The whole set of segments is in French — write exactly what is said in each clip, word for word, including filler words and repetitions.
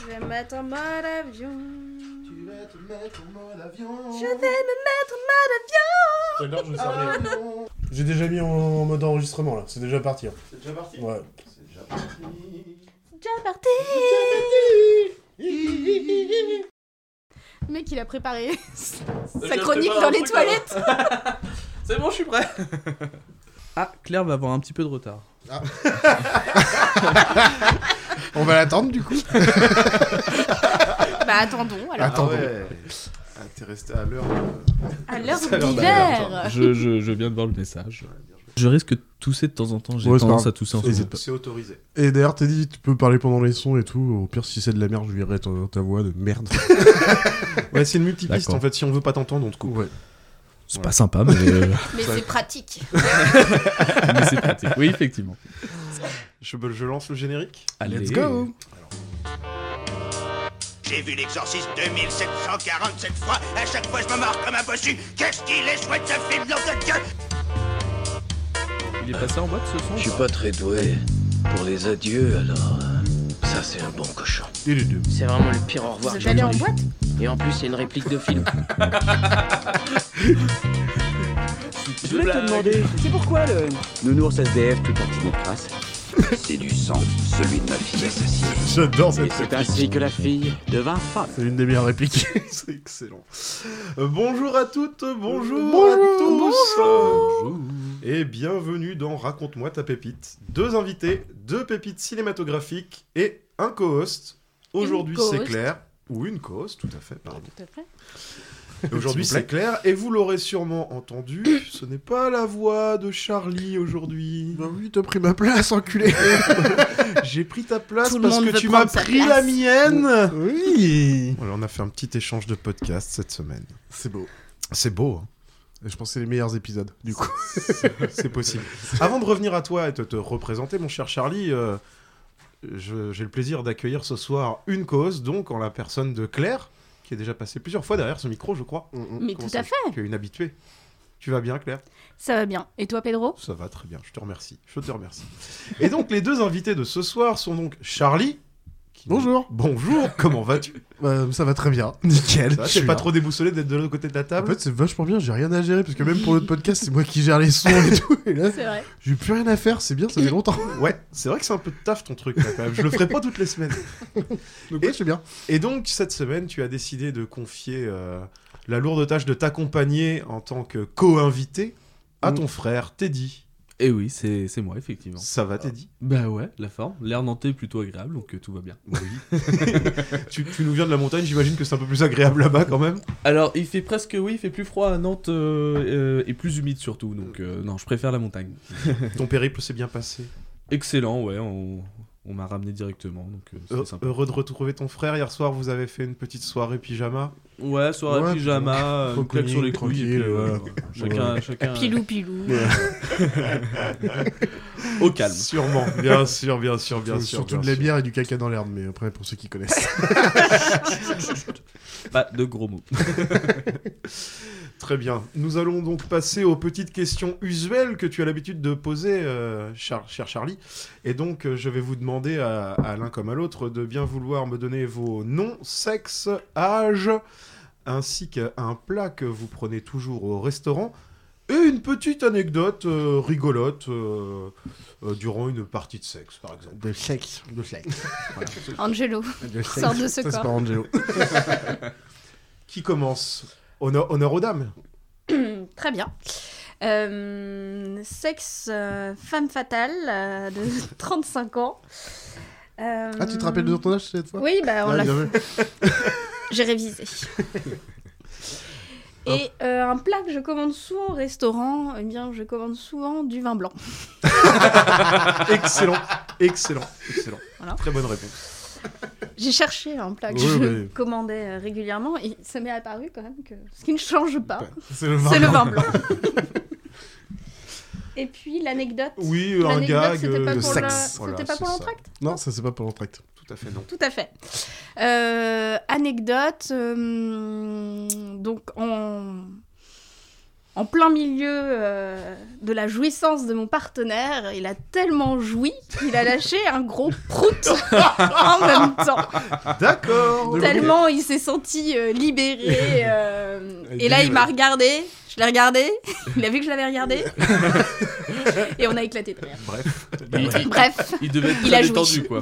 Je vais me mettre en mode avion. Tu vas te mettre en mode avion. Je vais me mettre en mode avion. J'adore, je vais servir. J'ai déjà mis en mode enregistrement là, c'est déjà parti. Hein. C'est déjà parti. Ouais. C'est déjà parti. Déjà parti. Le mec, il a préparé sa chronique dans les toilettes. C'est bon, je suis prêt. Ah, Claire va avoir un petit peu de retard. Ah. On va l'attendre du coup. Bah attendons alors. Attendons. Ah ouais. Ah, t'es resté à l'heure. Euh... À l'heure à l'heure d'hiver. Je, je, je viens de voir le message. Je risque de tousser de temps en temps. J'ai Ouais, c'est tendance pas à tousser en ce grave. moment. Hésite C'est autorisé. Et d'ailleurs, t'as dit, tu peux parler pendant les sons et tout. Au pire, si c'est de la merde, je virerai ta, ta voix de merde. Ouais, c'est une multipiste D'accord. en fait. Si on veut pas t'entendre, on te coupe. Ouais. C'est pas sympa, mais, euh, Mais c'est pratique. mais c'est pratique. Oui, effectivement. Je, je lance le générique. Allez. Let's go. J'ai vu l'exorciste deux mille sept cent quarante-sept fois, à chaque fois je me marre comme un bossu. Qu'est-ce qu'il est chouette ce film, nom de Dieu! Il est passé en boîte ce son. Je suis pas très doué pour les adieux, alors euh, ça c'est un bon cochon. C'est vraiment le pire au revoir Vous que êtes j'ai allé en entendu. boîte? Et en plus, c'est une réplique de film. Je Je voulais te demander, c'est pourquoi le nounours S D F tout entier de crasse? C'est du sang, celui de ma fille assassinée. J'adore Et cette c'est réplique. ainsi que la fille devint femme. C'est une des meilleures répliques. C'est excellent. Euh, bonjour à toutes, bonjour, Bonjour, à tous. Bonjour. Et bienvenue dans Raconte-moi ta pépite. Deux invités, deux pépites cinématographiques et un co-host. Aujourd'hui Une c'est co-host. Claire. Ou une co-host, tout à fait, pardon. Tout à fait. Et aujourd'hui S'il vous c'est Claire, et vous l'aurez sûrement entendu, ce n'est pas la voix de Charlie aujourd'hui. Bah oui, t'as pris ma place, enculé. J'ai pris ta place Tout le parce monde que veut tu m'as prendre sa pris place. la mienne. Oui. Voilà, on a fait un petit échange de podcast cette semaine. C'est beau. C'est beau, hein. Et je pense que c'est les meilleurs épisodes, du coup. C'est possible. Avant de revenir à toi et de te représenter, mon cher Charlie, euh, je- j'ai le plaisir d'accueillir ce soir une cause, donc en la personne de Claire, qui est déjà passée plusieurs fois derrière ce micro, je crois. Mais Comment tout ça, à fait. Tu es une habituée. Tu vas bien, Claire? Ça va bien. Et toi, Pedro? Ça va très bien, je te remercie. Je te remercie. Et donc, les deux invités de ce soir sont donc Charlie. qui- Bonjour. Bonjour, comment vas-tu? Bah, ça va très bien. Nickel. Ça va, Je T'es suis pas bien. trop déboussolé d'être de l'autre côté de la En table? fait, c'est vachement bien, j'ai rien à gérer, parce que même pour l'autre podcast, c'est moi qui gère les sons et tout. Et là, C'est vrai. j'ai plus rien à faire, c'est bien, ça fait longtemps. Ouais, c'est vrai que c'est un peu de taf ton truc, là, quand même. Je le ferai pas toutes les semaines. Donc, Et- ouais, c'est bien. Et donc, cette semaine, tu as décidé de confier euh, la lourde tâche de t'accompagner en tant que co-invité à ton frère Teddy. Et oui, c'est c'est moi, effectivement. Ça va, Teddy? Bah ouais, la forme. L'air nantais est plutôt agréable, donc euh, tout va bien. Oui. tu, tu nous viens de la montagne, j'imagine que c'est un peu plus agréable là-bas quand même. Alors, il fait presque, oui, il fait plus froid à Nantes euh, euh, et plus humide surtout, donc euh, non, je préfère la montagne. Ton périple s'est bien passé. Excellent, ouais, on, on m'a ramené directement, donc euh, Heu- c'était sympa. heureux de retrouver ton frère. Hier soir, vous avez fait une petite soirée pyjama. Ouais, soirée Ouais, pyjama, euh, une claque sur les couilles, tranquille, et puis, euh, voilà. chacun, chacun Pilou, pilou. au calme. Sûrement, bien sûr, bien sûr, bien sûr. Surtout bien de la sûr. bière et du caca dans l'herbe, mais après, pour ceux qui connaissent. Pas de gros mots. Très bien. Nous allons donc passer aux petites questions usuelles que tu as l'habitude de poser, euh, cher, cher Charlie. Et donc, euh, je vais vous demander à, à l'un comme à l'autre de bien vouloir me donner vos noms, sexe, âge, ainsi qu'un plat que vous prenez toujours au restaurant. Et une petite anecdote euh, rigolote euh, euh, durant une partie de sexe, par exemple. De sexe. De sexe. Voilà. C'est- Angelo. De Sors de ce Ça, c'est corps. pas Angelo. Qui commence? Honneur, honneur aux dames. Très bien. Euh, sexe euh, femme fatale euh, de trente-cinq ans. Euh, Ah, tu te rappelles de ton âge cette fois? Oui, bah on Ouais, l'a bien fait. vu. J'ai révisé. Et euh, un plat que je commande souvent au restaurant, eh bien, je commande souvent du vin blanc. Excellent, excellent, excellent. Voilà. Très bonne réponse. J'ai cherché un plat que Ouais, je mais- commandais euh, régulièrement et ça m'est apparu quand même que ce qui ne change pas, C'est le vin. c'est le blanc. vin blanc. Et puis l'anecdote. Oui, un L'anecdote, gag c'était pas euh, de pour sexe. la- Voilà, c'était pas c'est pour ça. l'entracte. Non, ça c'est pas pour l'entracte. Tout à fait non. Tout à fait. Euh, anecdote. euh, donc, en... en plein milieu euh, de la jouissance de mon partenaire, il a tellement joui qu'il a lâché un gros prout en même temps. D'accord. Tellement il s'est senti euh, libéré. euh, et là, il m'a regardé. Je l'ai regardé. Il a vu que je l'avais regardé. Et on a éclaté de rire. Bref. Il, Bref. Il devait être Il très a joui. détendu, quoi.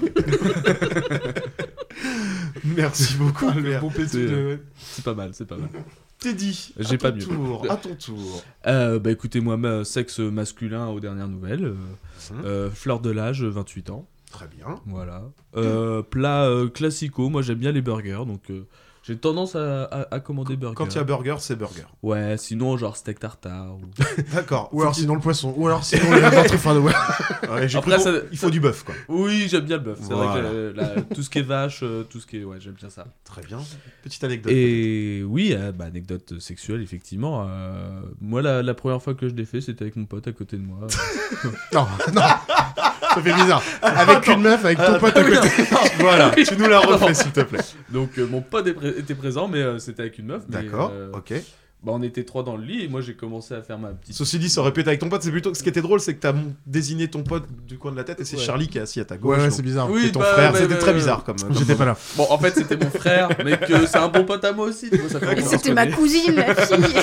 Merci beaucoup, Ah, le Albert. bon pétou C'est- de- C'est pas mal, c'est pas mal. Teddy, J'ai à pas ton mieux. tour, à ton tour. Euh, bah écoutez, moi, ma sexe masculin aux dernières nouvelles. euh, Hum. euh, fleur de l'âge, vingt-huit ans. Très bien. Voilà. Euh, plat euh, classico, moi j'aime bien les burgers, donc euh, j'ai tendance à, à- à commander burger. Quand il y a burger, c'est burger. Ouais, sinon genre steak tartare. Ou... D'accord. Ou alors sinon le poisson. Ou alors sinon les ventres fins de ouais. Ouais, j'ai Après, cru qu'on- ça- il faut du bœuf, quoi. Oui, j'aime bien le bœuf. C'est Voilà. vrai que la- la- tout ce qui est vache, euh, tout ce qui est... Ouais, j'aime bien ça. Très bien. Petite anecdote. Et oui, euh, bah, anecdote sexuelle, effectivement. euh, moi, la, la première fois que je l'ai fait, c'était avec mon pote à côté de moi. Non, non. Ça fait bizarre. Avec une meuf, avec ton pote à côté. Voilà, tu nous la refais, s'il te plaît. Donc euh, mon pote est pré- était présent, mais euh, c'était avec une meuf. mais, D'accord, euh, ok. Bah, on était trois dans le lit et moi j'ai commencé à faire ma petite... Ceci dit, ça aurait pu être avec ton pote. C'est plutôt. Ce qui était drôle, c'est que t'as mon- désigné ton pote du coin de la tête et c'est Ouais. Charlie qui est assis à ta gauche. Ouais, ouais, donc c'est bizarre. Oui, c'est ton bah, frère. ouais, C'était ouais, très ouais. bizarre comme. comme J'étais pas là. Bon, en fait, c'était mon frère, mais que c'est un bon pote à moi aussi. Tu vois, ça fait Et longtemps qu'on c'était se ma connaît. cousine, la fille.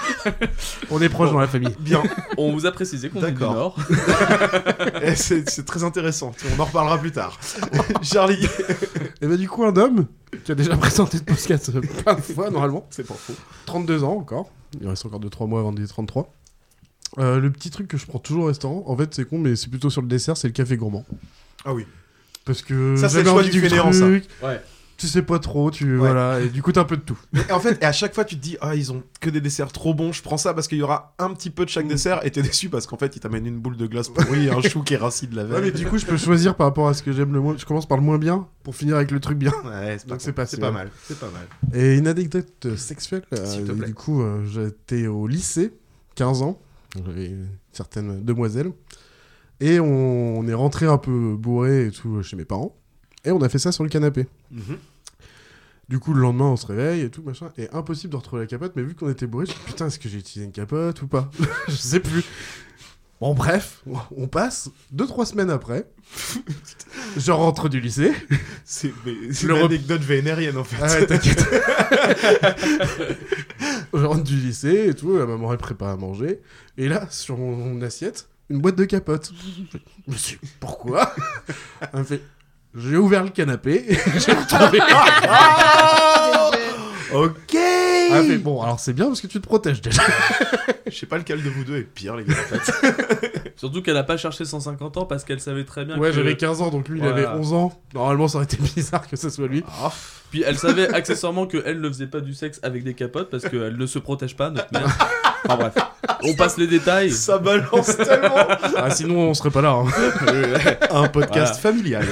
On est proches dans la famille. Bien. On vous a précisé qu'on est du D'accord. Nord. Et c'est c'est très intéressant. On en reparlera plus tard. Charlie. Et bah du coup un homme qui a déjà présenté ce podcast plein de fois normalement. C'est pas faux. trente-deux ans encore. Il reste encore deux trois mois avant des trente-trois. Euh, le petit truc que je prends toujours au restaurant, en fait c'est con mais c'est plutôt sur le dessert, c'est le café gourmand. Ah oui. Parce que Ça, c'est j'avais le choix envie du du fainéant, truc, Ouais. tu sais pas trop, tu voilà, et du coup t'as un peu de tout. Et en fait, et à chaque fois, tu te dis, ah, ils ont que des desserts trop bons. Je prends ça parce qu'il y aura un petit peu de chaque dessert. Et t'es déçu parce qu'en fait, ils t'amènent une boule de glace pourrie et un chou qui est rassis de la Ouais, mais veille. du coup je peux choisir par rapport à ce que j'aime le moins. Je commence par le moins bien pour finir avec le truc bien. Ouais, c'est pas, Donc c'est pas c'est si pas mal. mal. C'est pas mal. Et une anecdote sexuelle, euh, S'il te plaît. du coup euh, j'étais au lycée, quinze ans, j'avais une certaine demoiselle, et on, on est rentré un peu bourré et tout chez mes parents, et on a fait ça sur le canapé. Mhm. Du coup le lendemain on se réveille et tout machin, et impossible de retrouver la capote, mais vu qu'on était bourré, je me dis putain est-ce que j'ai utilisé une capote ou pas. Je sais plus. Bon bref, on passe deux trois semaines après, je rentre du lycée. C'est mais c'est Le une rep- anecdote vénérienne en fait. Ah ouais, t'inquiète. Je rentre du lycée et tout, la maman est préparée à manger. Et là, sur mon, mon assiette, une boîte de capotes. Je me suis dit, pourquoi? Elle me fait, j'ai ouvert le canapé et j'ai retrouvé. Ok. Elle me fait, bon, alors c'est bien parce que tu te protèges déjà. Je sais pas lequel de vous deux est pire, les gars. En fait. Surtout qu'elle a pas cherché cent cinquante ans parce qu'elle savait très bien Ouais, que... j'avais quinze ans, donc lui il Voilà. avait onze ans. Normalement, ça aurait été bizarre que ce soit lui. Puis elle savait accessoirement qu'elle ne faisait pas du sexe avec des capotes parce qu'elle ne se protège pas, notre mère. Enfin bref, on passe les détails. Ça balance tellement. Ah, sinon, on serait pas là. hein. Un podcast Voilà. familial.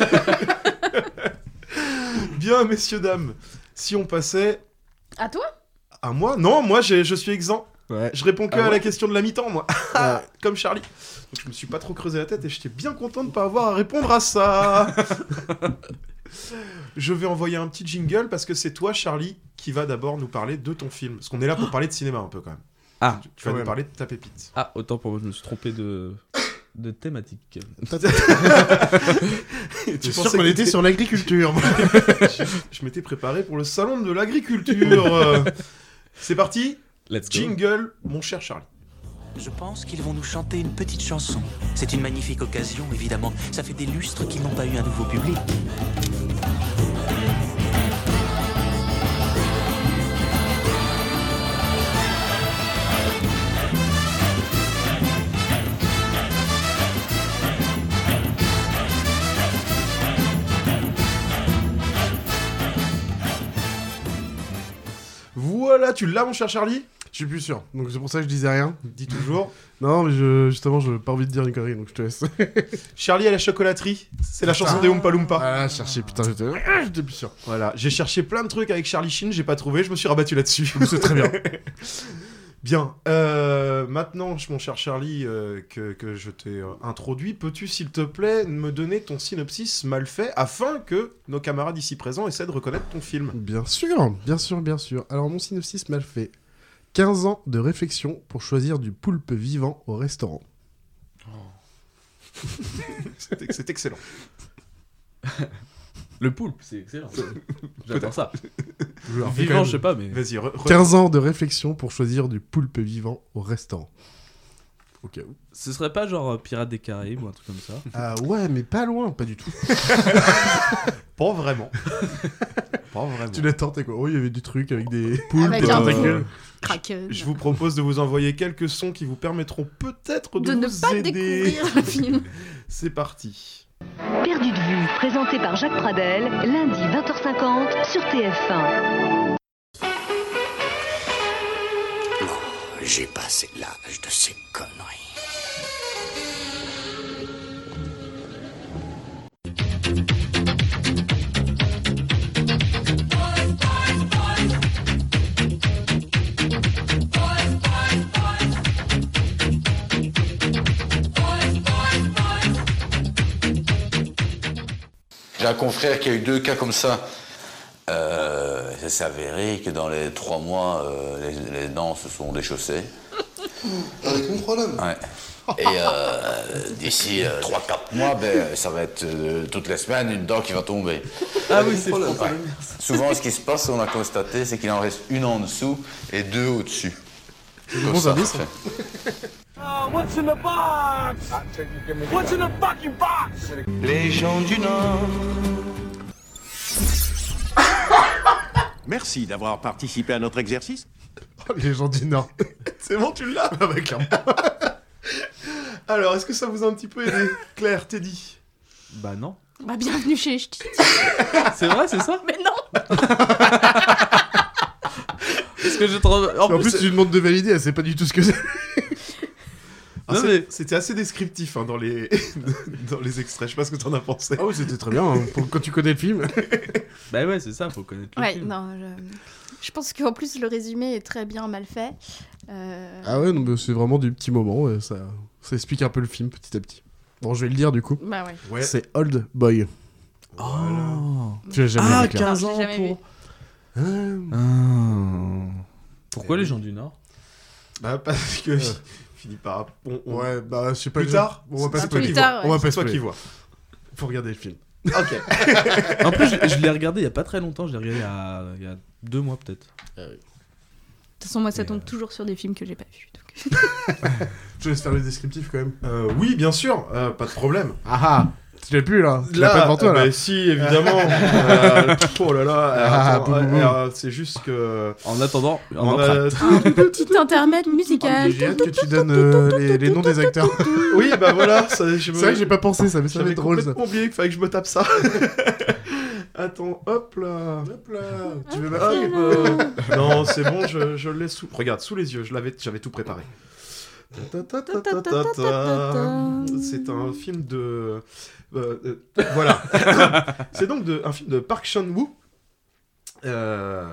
Bien, messieurs, dames. Si on passait À toi? à moi, non, moi j'ai- je suis exempt. Ouais. Je réponds que Ah à ouais la question de la mi-temps, moi. Comme Charlie. Donc je me suis pas trop creusé la tête et j'étais bien content de pas avoir à répondre à ça. Je vais envoyer un petit jingle parce que c'est toi, Charlie, qui va d'abord nous parler de ton film. Parce qu'on est là pour parler de cinéma un peu quand même. Ah, Tu vas quand nous même. parler de ta pépite. ah, autant pour moi, je me suis trompé de, de thématique. Et Tu tu sûr pensais qu'on que était t'étais- sur l'agriculture. je, je m'étais préparé pour le salon de l'agriculture. Euh, C'est parti. Let's go. Jingle, mon cher Charlie. Je pense qu'ils vont nous chanter une petite chanson. C'est une magnifique occasion, évidemment. Ça fait des lustres qu'ils n'ont pas eu un nouveau public. Voilà, tu l'as, mon cher Charlie. Je suis plus sûr, donc c'est pour ça que je disais rien. Dis toujours. Non, mais je, justement, je pas envie de dire une connerie, donc je te laisse. Charlie à la chocolaterie. C'est la chanson des Oompa Loompa. Ah, chercher, putain, j'étais j'étais plus sûr. Voilà, j'ai cherché plein de trucs avec Charlie Sheen, j'ai pas trouvé, je me suis rabattu là-dessus. C'est très bien. Bien, euh, maintenant, mon cher Charlie, euh, que, que je t'ai euh, introduit, peux-tu, s'il te plaît, me donner ton synopsis mal fait afin que nos camarades ici présents essaient de reconnaître ton film? Bien sûr, bien sûr, bien sûr. Alors, mon synopsis mal fait. quinze ans de réflexion pour choisir du poulpe vivant au restaurant. c'est, c'est excellent. Le poulpe, c'est excellent. J'adore ça. Alors, Vivant, je sais pas, mais... Vas-y, re- re- quinze ans de réflexion pour choisir du poulpe vivant au restaurant. Au cas où. Ce serait pas genre euh, Pirates des Caraïbes ou un truc comme ça? Ah ouais, mais pas loin, pas du tout. Pas vraiment. Pas vraiment. Tu l'as tenté quoi? Oh, il y avait du truc avec des poulpes. Avec des un tentacules. Kraken. Je vous propose de vous envoyer quelques sons qui vous permettront peut-être de, De ne vous pas aider. découvrir le film. C'est parti. Perdu de vue, présenté par Jacques Pradel, lundi vingt heures cinquante sur T F un. Non, j'ai passé l'âge de ces conneries. J'ai un confrère qui a eu deux cas comme ça. Euh, ça s'est avéré que dans les trois mois, euh, les, les dents se sont déchaussées. Avec mon problème. Ouais. Et euh, d'ici euh, trois quatre mois, ben, ça va être euh, toutes les semaines une dent qui va tomber. Ah oui, c'est Ouais. Souvent, ce qui se passe, on a constaté, c'est qu'il en reste une en dessous et deux au-dessus. C'est des bons indices. Oh, what's in the box? What's in the fucking box? Les gens du Nord. Merci d'avoir participé à notre exercice. Oh, les gens du Nord. C'est bon, tu l'as? Ah bah clairement. Alors, est-ce que ça vous a un petit peu aidé? Claire, Teddy? Bah non. Bah, bienvenue chez Ch'ti. C'est vrai, c'est ça? Mais non. Parce que je te re- En, en plus, tu lui demandes de valider, elle sait pas du tout ce que c'est. Ah, Non, c'est- mais- C'était assez descriptif hein, dans, les... dans les extraits. Je sais pas ce que t'en as pensé. Ah oui, c'était très bien, hein, pour- quand tu connais le film. Bah ouais, c'est ça, faut connaître le Ouais, film. non, je... je pense qu'en plus, le résumé est très bien mal fait. Euh... Ah ouais, non, mais c'est vraiment du petit moment, ouais, ça, ça explique un peu le film petit à petit. Bon, je vais le dire du coup. Bah ouais. Ouais. C'est Old Boy. Oh. Tu l'as jamais Ah, vu, Claire. quinze Non, je ans l'ai jamais pour... Ah. Ah. Pourquoi Eh les oui. gens du Nord? Bah, parce que. Finit par. On, on- Ouais, bah, je sais pas. Plus les tard gens- on va pas C'est se toi qui Plus vois. tard, On va ouais. pas C'est toi spoiler. qui vois. Faut regarder le film. Ok. En plus, je, je l'ai regardé il y a pas très longtemps, je l'ai regardé il y a, il y a deux mois peut-être. De toute façon, moi, ça Et tombe euh, toujours sur des films que j'ai pas vus. Donc... Je te laisse faire le descriptif quand même. Euh, oui, bien sûr, euh, pas de problème. Ah ah. Tu l'as plus là. Tu l'as pas devant toi euh, là. bah, si, évidemment. Euh, oh là là. euh, Ah, attends, boum, boum, boum. euh, c'est juste que. En attendant, on On en a- Petit intermède musical. J'ai hâte que tu donnes euh, les, les noms des acteurs. Oui, bah voilà. Ça, je me- C'est vrai que j'ai pas pensé, ça, mais ça va J'avais être drôle ça. complètement oublié qu'il fallait que je me tape ça. Attends, hop là. Hop là. Tu veux Hop, ma fille euh, Non, c'est bon, je, je l'ai sous. Regarde, sous les yeux, je l'avais, j'avais tout préparé. Ta ta ta ta ta ta ta. C'est un film de. euh, euh, voilà. C'est donc de, un film de Park Chan-wook. Euh...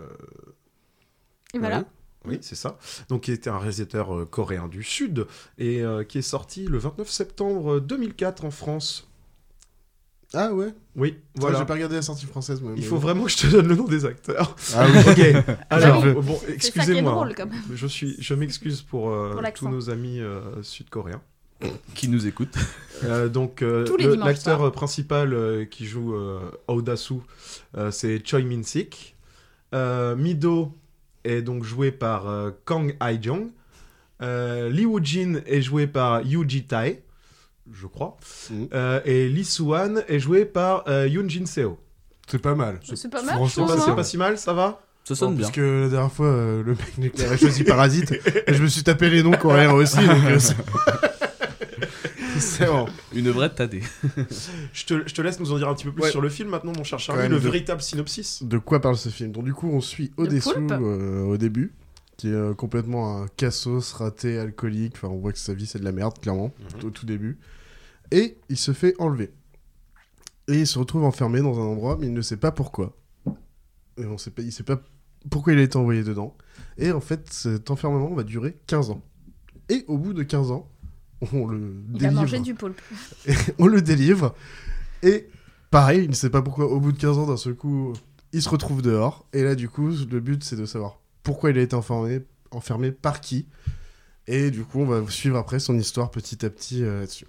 Et voilà. Oui, oui, c'est ça. Donc, qui était un réalisateur euh, coréen du Sud et euh, qui est sorti le vingt-neuf septembre deux mille quatre en France. Ah ouais. Oui, Voilà. voilà. J'ai pas regardé la sortie française moi. Il mais- faut vraiment que je te donne le nom des acteurs. Ah oui. Ok. Alors, Je- bon, C'est ça qui est excusez-moi. drôle, quand même. Je suis, je m'excuse pour euh, Pour l'accent. tous nos amis euh, sud-coréens. qui nous écoute. Euh, donc, euh, Tous les le- dimanches l'acteur soirs. principal euh, qui joue euh, Aodasu, euh, c'est Choi Min-sik. Euh, Mido est donc joué par euh, Kang Hae-jung. Euh, Lee Woo-jin est joué par Yoo Ji-tae, je crois. Mhm. Euh, et Lee Soo-han est joué par euh, Yoon Jin-seo. C'est pas mal. C'est pas mal, je franchement, trouve, C'est pas, hein. c'est pas si mal, ça va? Ça sonne Bon, bien. parce que la dernière fois, euh, le mec nucléaire a choisi Parasite, et je me suis tapé les noms coréens aussi, donc euh, c'est... c'est bon. Une vraie tadée. Je te, je te laisse nous en dire un petit peu plus Ouais. sur le film maintenant, mon cher Charlie, Quand le même, de- véritable synopsis. De quoi parle ce film? Donc du coup, on suit Le Odessu poulpe. euh, au début, qui est euh, complètement un cassos, raté, alcoolique, enfin on voit que sa vie c'est de la merde, clairement, Mhm. au tout début. Et il se fait enlever. Et il se retrouve enfermé dans un endroit, mais il ne sait pas pourquoi. Et on sait pas, il sait pas pourquoi il a été envoyé dedans. Et en fait, cet enfermement va durer quinze ans. Et au bout de quinze ans, on le Il a délivre. mangé du poulpe. Et on le délivre. Et pareil, il ne sait pas pourquoi, au bout de quinze ans, d'un seul coup, il se retrouve dehors. Et là, du coup, le but, c'est de savoir pourquoi il a été enfermé, enfermé par qui. Et du coup, on va suivre après son histoire petit à petit euh, là-dessus.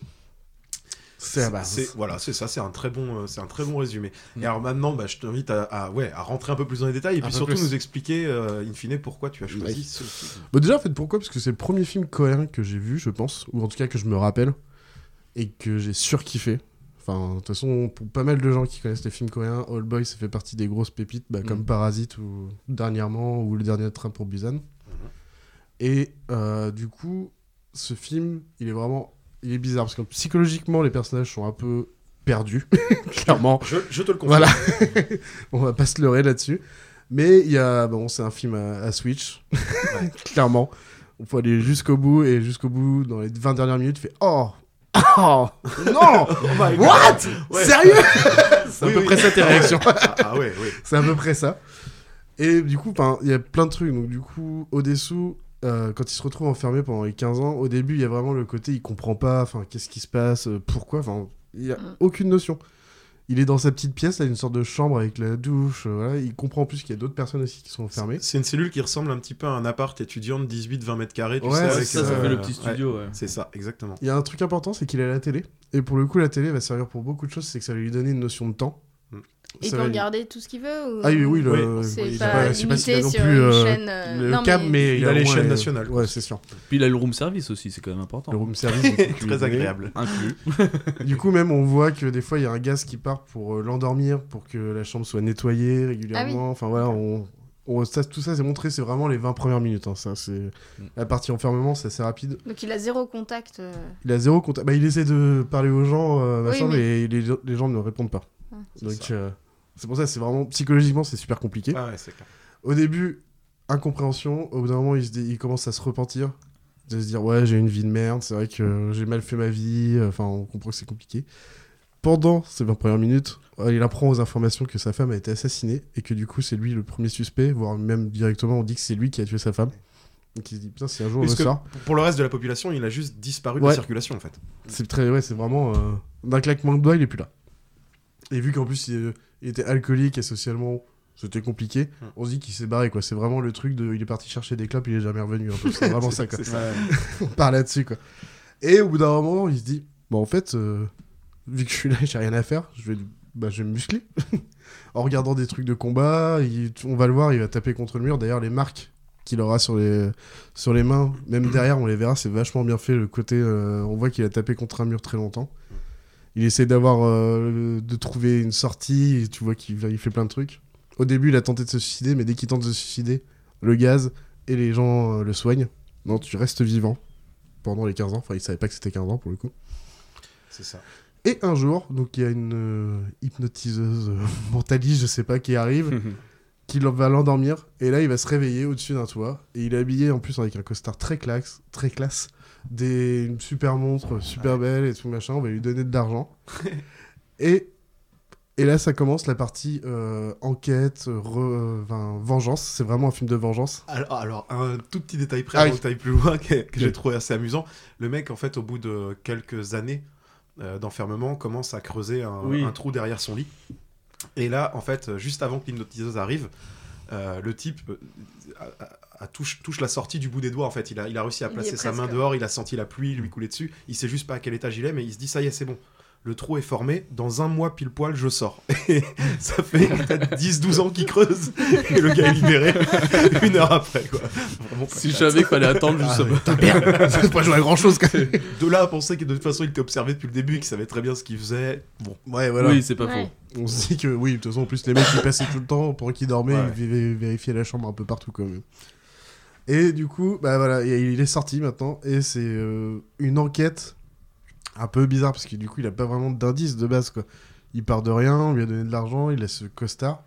C'est la base. C'est, voilà, c'est ça, c'est un très bon, euh, c'est un très bon résumé. Mmh. Et alors maintenant, bah, je t'invite à, à, ouais, à rentrer un peu plus dans les détails et un puis surtout plus. nous expliquer, euh, in fine, pourquoi tu as choisi ouais. ce film. Bon, déjà, en fait, pourquoi ? Parce que c'est le premier film coréen que j'ai vu, je pense, ou en tout cas que je me rappelle, et que j'ai surkiffé. Enfin, de toute façon, pour pas mal de gens qui connaissent les films coréens, Old Boy, ça fait partie des grosses pépites, bah, mmh. comme Parasite ou dernièrement, ou Le Dernier Train pour Busan. Mmh. Et euh, du coup, ce film, il est vraiment... Il est bizarre parce que psychologiquement, les personnages sont un peu perdus, clairement. Je, je te le confirme. Voilà. On va pas se leurrer là-dessus. Mais il y a, bon, c'est un film à, à Switch, ouais. clairement. On peut aller jusqu'au bout et jusqu'au bout, dans les vingt dernières minutes, tu fais oh, oh, non, oh my God. What, ouais. Sérieux. C'est oui, à peu oui. près ça tes réactions. Ah, ah ouais, oui. C'est à peu près ça. Et du coup, il y a plein de trucs. Donc du coup, au-dessous. Euh, quand il se retrouve enfermé pendant les quinze ans, au début, il y a vraiment le côté, il comprend pas, enfin, qu'est-ce qui se passe, euh, pourquoi, enfin, il y a mm. aucune notion. Il est dans sa petite pièce, là, une sorte de chambre avec la douche, euh, voilà, il comprend en plus qu'il y a d'autres personnes aussi qui sont enfermées. C'est une cellule qui ressemble un petit peu à un appart étudiant de dix-huit vingt mètres carrés, tu ouais, sais, avec ça, euh, ça fait le petit studio, ouais. ouais. C'est ça, exactement. Il y a un truc important, c'est qu'il a la télé, et pour le coup, la télé va servir pour beaucoup de choses, c'est que ça va lui donner une notion de temps. Mm. Il peut regarder tout ce qu'il veut ou... Ah oui, oui, le... oui. C'est oui, pas, pas, je sais pas s'il a non sur plus une euh, chaîne, euh... le non, câble, mais... mais il, il a les chaînes les... nationales. Ouais, c'est sûr. Puis il a le room service aussi, c'est quand même important. Le room service, très agréable. Inclus. Du coup, même, on voit que des fois, il y a un gaz qui part pour euh, l'endormir, pour que la chambre soit nettoyée régulièrement. Ah oui. Enfin, voilà, on... On, ça, tout ça, c'est montré, c'est vraiment les vingt premières minutes. Hein, ça, c'est... Mm. La partie enfermement, c'est assez rapide. Donc il a zéro contact. Euh... Il a zéro contact. Bah, il essaie de parler aux gens, euh, machin, oui, mais, mais les, les gens ne répondent pas. Ah, c'est Donc, euh, c'est pour ça, c'est vraiment psychologiquement, c'est super compliqué. Ah ouais, c'est clair. Au début, incompréhension. Au bout d'un moment, il, se dit, il commence à se repentir, de se dire ouais, j'ai une vie de merde. C'est vrai que j'ai mal fait ma vie. Enfin, on comprend que c'est compliqué. Pendant ces vingt premières minutes, il apprend aux informations que sa femme a été assassinée et que du coup c'est lui le premier suspect, voire même directement on dit que c'est lui qui a tué sa femme. Donc il se dit putain, si un jour on le sort. Pour le reste de la population, il a juste disparu ouais. de la circulation en fait. C'est très, ouais, c'est vraiment euh, d'un claquement de doigts, il est plus là. Et vu qu'en plus il, il était alcoolique et socialement c'était compliqué, mmh. on se dit qu'il s'est barré quoi. C'est vraiment le truc de il est parti chercher des clopes, il est jamais revenu. Un peu. C'est vraiment ça quoi. Ça. On part là-dessus quoi. Et au bout d'un moment, il se dit bon en fait. Euh, vu que je suis là et j'ai rien à faire, je vais, bah, je vais me muscler. En regardant des trucs de combat, il, on va le voir, il va taper contre le mur. D'ailleurs, les marques qu'il aura sur les, sur les mains, même derrière, on les verra, c'est vachement bien fait. Le côté, euh, on voit qu'il a tapé contre un mur très longtemps. Il essaie d'avoir, euh, de trouver une sortie, et tu vois qu'il il fait plein de trucs. Au début, il a tenté de se suicider, mais dès qu'il tente de se suicider, le gaz et les gens euh, le soignent. Non, tu restes vivant pendant les quinze ans. Enfin, il savait pas que c'était quinze ans pour le coup. C'est ça. Et un jour, donc il y a une euh, hypnotiseuse, euh, mentaliste, je sais pas, qui arrive, qui va l'endormir, et là il va se réveiller au-dessus d'un toit, et il est habillé en plus avec un costard très classe, très classe, des, une super montre, super ouais. belle et tout machin, on va lui donner de l'argent. et, et là ça commence la partie euh, enquête, re, euh, vengeance, c'est vraiment un film de vengeance. Alors, alors un tout petit détail près, ah, un oui. détail plus loin, que, que oui. j'ai trouvé assez amusant, le mec en fait au bout de quelques années, Euh, d'enfermement commence à creuser un, oui. un trou derrière son lit et là en fait juste avant que l'hypnotiseuse arrive euh, le type euh, a, a, a touche, touche la sortie du bout des doigts en fait il a, il a réussi à placer sa main dehors, il a senti la pluie lui couler dessus, il sait juste pas à quel étage il est mais il se dit ça y est c'est bon, le trou est formé, dans un mois pile poil je sors. Et ça fait peut-être dix douze ans qu'il creuse et le gars est libéré une heure après quoi. Si je savais qu'il fallait attendre ah, justement. T'as bien, ça pas joué à grand chose quand même. De là à penser que de toute façon il était observé depuis le début et qu'il savait très bien ce qu'il faisait. Bon, ouais voilà. Oui c'est pas ouais. faux. On se dit que oui de toute façon en plus les mecs qui passaient tout le temps pendant qu'ils dormaient, ouais. ils vérifiaient la chambre un peu partout quand même. Et du coup bah voilà il est sorti maintenant et c'est euh, une enquête un peu bizarre parce que du coup il a pas vraiment d'indice de base quoi. Il part de rien, on lui a donné de l'argent, il a ce costard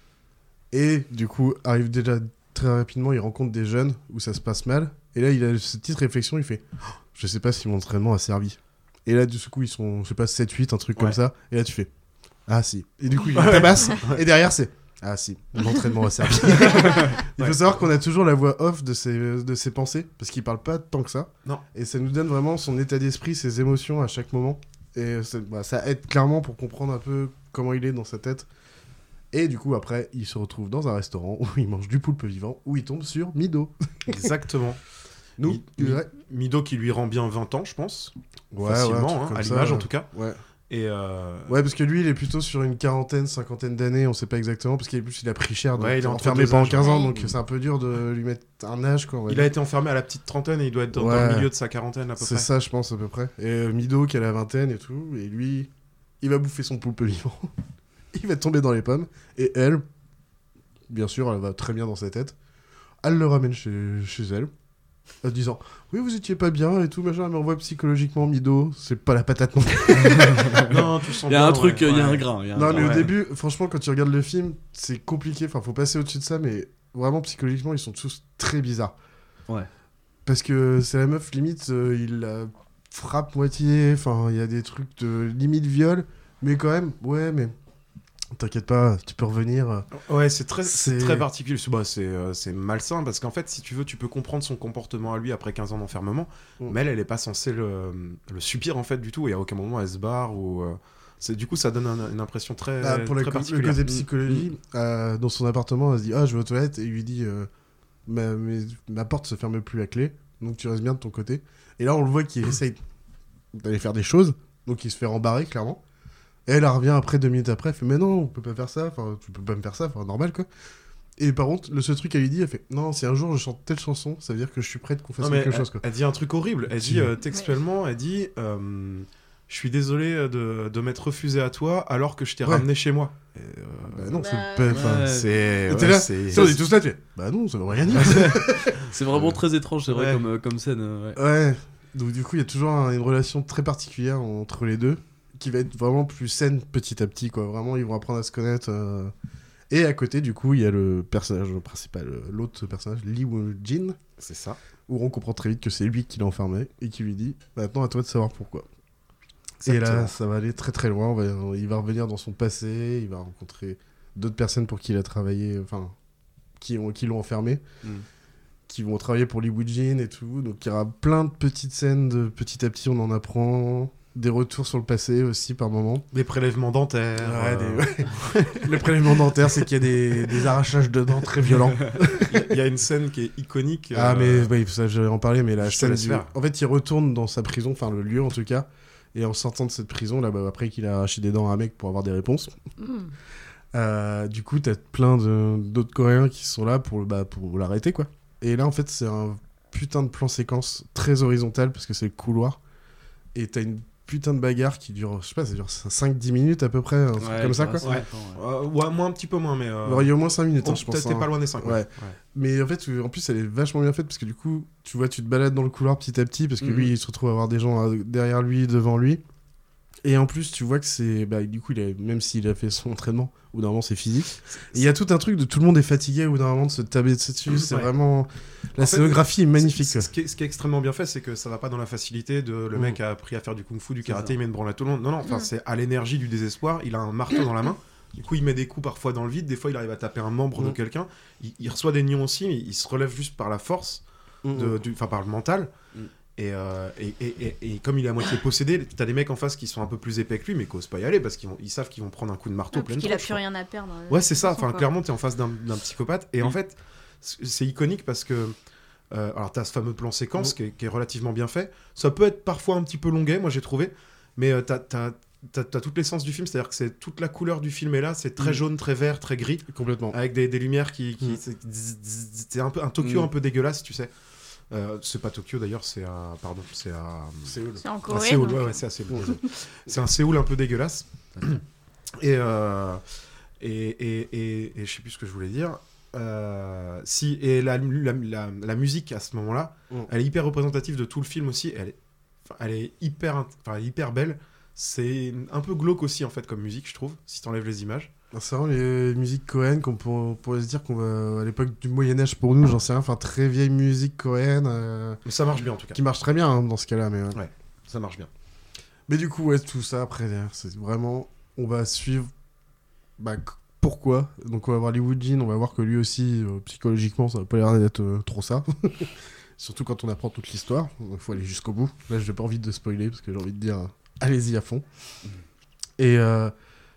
et du coup arrive déjà très rapidement, il rencontre des jeunes où ça se passe mal et là il a cette petite réflexion, il fait oh, je sais pas si mon entraînement a servi et là du coup ils sont je sais pas sept huit un truc ouais. comme ça et là tu fais ah si et du coup il tabasse et derrière c'est ah si, mon entraînement a servi. Il faut ouais. savoir qu'on a toujours la voix off de ses, de ses pensées, parce qu'il parle pas tant que ça. Non. Et ça nous donne vraiment son état d'esprit, ses émotions à chaque moment. Et ça, bah, ça aide clairement pour comprendre un peu comment il est dans sa tête. Et du coup, après, il se retrouve dans un restaurant où il mange du poulpe vivant, où il tombe sur Mido. Exactement. Nous, Mi- ouais. Mido qui lui rend bien vingt ans, je pense. Ouais, Facilement, ouais, un truc hein, comme à ça, l'image en ouais. tout cas. Ouais. Et euh... Ouais, parce que lui, il est plutôt sur une quarantaine, cinquantaine d'années, on sait pas exactement, parce qu'il il a pris cher, donc Ouais, il est il est entre enfermé deux pendant âges. quinze ans, Ouais. donc c'est un peu dur de lui mettre un âge, quoi. on va Il dire. a été enfermé à la petite trentaine et il doit être dans, dans Ouais. le milieu de sa quarantaine à peu C'est près. ça, je pense, à peu près. Et euh, Mido, qui a la vingtaine et tout, et lui, il va bouffer son poulpe vivant. Il va tomber dans les pommes, et elle, bien sûr, elle va très bien dans sa tête, elle le ramène chez, chez elle, en disant oui, vous étiez pas bien et tout, machin, mais on voit psychologiquement Mido, c'est pas la patate non plus. Non, tu sens Il y a un bien, truc, ouais. il y a un Ouais. grain. il y a un Non, grain. mais au Ouais. début, franchement, quand tu regardes le film, c'est compliqué. Enfin, faut passer au-dessus de ça, mais vraiment, psychologiquement, ils sont tous très bizarres. Ouais. Parce que c'est la meuf, limite, euh, il la frappe moitié. Enfin, il y a des trucs de limite viol. Mais quand même, ouais, mais t'inquiète pas, tu peux revenir. Ouais, c'est très, c'est C'est- très particulier. Bah, c'est, euh, c'est malsain parce qu'en fait, si tu veux, tu peux comprendre son comportement à lui après quinze ans d'enfermement, Mm. mais elle, elle est pas censée le, le subir en fait du tout. Et à aucun moment elle se barre ou. euh, c'est, du coup, ça donne un- une impression très, Ah, pour la très co- le particulière. côté Mm. psychologie, euh, dans son appartement, elle se dit ah, je vais aux toilettes. Et il lui dit euh, ma, mais- ma porte se ferme plus à clé, donc tu restes bien de ton côté. Et là, on le voit qu'il essaye d'aller faire des choses, donc il se fait rembarrer clairement. Et elle elle revient après, deux minutes après, elle fait mais non, on peut pas faire ça, enfin, tu peux pas me faire ça, enfin, normal quoi. Et par contre, le seul truc qu'elle lui dit, elle fait non, si un jour je chante telle chanson, ça veut dire que je suis prête qu'on fasse Non, mais quelque elle, chose quoi. elle dit un truc horrible. Elle Tu- dit euh, textuellement, elle dit euh, je suis désolé de, de m'être refusé à toi alors que je t'ai Ouais. ramené chez moi. Et, euh, Bah non, c'est Bah, pas. enfin, ouais. c'est. Et t'es ouais, là, c'est- ça, on est tous là, tu fais bah non, ça veut rien dire. C'est vraiment très étrange, c'est vrai, Ouais. comme, euh, comme scène. euh, ouais. Ouais, donc du coup, il y a toujours un- une relation très particulière entre les deux, qui va être vraiment plus saine petit à petit, quoi. Vraiment, ils vont apprendre à se connaître. euh. Et à côté, du coup, il y a le personnage principal, euh, l'autre personnage, Lee Woo-jin, C'est ça. où on comprend très vite que c'est lui qui l'a enfermé, et qui lui dit maintenant à toi de savoir pourquoi. Et Exactement. là, ça va aller très très loin. On va- il va revenir dans son passé, il va rencontrer d'autres personnes pour qui il a travaillé, enfin, qui, ont, qui l'ont enfermé, Mm. qui vont travailler pour Lee Woo-jin et tout. Donc il y aura plein de petites scènes, de petit à petit, on en apprend. Des retours sur le passé aussi par moment. Des prélèvements dentaires. Ouais, euh, des- le prélèvement dentaire, c'est qu'il y a des, des arrachages de dents très violents. Il y a- il y, a une scène qui est iconique. Ah, euh, mais oui, ça, j'allais en parler, mais la je te scène laisse du- faire. En fait, il retourne dans sa prison, enfin le lieu en tout cas, et en sortant de cette prison, là, bah, après qu'il a arraché des dents à un mec pour avoir des réponses, Mm. euh, du coup, t'as plein de- d'autres Coréens qui sont là pour, bah, pour l'arrêter, quoi. Et là, en fait, c'est un putain de plan séquence très horizontal, parce que c'est le couloir, et t'as une putain de bagarre qui dure, je sais pas, ça dure cinq dix minutes à peu près, un truc Ouais, comme ça, ça quoi. reste Ouais. longtemps, ouais. Euh, ouais, moi un petit peu moins, mais. euh, Alors, il y a au moins cinq minutes, hein, oh, je pense. t'es hein. pas loin des cinq. Ouais. Ouais. Mais en fait, euh, en plus, elle est vachement bien faite parce que du coup, tu vois, tu te balades dans le couloir petit à petit parce que Mhm. lui, il se retrouve à avoir des gens euh, derrière lui, devant lui. Et en plus, tu vois que c'est. Bah, du coup, il a... même s'il a fait son entraînement, au bout d'un moment, c'est physique. Et il y a tout un truc de tout le monde est fatigué au bout d'un moment de se taber dessus. C'est Ouais. vraiment. La En fait, scénographie est magnifique. Ce, quoi. ce qui est, ce qui est extrêmement bien fait, c'est que ça va pas dans la facilité de le Mm. mec a appris à faire du kung-fu, du C'est karaté, ça. il met une branle à tout le monde. Non, non, enfin, Mm. c'est à l'énergie du désespoir. Il a un marteau dans la main. Du coup, il met des coups parfois dans le vide. Des fois, il arrive à taper un membre de Mm. quelqu'un. Il, il reçoit des nions aussi, mais il se relève juste par la force, de, du- enfin par le mental. Mm. Et, euh, et, et, et, et comme il est à moitié possédé, t'as des mecs en face qui sont un peu plus épais que lui, mais qui osent pas y aller parce qu'ils vont- ils savent qu'ils vont prendre un coup de marteau Ah, plein puis de qu'il a tronche, plus quoi. rien à perdre. euh, Ouais, c'est ça. de son Enfin, corps. clairement, t'es en face d'un d'un psychopathe. Et en Mm. fait, c- c'est iconique parce que. euh, alors, t'as ce fameux plan séquence Mm. qui, est, qui est relativement bien fait. Ça peut être parfois un petit peu longuet, moi j'ai trouvé. Mais euh, t'as. t'as T'as, t'as toute l'essence du film, c'est-à-dire que c'est toute la couleur du film est là, c'est très Mm. jaune, très vert, très gris, Complètement. avec des, des lumières qui, qui Mm. c'est, zzz, zzz, c'est un peu un Tokyo Mm. un peu dégueulasse, tu sais. Euh, c'est pas Tokyo d'ailleurs, c'est à pardon, c'est à Séoul. C'est en à Corée. Séoul, donc, ouais, ouais, c'est à Séoul. désolé. C'est un Séoul un peu dégueulasse. et, euh, et, et, et, et je sais plus ce que je voulais dire. Euh, si, et la, la, la, la musique à ce moment-là, Mm. elle est hyper représentative de tout le film aussi. Elle est, enfin, elle est hyper, int- enfin, hyper belle. C'est un peu glauque aussi en fait comme musique, je trouve, si t'enlèves les images. C'est vraiment les musiques coréennes qu'on pour- on pourrait se dire qu'on va à l'époque du Moyen-Âge pour nous, j'en sais rien, enfin très vieille musique coréenne. euh, Mais ça marche bien en tout cas. Qui marche très bien hein, dans ce cas-là. Mais, ouais. Ouais, ça marche bien. mais du coup, ouais, tout ça après, derrière, c'est vraiment. On va suivre. Bah, c- pourquoi Donc, on va voir Lee Woo-jin, on va voir que lui aussi, euh, psychologiquement, ça va pas l'air d'être euh, trop ça. Surtout quand on apprend toute l'histoire. Il faut aller jusqu'au bout. Là, j'ai pas envie de spoiler parce que j'ai envie de dire euh, allez-y à fond. Et. euh,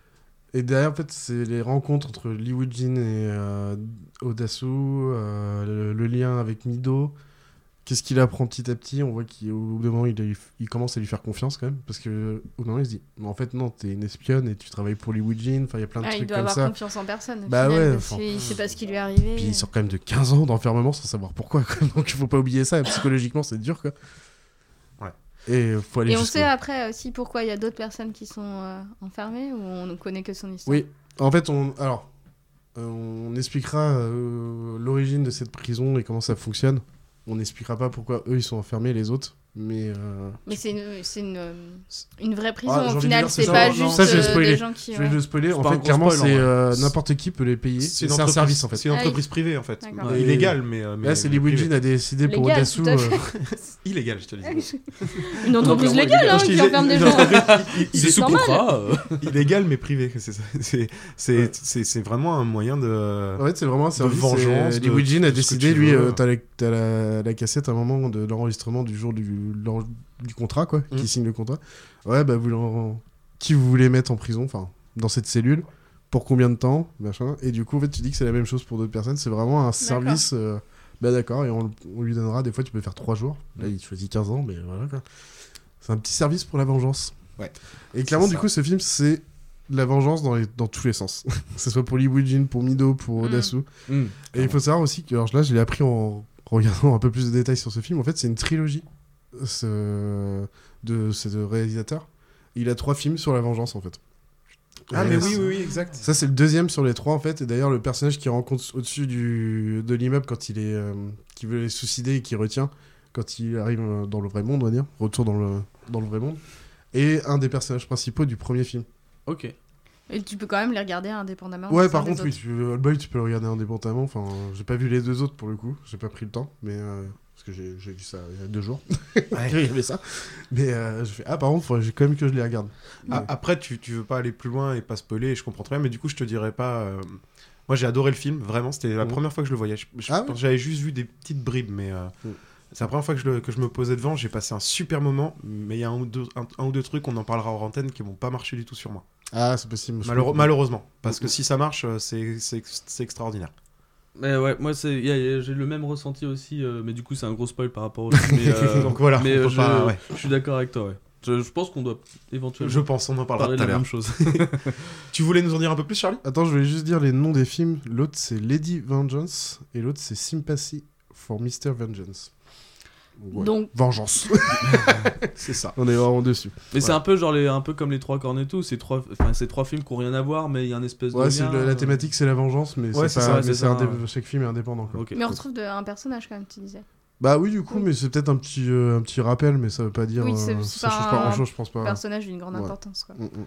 Et derrière, en fait, c'est les rencontres entre Lee Woo-jin et euh, Odasu, euh, le, le lien avec Mido. Qu'est-ce qu'il apprend petit à petit? On voit qu'au bout d'un moment, il, a- il commence à lui faire confiance quand même. Parce qu'au bout d'un moment, il se dit mais en fait, non, t'es une espionne et tu travailles pour Lee Woo-jin. Enfin, il y a plein de Ah, il trucs doit comme avoir ça. confiance en personne. Au Bah final, ouais, parce enfin. qu'il sait pas ce qui lui est arrivé. Puis il sort quand même de quinze ans d'enfermement sans savoir pourquoi. Quoi. Donc il faut pas oublier ça. Psychologiquement, c'est dur. Quoi. Ouais. Et il faut aller Et on jusqu'au- sait après aussi pourquoi il y a d'autres personnes qui sont euh, enfermées ou on ne connaît que son histoire. Oui, en fait, on, alors, euh, on expliquera euh, l'origine de cette prison et comment ça fonctionne. On n'expliquera pas pourquoi eux ils sont enfermés, les autres, mais. Euh... Mais c'est une, c'est une, euh, une vraie prison Ah, j'ai au envie de final, dire, c'est ça, pas non, juste ça, je vais euh, spoiler. des gens qui. Je vais ouais. le spoiler. C'est En pas un fait, gros clairement, spoil, en c'est vrai. euh, n'importe qui peut les payer. C'est C'est une un entreprise- service en fait. C'est une Ah oui. entreprise privée en fait. D'accord. Et- Illégale, mais. euh, mais Là, c'est mais Lee privée. Woo-jin a décidé pour Légal, Odasu. tout à euh, fait. Illégal, je te le dis. Une entreprise Non, mais légale Non, hein, je te qui disais, enferme des une gens. entreprise- il- il C'est est sous normal. contrat. euh. illégal mais privé. C'est ça. C'est c'est c'est c'est vraiment un moyen de. En fait, c'est vraiment un service. vengeance, c'est- de- Lee Woo-jin de a ce que décidé, tu lui, veux. euh, t'as la, t'as la, la cassette à un moment de l'enregistrement du jour du, l'en- du contrat, quoi, Mm. qui signe le contrat. Ouais, bah, vous l'en- qui vous voulez mettre en prison, enfin, dans cette cellule, pour combien de temps, machin. Et du coup, en fait, tu dis que c'est la même chose pour d'autres personnes. C'est vraiment un service. euh, bah, d'accord, et on, on lui donnera. Des fois, tu peux faire trois jours. Là, il choisit quinze ans, mais voilà, quoi. C'est un petit service pour la vengeance. Ouais. Et clairement, C'est du ça. coup, ce film, c'est de la vengeance dans, les, dans tous les sens. que ce soit pour Lee Woo-jin, pour Mido, pour Mm. Odasu. Mm. Et il faut savoir aussi que, alors là, je l'ai appris en regardant un peu plus de détails sur ce film. En fait, c'est une trilogie ce... de ce réalisateur. Il a trois films sur la vengeance, en fait. Ah Et mais ça- oui oui oui exact. Ça, c'est le deuxième sur les trois, en fait. Et d'ailleurs, le personnage qui rencontre au-dessus du... de l'immeuble quand il est, euh, qui veut les suicider et qui retient quand il arrive euh, dans le vrai monde, on va dire, retour dans le dans le vrai monde, et un des personnages principaux du premier film. Ok. Et tu peux quand même les regarder indépendamment. Ouais, des par uns contre, des oui, tu, Old Boy, tu peux le regarder indépendamment. Enfin, euh, j'ai pas vu les deux autres pour le coup, j'ai pas pris le temps, mais euh, parce que j'ai j'ai vu ça il y a deux jours. Il y avait ça. Mais euh, je fais ah, par contre, faudrait j'ai quand même que je les regarde. Ah, Mais- après, tu, tu veux pas aller plus loin et pas spoiler, et je comprends très bien, mais du coup, je te dirais pas. euh, Moi, j'ai adoré le film, vraiment. C'était la Mhm. première fois que je le voyais. Je, je Ah pense ouais que j'avais juste vu des petites bribes, mais euh, Mhm. c'est la première fois que je, le- que je me posais devant. J'ai passé un super moment, mais il y a un ou, deux, un, un ou deux trucs, on en parlera hors antenne, qui vont pas marcher du tout sur moi. Ah, c'est possible. je Malheure- comprends. malheureusement. Parce que si ça marche, euh, c'est c'est ex- c'est extraordinaire. Mais ouais, moi c'est, y a- y a- j'ai le même ressenti aussi, euh, mais du coup c'est un gros spoil par rapport au film. Mais, euh, Donc voilà, mais on euh, peut je, pas- ouais. je suis d'accord avec toi, ouais. Je, je pense qu'on doit éventuellement Je pense, on en parlera parler tout de à la l'heure. même chose. Tu voulais nous en dire un peu plus, Charlie? Attends, je voulais juste dire les noms des films. L'autre, c'est Lady Vengeance, et l'autre, c'est Sympathy for mister Vengeance. Ouais. Donc- Vengeance. C'est ça. On est vraiment dessus. Mais c'est un peu genre les, un peu comme les trois Cornetto, c'est trois, enfin c'est trois films qui ont rien à voir, mais il y a un espèce Ouais, de c'est lien, le- la euh, thématique, c'est la vengeance, mais Ouais, c'est c'est pas. ça, mais c'est c'est ça, indé- ouais. chaque film est indépendant. Quoi. Ok. Mais on retrouve de- un personnage quand même, tu disais. Bah oui, du coup, mais c'est peut-être un petit, euh, un petit rappel, mais ça veut pas dire. Oui, c'est- euh, c'est ça pas change pas un grand chose, je pense pas. Personnage d'une grande Ouais. importance, quoi. Mm, mm.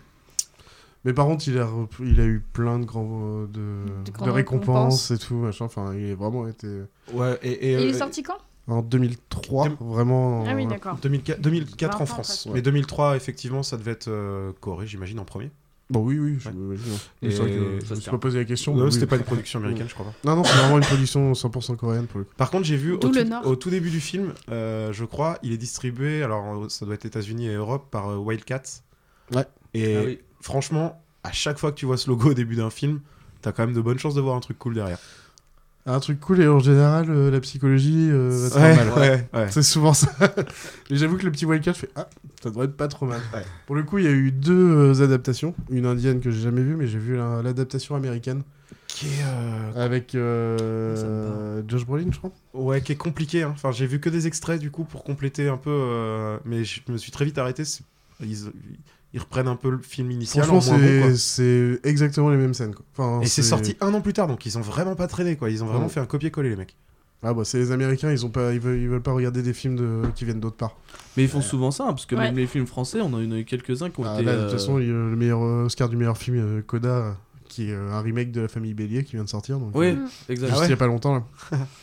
Mais par contre, il a, rep- il a eu plein de grands euh, de, De de grandes récompenses et tout, machin. Enfin, il a vraiment été Ouais, et, et, Et il est euh, sorti quand? en deux mille trois, Deux- vraiment. Ah oui, euh, d'accord. deux mille quatre, deux mille quatre vingt en ans, France. presque. Mais Ouais. deux mille trois, effectivement, ça devait être euh, Corée, j'imagine, en premier. Bon, oui, oui, je Ouais. m'imagine, hein. Et Mais c'est vrai que ça je me se suis tient. pas posé la question. Non, mais c'était oui. pas une production américaine, je crois pas. Non, non, c'est vraiment une production cent pour cent coréenne pour le coup. Par contre, j'ai vu au D'où le tout, Nord. au tout début du film, euh, je crois, il est distribué, alors euh, ça doit être États-Unis et Europe, par euh, Wildcats. Ouais. Et Ah oui. franchement, à chaque fois que tu vois ce logo au début d'un film, t'as quand même de bonnes chances de voir un truc cool derrière. Un truc cool, et en général, euh, la psychologie euh, va te Ouais, faire mal. ouais, ouais. C'est souvent ça. Mais j'avoue que le petit Wildcat, je fais ah, ça devrait être pas trop mal. Ouais. Pour le coup, il y a eu deux euh, adaptations. Une indienne que j'ai jamais vue, mais j'ai vu la- l'adaptation américaine Qui est, euh, avec euh, Ça me euh, Josh Brolin, je crois. ouais, qui est compliqué. Hein. Enfin, j'ai vu que des extraits du coup pour compléter un peu, euh, mais je me suis très vite arrêté. c'est- Ils, ils reprennent un peu le film initial. Franchement, en moins bon, c'est quoi. c'est exactement les mêmes scènes. Quoi. Enfin, Et c'est sorti un an plus tard, donc ils ont vraiment pas traîné, quoi. Ils ont vraiment Ouais. fait un copier-coller, les mecs. Ah bah c'est les Américains, ils ont pas, ils veulent, ils veulent pas regarder des films de, qui viennent d'autre part. Mais ils font souvent ça, hein, parce que Ouais. même les films français, on en a eu quelques-uns qui ont Ah, été. là, de euh, toute façon, il y a le meilleur euh, Oscar du meilleur film euh, Coda, euh, qui est euh, un remake de La Famille Bélier qui vient de sortir. Donc, Oui, euh, exact. juste Ah ouais il y a pas longtemps là.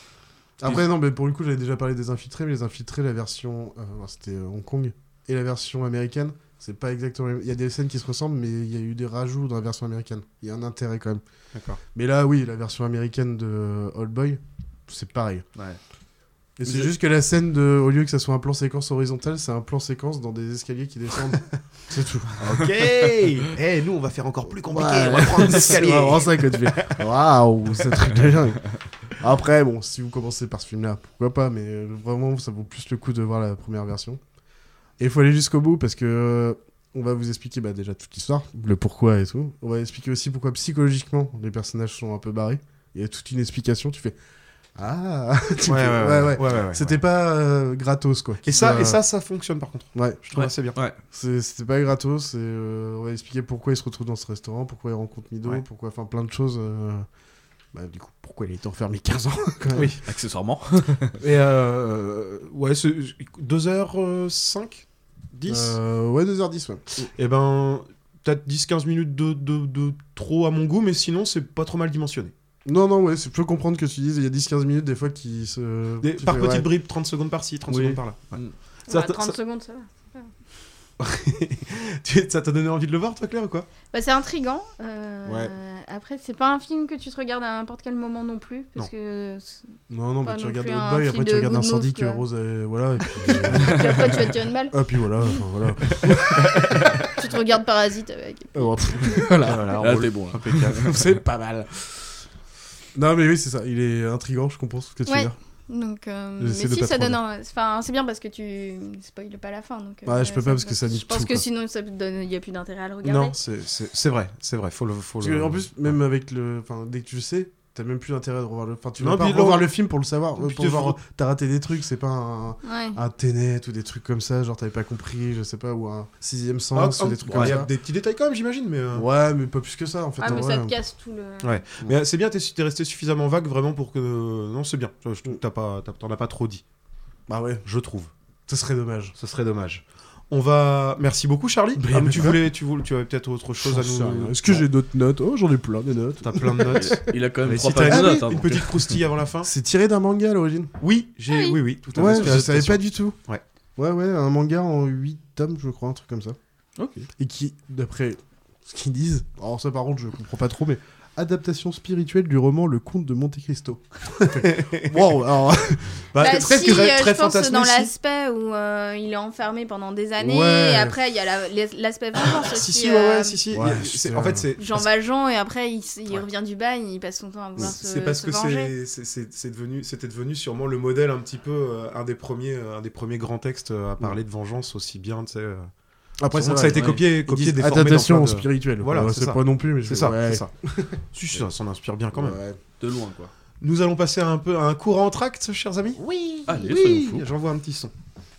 Après non, mais pour le coup, j'avais déjà parlé des Infiltrés, mais les Infiltrés, la version, euh, non, c'était euh, Hong Kong, et la version américaine, c'est pas exactement. la même- Il y a des scènes qui se ressemblent, mais il y a eu des rajouts dans la version américaine. Il y a un intérêt quand même. D'accord. Mais là, oui, la version américaine de euh, Old Boy, c'est pareil. Ouais. Et c'est juste que la scène, de, au lieu que ça soit un plan séquence horizontal, c'est un plan séquence dans des escaliers qui descendent. C'est tout. Ok. Eh, nous, on va faire encore plus compliqué. Ouais, on va prendre des c'est escaliers. vraiment ça que tu fais. Waouh, c'est un truc de dingue. Après, bon, si vous commencez par ce film-là, pourquoi pas, mais euh, vraiment, ça vaut plus le coup de voir la première version. Et il faut aller jusqu'au bout parce que euh, on va vous expliquer bah, déjà toute l'histoire, le pourquoi et tout. On va expliquer aussi pourquoi psychologiquement les personnages sont un peu barrés. Il y a toute une explication. Tu fais ah, tu Ouais, fais, ouais, ouais, ouais, ouais, ouais, c'était ouais. pas euh, gratos quoi. Et ça, Euh, et ça, ça fonctionne par contre. Ouais, Je trouve Ouais. assez bien. Ouais. c'est- c'était pas gratos. Et, euh, on va expliquer pourquoi il se retrouve dans ce restaurant, pourquoi il rencontre Mido, Ouais. pourquoi, enfin plein de choses. euh, Bah, du coup, pourquoi il a été enfermé quinze ans quand même. Oui. Accessoirement. Et euh, ouais, c'est deux heures cinq dix Euh, ouais, deux heures dix, ouais. Et ben, peut-être dix quinze minutes de, de, de trop à mon goût, mais sinon, c'est pas trop mal dimensionné. Non, non, ouais, c'est- je peux comprendre que tu dises, il y a dix quinze minutes des fois qui se. Des- tu par fais, petites ouais. bribes, trente secondes par-ci, trente Oui. secondes par-là. Ouais. Mm. Ça, Ouais, ça- trente ça- secondes, ça va. tu- ça t'a donné envie de le voir, toi, Claire, ou quoi? Bah, c'est intriguant. euh, Ouais. Après, c'est pas un film que tu te regardes à n'importe quel moment non plus. Parce Non. que. c'est- Non, non, Pas bah, tu non regardes plus Old un Boy, film après tu de regardes Good Incendie Move, que quoi. Rose, et voilà. Et puis, euh, Puis après, tu vas te tirer une balle. ah, puis voilà, enfin voilà. Tu te regardes Parasite avec. Oh, pff, voilà, Voilà, Là, roule. t'es bon. Là. Impeccable. c'est pas mal. Non, mais oui, c'est ça, il est intriguant, je comprends ce que tu veux Ouais. dire. Donc, euh, mais J'essaie de si pas ça trop donne. dire. un- Enfin, c'est bien parce que tu spoiles pas la fin. Donc, Ouais, je peux pas parce que ça Je nique pense tout, que quoi. sinon, ça te donne. Il y a plus d'intérêt à le regarder. Non, c'est c'est- c'est vrai, c'est vrai. Faut le, faut Parce le... que, en plus, même avec le. Enfin, dès que tu le sais, t'as même plus intérêt de revoir le. Enfin, tu Non, vas pas puis revoir le- le film pour le savoir. puis Pour te- voir, t'as raté des trucs, c'est pas un. Ouais. Un Tenet ou des trucs comme ça, genre t'avais pas compris, je sais pas, ou un sixième Ah, sens ah, ou des trucs ouais, comme il y a ça. des petits détails quand même, j'imagine, mais... euh, Ouais, mais pas plus que ça en fait. Ah, en mais vrai. ça te casse tout le. Ouais, mais euh, c'est bien, t'es t'es resté suffisamment vague vraiment pour que... Non, c'est bien, Je- je- t'as pas- t'as- t'en as pas trop dit, Bah ouais, je trouve. ce serait dommage. Ce serait dommage. On va... Merci beaucoup, Charlie. Mais Ah, mais mais tu pas. voulais, tu voulais, tu avais peut-être autre chose à J'en sais nous... rien. Est-ce que j'ai d'autres notes? Oh, j'en ai plein des notes. T'as plein de notes. Il a quand même Mais trois si t'as pages de une- notes. hein, une donc, petite croustille avant la fin. C'est tiré d'un manga à l'origine. Oui, j'ai... Ah oui. oui, oui, tout à Ouais, fait. je savais pas du tout. Ouais. Ouais, ouais, un manga en huit tomes, je crois, un truc comme ça. Ok. Et qui, d'après ce qu'ils disent, alors ça par contre, je comprends pas trop, mais adaptation spirituelle du roman Le Comte de Monte Cristo. Wow, alors. Bah, Bah, très, si, très, euh, très je pense fantasmé, dans si. l'aspect où euh, il est enfermé pendant des années, Ouais. et après il y a la- les- l'aspect vengeance Si, aussi. si, ouais, euh, ouais, si, si. Ouais, Il y a- c'est- c'est- en fait, c'est... Jean Valjean, et après il, s- il Ouais. revient du bail, il passe son temps à vouloir se, C'est parce se que venger. c'est- c'est c'est- c'est devenu, c'était devenu sûrement le modèle un petit peu, euh, un des premiers, euh, un des premiers grands textes euh, à parler de vengeance aussi bien, tu sais. euh. Après, Sûrement c'est que ça a vrai, été ouais. copié, Ils copié, disent déformé dans adaptation plein de- spirituelle. Voilà, Ouais, c'est c'est ça. pas non plus, mais je C'est fais, ça, ouais. c'est ça. Si, ça s'en inspire bien quand même. Ouais. de loin, quoi. Nous allons passer un peu à un court entracte, chers amis. Oui. Allez, Oui, soyons fous. j'envoie un petit son.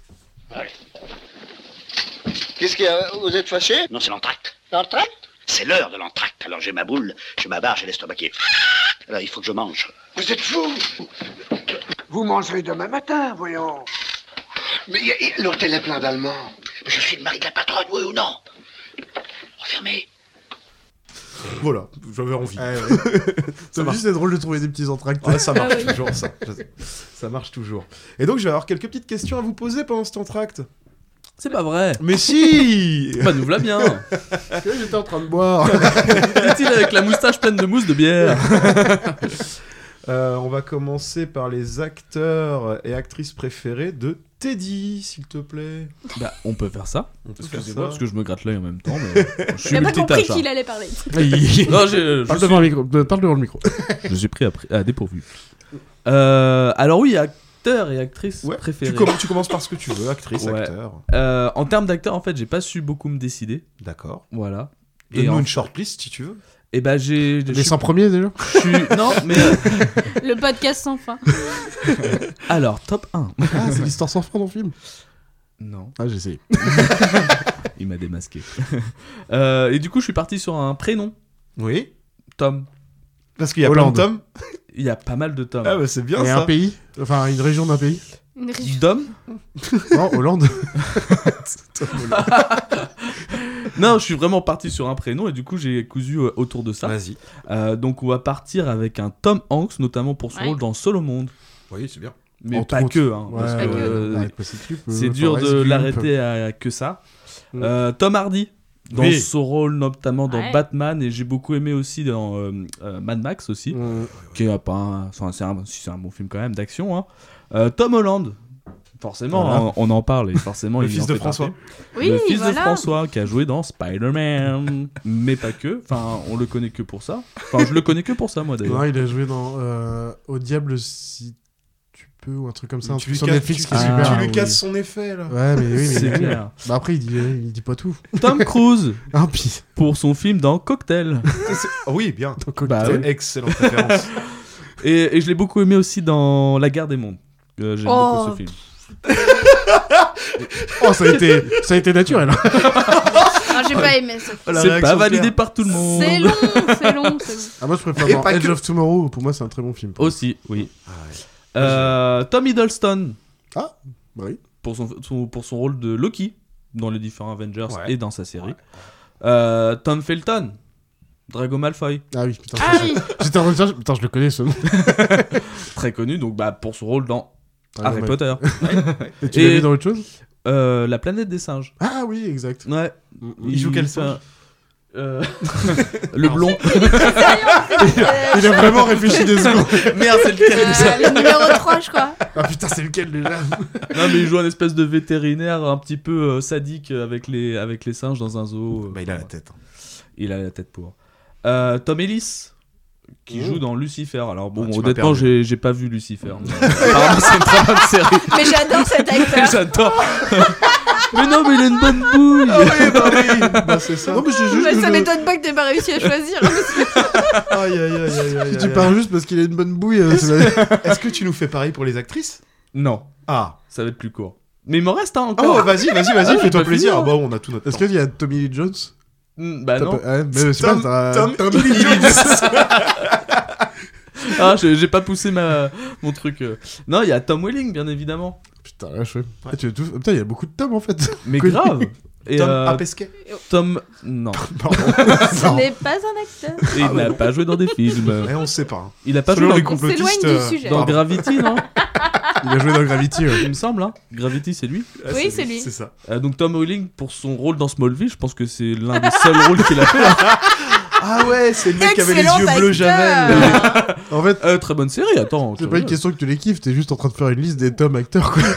Qu'est-ce qu'il y a? Vous êtes fâché? Non, c'est l'entracte. L'entracte? C'est l'heure de l'entracte. Alors j'ai ma boule, je m'abarre, j'ai l'estomac qui est... Alors il faut que je mange. Vous êtes fou? Vous mangerez demain matin, voyons. Mais y a- y- l'hôtel est plein d'Allemands. Je suis le mari de la patronne, oui ou non? Refermez. Voilà, j'avais envie. Ouais, ouais. Ça marche. juste, c'est drôle de trouver des petits entractes. Ouais, ça marche Ah oui. toujours, ça. Je- Ça marche toujours. Et donc, je vais avoir quelques petites questions à vous poser pendant cet entracte. C'est pas vrai. Mais si Bah, nous voilà bien. Que j'étais en train de boire. Dit-il avec la moustache pleine de mousse de bière. Euh, on va commencer par les acteurs et actrices préférés de Teddy, s'il te plaît. Bah, on peut faire ça. On peut faire Excusez-moi, ça. parce que je me gratte l'œil en même temps. Mais je Il suis a pas compris multitâche. qu'il hein. allait parler. Non, j'ai- je Parle suis- devant le micro. euh, Parle devant le micro. Je suis pris à, pré- à dépourvu. Euh, alors oui, acteurs et actrices Ouais, préférés. tu, commences, tu commences par ce que tu veux, actrice, Ouais. acteur. Euh, en termes d'acteurs, en fait, j'ai pas su beaucoup me décider. D'accord. Voilà. Donne-nous en- une shortlist si tu veux. Et bah j'ai. je Les suis- cent premiers déjà. je suis- Non, mais euh, Le podcast sans fin. alors top un. Ah, c'est l'histoire sans fin dans le film. Non. Ah, j'ai essayé. Il m'a démasqué. Euh, et du coup, je suis parti sur un prénom. Oui. Tom. Parce qu'il y a Hollande. plein de tomes. Il y a pas mal de Tom. Ah bah c'est bien Et ça. un pays. Enfin, une région d'un pays. Une région. Dom. Non, Hollande. Non, je suis vraiment parti sur un prénom et du coup j'ai cousu euh, autour de ça. Vas-y. Euh, donc on va partir avec un Tom Hanks, notamment pour son Ouais. rôle dans Solo Monde. Oui, c'est bien. Mais Entre pas autres. que, hein, Ouais, parce Pas que que. euh, Arrête pas si tu peux, c'est dur Forrest de Gump. l'arrêter à, à que ça. Mm. Euh, Tom Hardy dans Oui. son rôle notamment dans Ouais. Batman, et j'ai beaucoup aimé aussi dans euh, euh, Mad Max aussi, Mm. qui est pas un, enfin, c'est un, si c'est un bon film quand même d'action. Hein. Euh, Tom Holland, forcément, Voilà. on, on en parle et forcément Le il fils en de fait François. partie. Oui, le fils voilà. de François qui a joué dans Spider-Man, mais pas que. Enfin, on le connaît que pour ça. Enfin, je le connais que pour ça moi d'ailleurs. Non, il a joué dans euh, Au diable si tu peux ou un truc comme ça, un Tu truc lui sur casses- Netflix tu- qui est Ah, super. Tu lui oui. casses son effet là. Ouais, mais oui, mais C'est il- clair. Bah après, il dit, il dit pas tout. Tom Cruise Ah, puis. pour son film dans Cocktail. C'est- oh oui, bien. Bah C'est oui. excellente référence. Et, et je l'ai beaucoup aimé aussi dans La Guerre des Mondes. Euh, J'aime Oh. beaucoup ce film. Oh, ça a été, ça a été naturel. Ah, j'ai pas aimé ce film. La C'est réaction pas validé claire. par tout le monde. C'est long, c'est long, c'est long. Ah, moi, je préfère Et voir pas Edge que- of Tomorrow. Pour moi, c'est un très bon film. Aussi, oui. Ah ouais. Euh, Tom Hiddleston Ah, bah oui. pour son, son- pour son rôle de Loki dans les différents Avengers Ouais. et dans sa série. Euh, Tom Felton, Drago Malfoy, Ah oui, putain. Ah oui. J'étais en train de dire, putain, je le connais ce nom. très connu donc bah pour son rôle dans Ah, Harry non, mais- Potter. Et tu l'as Et- vu dans autre chose Euh, La planète des singes. Ah oui, exact. Ouais. Il joue quel fait singe un- euh, Le blond. Il a vraiment réfléchi des secondes. Merde, c'est lequel déjà Euh, le numéro trois, je crois. Ah putain, c'est lequel déjà Non mais il joue un espèce de vétérinaire un petit peu euh, sadique avec les, avec les singes dans un zoo. Bah, il a la tête. Il a la tête pour. Euh, Tom Ellis, qui Mmh. joue dans Lucifer. Alors bon, Ah, tu m'as honnêtement, perdu. j'ai j'ai pas vu Lucifer. mais apparemment, c'est une très bonne série. Mais j'adore cet acteur. J'adore. Mais non, mais il a une bonne bouille. Ah oui, bah oui. Bah, c'est ça. Non, mais j'ai juste. Mais ça le- m'étonne pas que t'aies pas réussi à choisir. Aïe, aïe, aïe, aïe, aïe, Tu aïe, parles aïe. juste parce qu'il a une bonne bouille. euh, c'est- Est-ce que tu nous fais pareil pour les actrices? Non, Ah. ça va être plus court. Mais il m'en reste un Oh, encore. vas-y, vas-y, Ah, vas-y, j'ai fais-toi pas plaisir. fini, Ah, bah, on a tout notre Est-ce temps. qu'il y a Tommy Lee Jones Mm, bah T'as non. pas- ouais, mais c'est Tom- pas Tom- Tommy Lee Jones. Ah, j'ai j'ai pas poussé ma mon truc. euh. Non, il y a Tom Welling, bien évidemment. Putain, là, je fais. Ah, tu as tout... Putain, il y a beaucoup de Tom en fait. Mais Connu. grave. Et Tom euh, Apesquet. Tom, non. Ce Non. n'est pas un acteur. Et il n'a pas joué dans des films. Eh, on sait pas. hein. Il a pas Selon joué les dans, complotistes. s'éloigne du euh, sujet. dans pardon. Gravity, non? Il a joué dans Gravity, ouais. Il me semble, hein. Gravity, c'est lui. Ah, Oui, c'est lui. C'est ça. Euh, donc Tom Welling, pour son rôle dans Smallville, je pense que c'est l'un des seuls rôles qu'il a fait. Là. Ah ouais, c'est le mec qui avait les Excellent yeux bleus acteur. Javel. En fait, Euh, très bonne série, attends. c'est pas une question que tu les kiffes, t'es juste en train de faire une liste des Tom acteurs quoi.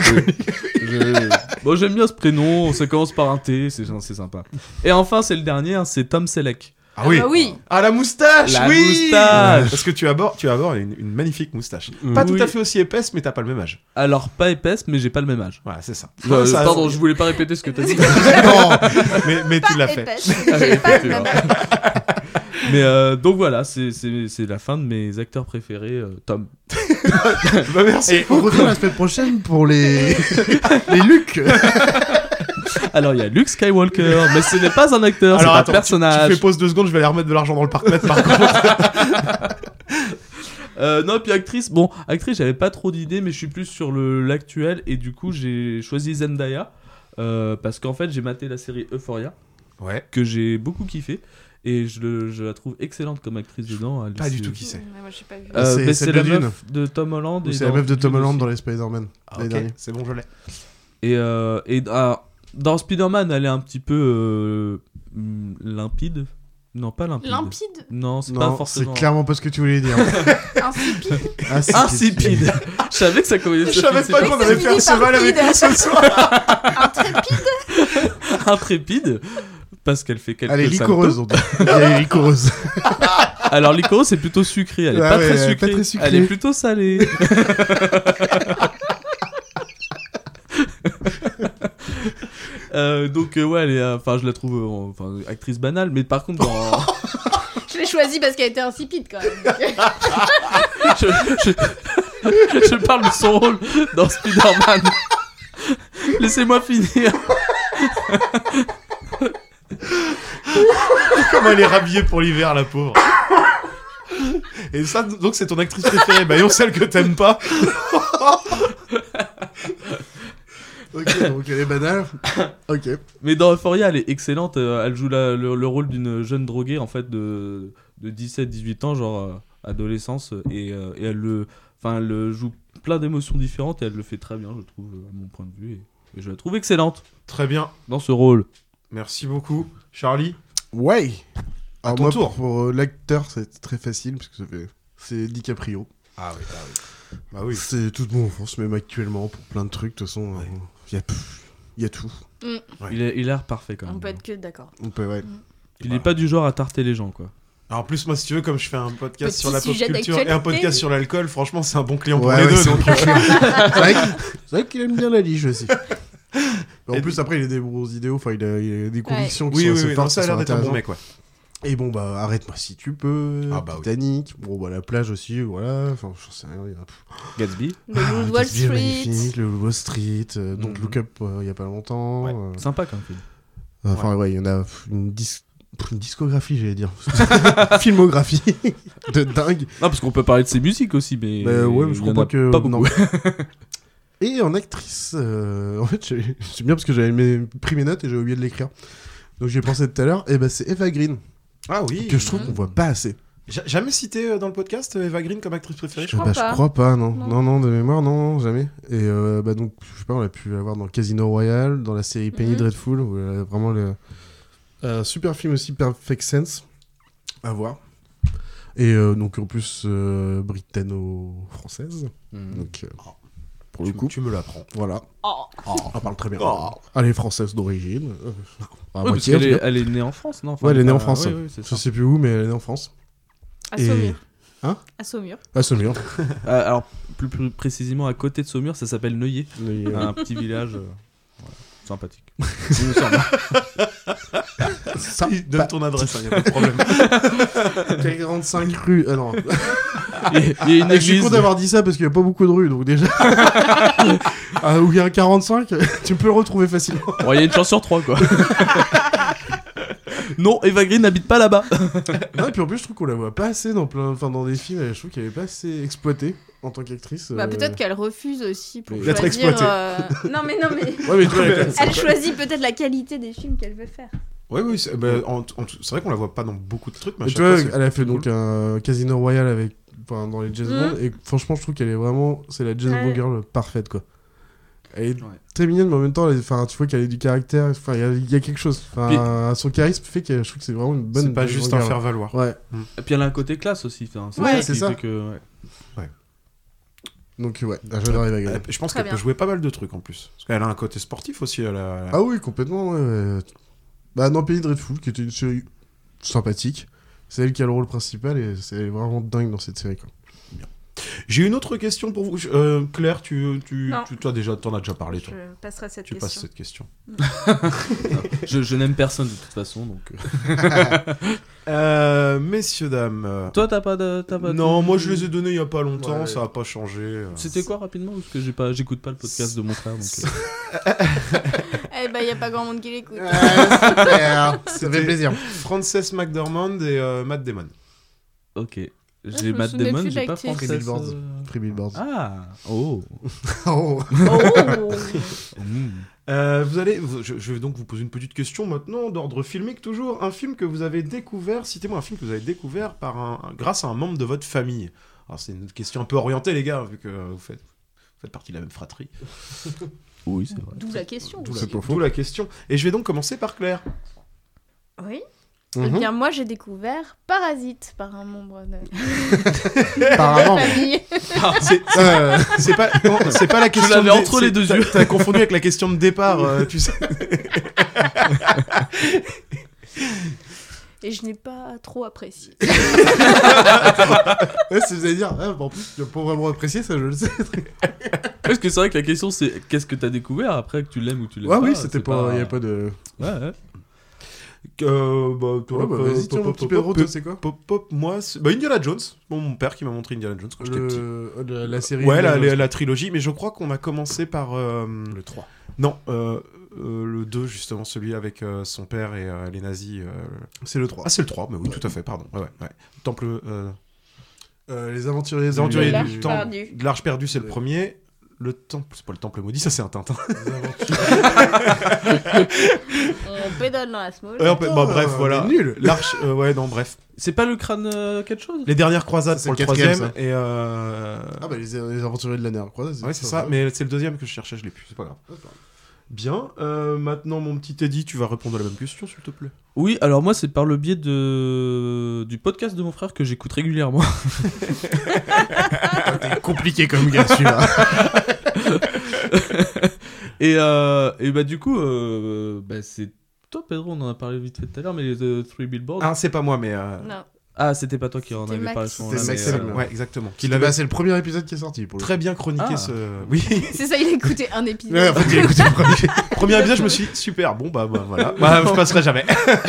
Je- Bon, j'aime bien ce prénom, ça commence par un T, c'est c'est sympa. Et enfin, c'est le dernier, hein, c'est Tom Selleck. Ah oui. Ah oui. Ah, la moustache, La oui. moustache. Parce que tu abordes, tu abordes une, une magnifique moustache. Mm. Pas Oui. tout à fait aussi épaisse, mais t'as pas le même âge. Alors, pas épaisse, mais j'ai pas le même âge. Voilà, c'est ça. Euh, Ça- pardon, je voulais pas répéter ce que t'as dit. Non, mais, mais tu l'as fait. Épaisse. Ah, J'ai pas le effectivement. même âge. Mais euh, donc voilà, c'est- c'est c'est la fin de mes acteurs préférés, euh, Tom. Bah, merci. Et on revient la semaine prochaine pour les. les Luc. Alors, il y a Luke Skywalker, mais ce n'est pas un acteur, c'est Alors un attends, tu- personnage. Tu, fais pause deux secondes, je vais aller remettre de l'argent dans le parc-net par contre. Euh, non, puis actrice, bon, actrice, j'avais pas trop d'idées, mais je suis plus sur le l'actuel, et du coup, j'ai choisi Zendaya, euh, parce qu'en fait, j'ai maté la série Euphoria, Ouais. que j'ai beaucoup kiffé, et je, le- je la trouve excellente comme actrice dedans. Elle- Pas du c'est- tout qui c'est. Ouais, moi, j'ai pas vu. Euh, C'est mais celle c'est de la Dune. meuf de Tom Holland. et C'est la dans meuf de Tom Dune Holland aussi. dans les Spider-Man. Ah, l'année ok, dernière. c'est bon, je l'ai. Et, euh, et ah, dans Spider-Man, elle est un petit peu euh, hum, limpide. Non, pas limpide. Limpide. Non, c'est pas Non, c'est forcément. clairement pas ce que tu voulais dire. Insipide. Insipide. Insipide. Je savais que ça commençait. Je savais pas qu'on avait finit Perceval par avec pide. nous ce soir. Intrépide. Intrépide. Parce qu'elle fait quelques Elle est symptômes. licoreuse, on dit. Elle est licoreuse. Alors licoreuse c'est plutôt sucré, elle est Ouais, pas, ouais, très elle est sucrée. pas très sucrée. Elle est plutôt salée. Euh, donc euh, ouais, elle est, euh, enfin je la trouve, euh, enfin actrice banale, mais par contre dans, Je l'ai choisie parce qu'elle était insipide quand même. je, je- je parle de son rôle dans Spider-Man. Laissez-moi finir. Comment elle est rhabillée pour l'hiver, la pauvre. Et ça, donc c'est ton actrice préférée. Bah, et on celle que t'aimes pas. Ok, donc elle est banale. Ok. Mais dans Euphoria, elle est excellente. euh, Elle joue la- le, le rôle d'une jeune droguée en fait de, de dix-sept dix-huit ans, genre euh, adolescence, et, euh, et elle le, enfin elle euh, joue plein d'émotions différentes et elle le fait très bien, je trouve, euh, à mon point de vue. Et, et je la trouve excellente Très bien. dans ce rôle. Merci beaucoup. Charlie? Ouais. À Alors ton moi, tour. pour, pour, euh, l'acteur, c'est très facile, parce que ça fait... c'est DiCaprio. Ah oui, bah oui. Bah oui. C'est toute mon enfance, même actuellement, pour plein de trucs, de toute façon, il y, a... y a tout. Mm. Ouais. Il a il a l'air parfait quand même. On peut être que d'accord. On peut, ouais. Mm. Il est pas du genre à tarter les gens, quoi. Alors, en plus, moi, si tu veux, comme je fais un podcast Petit sur la pop sujet culture et un d'actualité. podcast sur l'alcool, franchement, c'est un bon client pour Ouais, les ouais, deux. c'est donc- bon client. C'est vrai qu'il- c'est vrai qu'il aime bien la lige aussi. En Et- plus, après, il a des bons idéaux, enfin, il a, il a des convictions qui Oui, sont oui, assez oui, fortes, non, ça a qui l'air sont d'être un bon intéressantes. mec, ouais. Et bon, bah, arrête-moi si tu peux. Ah, bah oui. Titanic. Bon, bah, la plage aussi, voilà. Enfin, j'en sais rien. il y a- Gatsby. Le Ah, Loup de Wall Gatsby est Street. magnifique, le Wall Street. euh, donc, Mhm. Look Up, euh, il y a pas longtemps. Ouais. euh, Sympa comme film. Enfin, ouais, il y en a pff, une, dis- pff, une discographie, j'allais dire. Filmographie de dingue. Non, parce qu'on peut parler de ses musiques aussi, mais. Bah ouais, mais je il y crois en pas a que. Pas beaucoup. non. Et en actrice, euh, en fait, j'ai- c'est bien parce que j'avais mes- pris mes notes et j'ai oublié de l'écrire. Donc j'y ai pensé tout à l'heure. Et bah, c'est Eva Green. Ah oui. Que je trouve qu'on voit pas assez. J'ai jamais cité euh, dans le podcast euh, Eva Green comme actrice préférée, je Eh crois. bah, pas. je crois pas, non. Non. non. Non, de mémoire, non, jamais. Et euh, bah donc, je sais pas, on a pu la voir dans Casino Royale, dans la série Penny Mhm. Dreadful, où elle a vraiment le... un super film aussi, Perfect Sense, à voir. Et euh, donc, en plus, euh, britanno-française. Mhm. Donc, euh, pour le Tu, coup, tu me l'apprends. voilà. Oh. On parle très bien. Oh. Elle est française d'origine. Euh, à Ouais, parce moitié, en qu'elle tout est, cas. elle est née en France, non Enfin, Ouais, elle est née en pas- France. ouais, ouais, c'est Je ça. sais plus où, mais elle est née en France. À Et- Saumur. Hein À Saumur. À Saumur. Euh, alors, plus, plus précisément, à côté de Saumur, ça s'appelle Neuilly. Mais, euh, Un petit village euh, voilà, sympathique. ça, Donne ton adresse, il n'y a pas de problème. quarante-cinq rue. Ah non. Il y a- il y a une Je suis église. content d'avoir dit ça parce qu'il n'y a pas beaucoup de rues, donc déjà. Ah, où il y a un quarante-cinq, tu peux le retrouver facilement. Bon, il y a une chance sur trois, quoi. Non, Eva Green n'habite pas là-bas. Non, et puis en plus, je trouve qu'on la voit pas assez dans, plein... enfin, dans des films, et je trouve qu'elle est pas assez exploitée en tant qu'actrice. Bah, euh. peut-être qu'elle refuse aussi pour Mais- D'être choisir. exploitée. euh, Non, mais non, mais. Ouais, mais tu vois, elle- Elle choisit peut-être la qualité des films qu'elle veut faire. Oui, oui, c'est bah, en- en- c'est vrai qu'on la voit pas dans beaucoup de trucs, mais à Mais chaque tu vois, fois, c'est- elle a fait c'est donc cool. un Casino Royale avec, enfin, dans les James Mhm. Bond, et franchement, je trouve qu'elle est vraiment, c'est la James Ouais. Bond girl parfaite, quoi. Elle est Ouais. très mignonne, mais en même temps, elle est- enfin, tu vois qu'elle a du caractère, enfin, il y a- il y, a quelque chose. Enfin, son charisme fait que je trouve que c'est vraiment une bonne. C'est pas James juste Bond un girl. faire-valoir. Ouais. Et puis elle a un côté classe aussi. Enfin, Ouais, ça c'est qui ça. fait que, ouais. Donc, ouais, j'adore Eva Green. Elle- Je pense Très qu'elle peut bien. jouer pas mal de trucs en plus. Parce qu'elle a un côté sportif aussi. Elle a... Ah oui, complètement, ouais, ouais. Bah, dans Penny Dreadful, qui était une série sympathique, c'est elle qui a le rôle principal et c'est vraiment dingue dans cette série, quoi. J'ai une autre question pour vous. Je- euh, Claire, tu, tu, Non. tu toi déjà, t'en as déjà parlé, Je toi. passerai cette Tu passes question. cette question. Je, je n'aime personne de toute façon, donc. euh. Euh, messieurs, dames. euh, Toi, t'as pas de. t'as pas de- Non, moi je les ai donnés il y a pas longtemps, Ouais. ça a pas changé. euh. C'était quoi rapidement Parce que j'ai pas, j'écoute pas le podcast de mon frère. Donc, euh. Eh bah, y a pas grand monde qui l'écoute. Super, ça C'était fait plaisir. Frances McDormand et euh, Matt Damon. Ok. je J'ai me Matt souvenais Damon, plus de j'ai pas l'actrice. Frances. Free Billboards. euh, Free Billboards. Ah. Oh. Oh. Oh. Mm. Euh, vous allez, vous- je, je vais donc vous poser une petite question maintenant, d'ordre filmique toujours. Un film que vous avez découvert, citez-moi un film que vous avez découvert par un, un- grâce à un membre de votre famille. Alors c'est une question un peu orientée les gars, vu que vous faites, vous faites partie de la même fratrie. Oui, c'est vrai. D'où la question. D'où aussi. la, d'où la question. Et je vais donc commencer par Claire. Oui. Mhm. Eh bien, moi, j'ai découvert Parasite par un membre de Apparemment. la famille. C'est, Euh, c'est pas, non, c'est pas la question. l'avais de- entre c'est- les deux t'as- yeux. T'as confondu avec la question de départ, euh, tu sais. Et je n'ai pas trop apprécié. ouais, c'est vous allez dire, ah, bah, en plus, tu n'as pas vraiment apprécié ça, je le sais. Parce que c'est vrai que la question c'est qu'est-ce que t'as découvert après que tu l'aimes ou tu l'aimes Ouais, pas. oui, c'était c'est pas, il y avait pas de. Ouais, ouais. Euh, bah, toi, Ouais, bah, pop, vas-y, tiens, pop, mon petit pop, Pedro, pop, toi, c'est quoi Pop, pop, moi, c'est... Bah, Indiana Jones. Bon, mon père qui m'a montré Indiana Jones quand j'étais petit. Le... le- La série. Ouais, la, de- la, la trilogie, mais je crois qu'on a commencé par... euh, Le trois. Non, euh, euh, le deux, justement, celui avec euh, son père et euh, les nazis. euh, C'est le trois. Ah, c'est le trois, mais oui, tout à fait, pardon. Ouais, ouais, ouais. Temple... Euh... Euh, les aventuriers, Les aventuriers De l'Arche du temps... perdue. de l'Arche perdue, c'est le Le- premier. Le temple... C'est pas le temple maudit, ça c'est un Tintin. On pédale dans la small. Ouais, on peut- bah, bref, Oh, voilà. mais nul. L'Arche... euh, ouais, non, bref. C'est pas le crâne euh, quelque chose Les dernières croisades, C'est c'est pour le le quatrième, troisième. ça. Et euh... Ah bah les, les aventuriers de la nerf, quoi. Ouais, c'est ça, mais c'est le deuxième que je cherchais, je l'ai plus, c'est pas grave. Bien. Euh, maintenant, mon petit Teddy, tu vas répondre à la même question, s'il te plaît. Oui, alors moi, c'est par le biais de... du podcast de mon frère que j'écoute régulièrement. T'es compliqué comme gars, celui-là. et, euh, et bah, du coup, euh, bah, c'est toi, Pedro, on en a parlé vite fait tout à l'heure, mais les The Three Billboards. Ah, c'est pas moi, mais. Euh... Non. Ah, c'était pas toi qui en C'était avait Max. parlé à ce moment-là. C'était mais, Max, euh, ouais, exactement. Qui bah, c'est le premier épisode qui est sorti. Pour le Très bien chroniqué Ah. ce. Oui. C'est ça, il a écouté un épisode. Ouais, en fait, il a écouté le premier. Premier épisode, je me suis dit, super, bon, bah, bah voilà. Bah, je passerai jamais.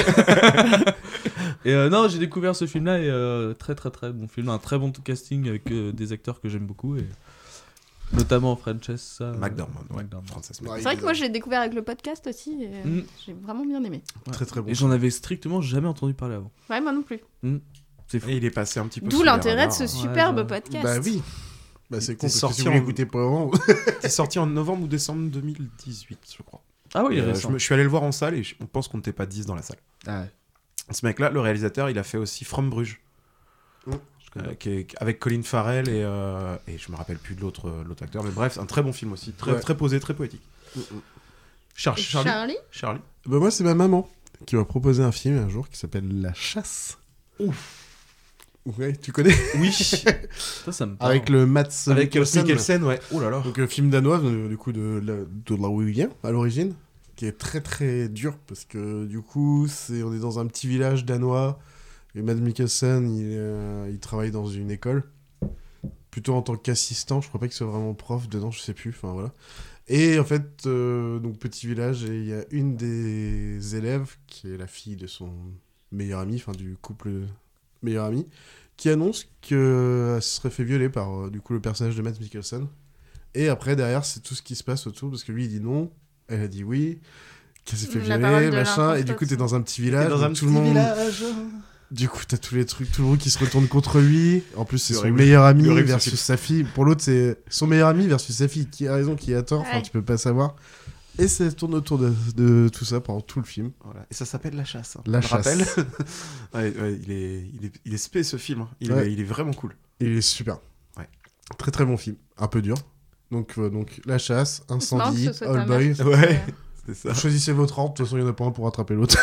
Et euh, non, j'ai découvert ce film-là et euh, très très très bon film, un très bon casting avec euh, des acteurs que j'aime beaucoup et notamment Francesca McDormand. euh, McDormand. Frances C'est vrai que moi j'ai découvert avec le podcast aussi et euh, Mm. j'ai vraiment bien aimé. Ouais. Très très bon. Et j'en avais strictement jamais entendu parler avant. Ouais, moi non plus. Mm. C'est fou. Et il est passé un petit peu. D'où sous les l'intérêt de radars. ce superbe ouais. podcast. Bah oui. Bah c'est con, T'es parce que sorti si vous en- l'écoutez pas avant. C'est sorti en novembre ou décembre deux mille dix-huit, je crois. Ah oui, il Et, est euh, récent. je, me- je suis allé le voir en salle et je- on pense qu'on n'était pas dix dans la salle. Ah ouais. Ce mec-là, le réalisateur, il a fait aussi From Bruges. Mmh. Euh, qui est- avec Colin Farrell et, euh, et je me rappelle plus de l'autre euh, l'autre acteur, mais bref, un très bon film aussi, très, Ouais. très posé, très poétique. Char- Et Charlie, Charlie Charlie. Bah moi c'est ma maman qui m'a proposé un film un jour qui s'appelle La Chasse. Ouf. Ouais, tu connais? Oui. Ça, ça me parle. Avec le Mats Avec euh, Mikkelsen. Mikkelsen, ouais. Oh là là. Donc un film danois euh, du coup de, la- de là où il vient à l'origine, qui est très très dur parce que du coup c'est on est dans un petit village danois et Mads Mikkelsen il, euh, il travaille dans une école plutôt en tant qu'assistant, je crois pas qu'il soit vraiment prof dedans, je sais plus, enfin voilà. Et en fait euh, donc petit village et il y a une des élèves qui est la fille de son meilleur ami, enfin du couple meilleur ami, qui annonce qu'elle se serait fait violer par euh, du coup le personnage de Mads Mikkelsen. Et après, derrière, c'est tout ce qui se passe autour, parce que lui, il dit non, elle a dit oui, qu'elle s'est fait La parole violer, de machin, et du coup, l'imposteur. t'es dans un petit village, dans un donc petit tout le monde... village. Du coup, t'as tous les trucs, tout le monde qui se retourne contre lui. En plus, c'est C'est son horrible. meilleur ami C'est horrible, ce versus film. sa fille. Pour l'autre, c'est son meilleur ami versus sa fille. Qui a raison, qui a tort, enfin, Ouais. tu peux pas savoir. Et ça tourne autour de, de tout ça pendant tout le film. Voilà. Et ça s'appelle La Chasse. hein. La On le Chasse. rappelle. ouais, ouais, il est, il est, il est spé ce film. hein. Il, Ouais. est, il est vraiment cool. Il est super. Ouais. Très très bon film. Un peu dur. Donc, euh, donc La Chasse, C'est marrant que Incendie, ce soit un All Boy. meurtre. Ouais. C'est ça. Choisissez votre ordre, de toute façon, il n'y en a pas un pour rattraper l'autre.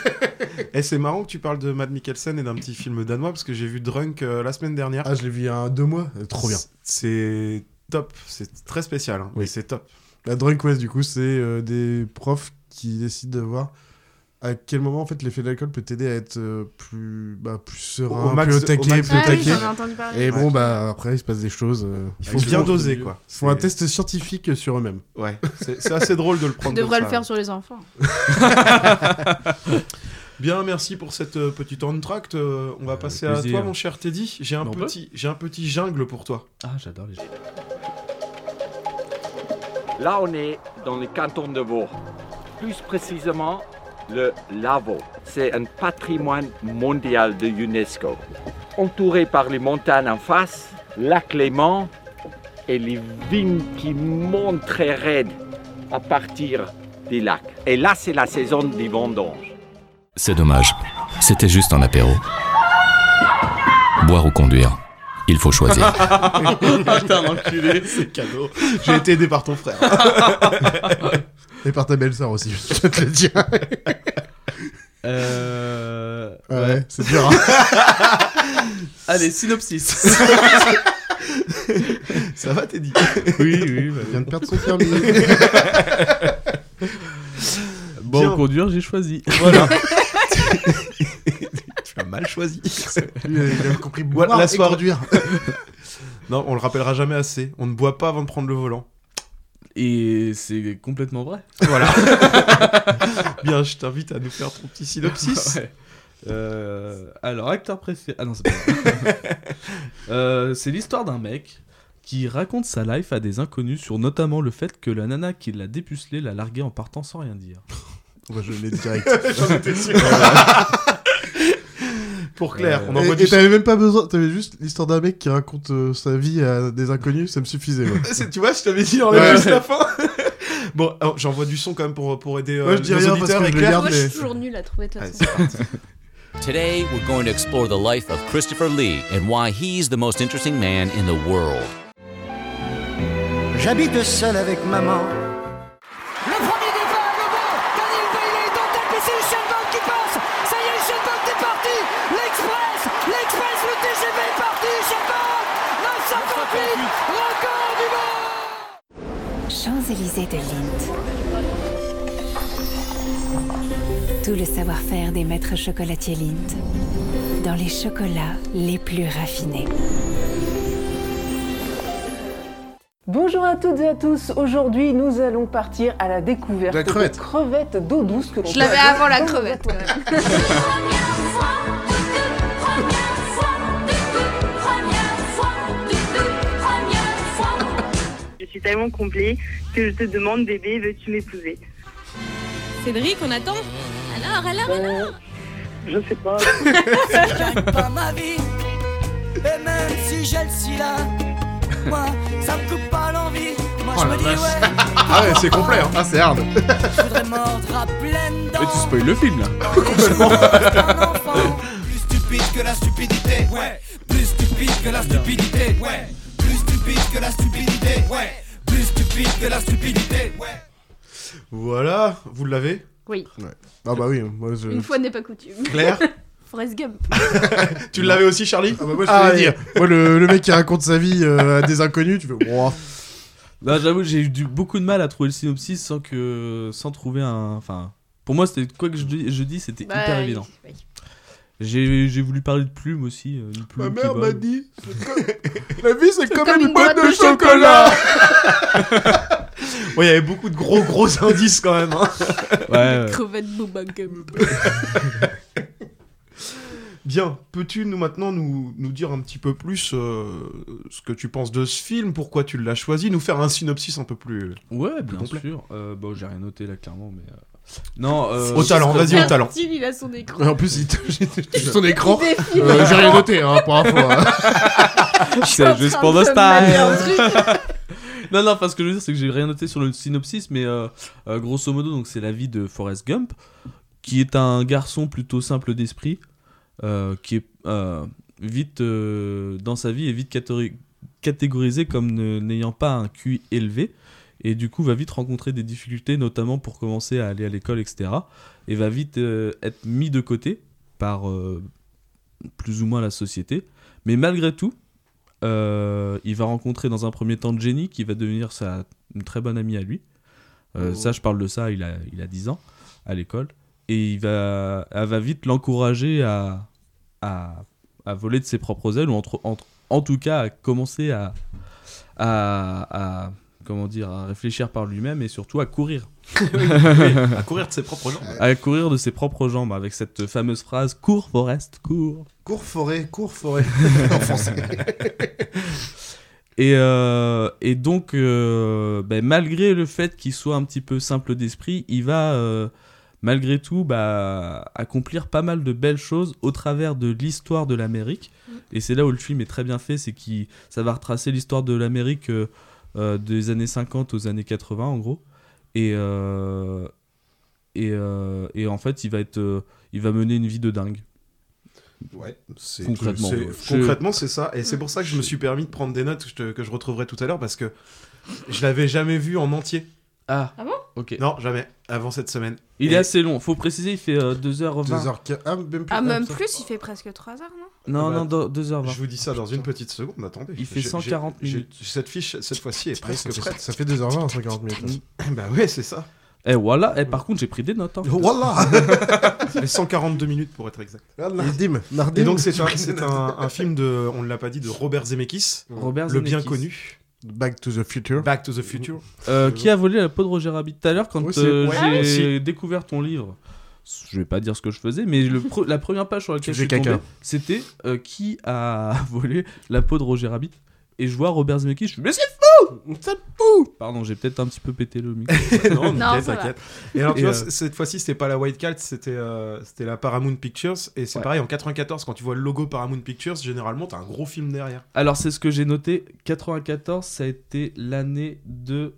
Et c'est marrant que tu parles de Mads Mikkelsen et d'un petit film danois parce que j'ai vu Drunk euh, la semaine dernière. Ah, je l'ai vu il y a deux mois. Euh, Trop bien. C'est top. C'est très spécial. Hein. Oui. Mais c'est top. La Drunk West, du coup, c'est euh, des profs qui décident de voir à quel moment en fait l'effet de l'alcool peut t'aider à être euh, plus, bah, plus serein, Au max plus au de- taquet, au max plus de- au Ah oui, taquet. j'en ai entendu parler. Et Ouais. bon, bah après, il se passe des choses. euh, Il faut avec bien ce- doser, quoi. Ils font un C'est- test scientifique sur eux-mêmes. Ouais. C'est c'est assez drôle de le Tu prendre. devrais comme le ça. faire sur les enfants. Bien, merci pour cette euh, petite entracte. Euh, on va passer à plaisir. toi, mon cher Teddy. J'ai un On peut petit, j'ai un petit jungle pour toi. Ah, j'adore les jeux. Là, on est dans le canton de Vaud. Plus précisément, le Lavaux. C'est un patrimoine mondial de l'UNESCO. Entouré par les montagnes en face, lac Léman et les vignes qui montent très raides à partir des lacs. Et là, c'est la saison des vendanges. C'est dommage. C'était juste un apéro. Boire ou conduire, il faut choisir. Ah, t'es un enculé, c'est cadeau. J'ai été aidé par ton frère. Et par ta belle-sœur aussi, je peux te le dire. Euh... Ouais, ouais, c'est dur. Hein. Allez, synopsis. Ça va, Teddy? Oui, oui. Bah, Il vient de perdre son permis. Bon, Bien. conduire, j'ai choisi. Voilà. Tu as mal choisi. Lui, il a compris Voilà, boire la et soirée. conduire. Non, on le rappellera jamais assez. On ne boit pas avant de prendre le volant. Et c'est complètement vrai. Voilà. Bien, je t'invite à nous faire ton petit synopsis. Ouais. Euh, alors, acteur préféré. Ah non, c'est pas vrai. euh, c'est l'histoire d'un mec qui raconte sa life à des inconnus sur notamment le fait que la nana qui l'a dépucelé l'a largué en partant sans rien dire. Bah, je l'ai direct. J'en étais sûr. Pour Claire, on Et, envoie et du t'avais même pas besoin, t'avais juste l'histoire d'un mec qui raconte euh, sa vie à des inconnus, ça me suffisait. Moi. C'est- Tu vois, je t'avais dit, enlève Ouais. juste la fin. Bon, alors, j'envoie du son quand même pour, pour aider euh, Ouais, je dis nos rien parce auditeurs que et je le Claire. garde, Moi, je mais- suis toujours nulle à trouver de toute Allez, façon. c'est parti. Today, we're going to explore the life of Christopher Lee and why he's the most interesting man in the world. J'habite seul avec maman. Le premier cinquante-huit, record du monde. Champs-Élysées de Lindt. Tout le savoir-faire des maîtres chocolatiers Lindt dans les chocolats les plus raffinés. Bonjour à toutes et à tous, aujourd'hui nous allons partir à la découverte La crevette. de crevettes d'eau douce que l'on Je l'avais peut avant la dans crevette. le quand même. Je suis tellement comblée que je te demande, bébé, veux-tu m'épouser? Cédric, on attend. Alors, alors, alors. Je sais pas. Je gagne pas ma vie, et même si j'ai le sida, moi, ça me coupe pas l'envie. Moi, Oh je la me dis, vache. ouais. Ah ouais, c'est complet, hein. Ah, c'est hard. Je voudrais mordre à pleines dents. Mais tu spoil le film là. Plus stupide que la stupidité, ouais. Plus stupide que la stupidité, ouais. Plus stupide que la stupidité, ouais. Plus stupide que la stupidité, ouais. Voilà, vous l'avez? Oui. Ouais. Ah bah oui, moi je... Une fois n'est pas coutume. Claire? Forrest Gump. Tu l'avais aussi, Charlie? Ah bah moi je Ah, voulais oui. dire. Moi le, le mec qui raconte sa vie euh, à des inconnus, tu fais... Wow. Bah, j'avoue, j'ai eu du, beaucoup de mal à trouver le synopsis sans que, sans trouver un. Enfin, pour moi, c'était quoi que je, dis- je dis, c'était Bah, hyper oui, évident. oui. J'ai, j'ai voulu parler de plumes aussi. euh, une plume Ma qui mère vole. m'a dit, c'est comme- la vie c'est comme, comme une, une boîte, boîte de de chocolat. Ouais, il y avait beaucoup de gros gros indices quand même. Hein. Ouais, ouais. Crevette Boba Gump. Bien, peux-tu nous maintenant nous, nous dire un petit peu plus euh, ce que tu penses de ce film, pourquoi tu l'as choisi, nous faire un synopsis un peu plus... Ouais, bien complet. sûr. Euh, bon, j'ai rien noté là, clairement, mais. euh, Non, euh, Au talent, vas-y, au talent. Martine, il a son écran. En plus, il te... son écran. Il défile. Euh, j'ai rien noté, hein, pour info. Hein. C'est juste pour de nos se mater un stars. Non, non, enfin, ce que je veux dire, c'est que j'ai rien noté sur le synopsis, mais euh, euh, grosso modo, donc c'est la vie de Forrest Gump, qui est un garçon plutôt simple d'esprit, euh, qui est euh, vite, euh, dans sa vie, est vite catégorisé catégorisé comme ne- n'ayant pas un Q I élevé, et du coup va vite rencontrer des difficultés, notamment pour commencer à aller à l'école, et cetera. Et va vite euh, être mis de côté par euh, plus ou moins la société. Mais malgré tout, euh, il va rencontrer dans un premier temps Jenny, qui va devenir sa, une très bonne amie à lui. Euh, Oh. Ça, je parle de ça, il a, il a dix ans, à l'école. Et il va, elle va vite l'encourager à, à, à voler de ses propres ailes, ou entre, entre, en tout cas à commencer à, à, à, comment dire, à réfléchir par lui-même et surtout à courir. Oui, oui, à courir de ses propres jambes. À courir de ses propres jambes, avec cette fameuse phrase « Cours, Forrest, cours ». Cours forêt, cours forêt. En français. Et, euh, et donc, euh, ben, malgré le fait qu'il soit un petit peu simple d'esprit, il va, euh, malgré tout, bah, accomplir pas mal de belles choses au travers de l'histoire de l'Amérique. Et c'est là où le film est très bien fait, c'est que ça va retracer l'histoire de l'Amérique euh, euh, des années cinquante aux années quatre-vingts, en gros. Et, euh, et, euh, et en fait, il va, être, euh, il va mener une vie de dingue. Ouais, c'est Concrètement, c'est- ouais. concrètement, c'est ça. Et c'est pour ça que je me suis permis de prendre des notes que je, te- que je retrouverai tout à l'heure, parce que je l'avais jamais vu en entier. Ah, Ah bon? ok. Non, jamais. Avant cette semaine. Il Et- est assez long, faut préciser, il fait euh, deux heures vingt. deux heures quinze. Ah, même plus. Ah, même ça. plus, il fait presque trois heures, non? Non, Ah bah, non, dans deux heures vingt. Je vous dis ça dans une petite seconde, attendez. Il fait J'ai- cent quarante j'ai- j'ai- minutes. Cette fiche, cette fois-ci, est Ça presque fait, prête. ça fait deux heures vingt, cent quarante minutes. Bah ouais, c'est ça. Et voilà, et par contre, j'ai pris des notes. Hein. Voilà. Les cent quarante-deux minutes pour être exact. Nardim. Nardim. Et donc c'est un, c'est un, un film de, on ne l'a pas dit, de Robert Zemeckis, Robert le bien Zemeckis. connu. Back to the Future. Back to the Future. Euh, qui a volé la peau de Roger Rabbit tout à l'heure quand Oui, c'est- euh, ouais. j'ai Aussi. découvert ton livre. Je vais pas dire ce que je faisais, mais le pre- la première page sur laquelle je faisais suis tombé, caca. c'était euh, qui a volé la peau de Roger Rabbit. Et je vois Robert Zemeckis, je suis mais c'est fou, c'est fou. Pardon, j'ai peut-être un petit peu pété le micro. non, Non, t'inquiète, ça va. t'inquiète. Et alors tu Et, vois, euh, c- cette fois-ci c'était pas la White Cat, c'était euh, c'était la Paramount Pictures. Et c'est Ouais. pareil en quatre-vingt-quatorze, quand tu vois le logo Paramount Pictures, généralement t'as un gros film derrière. Alors c'est ce que j'ai noté. quatre-vingt-quatorze, ça a été l'année de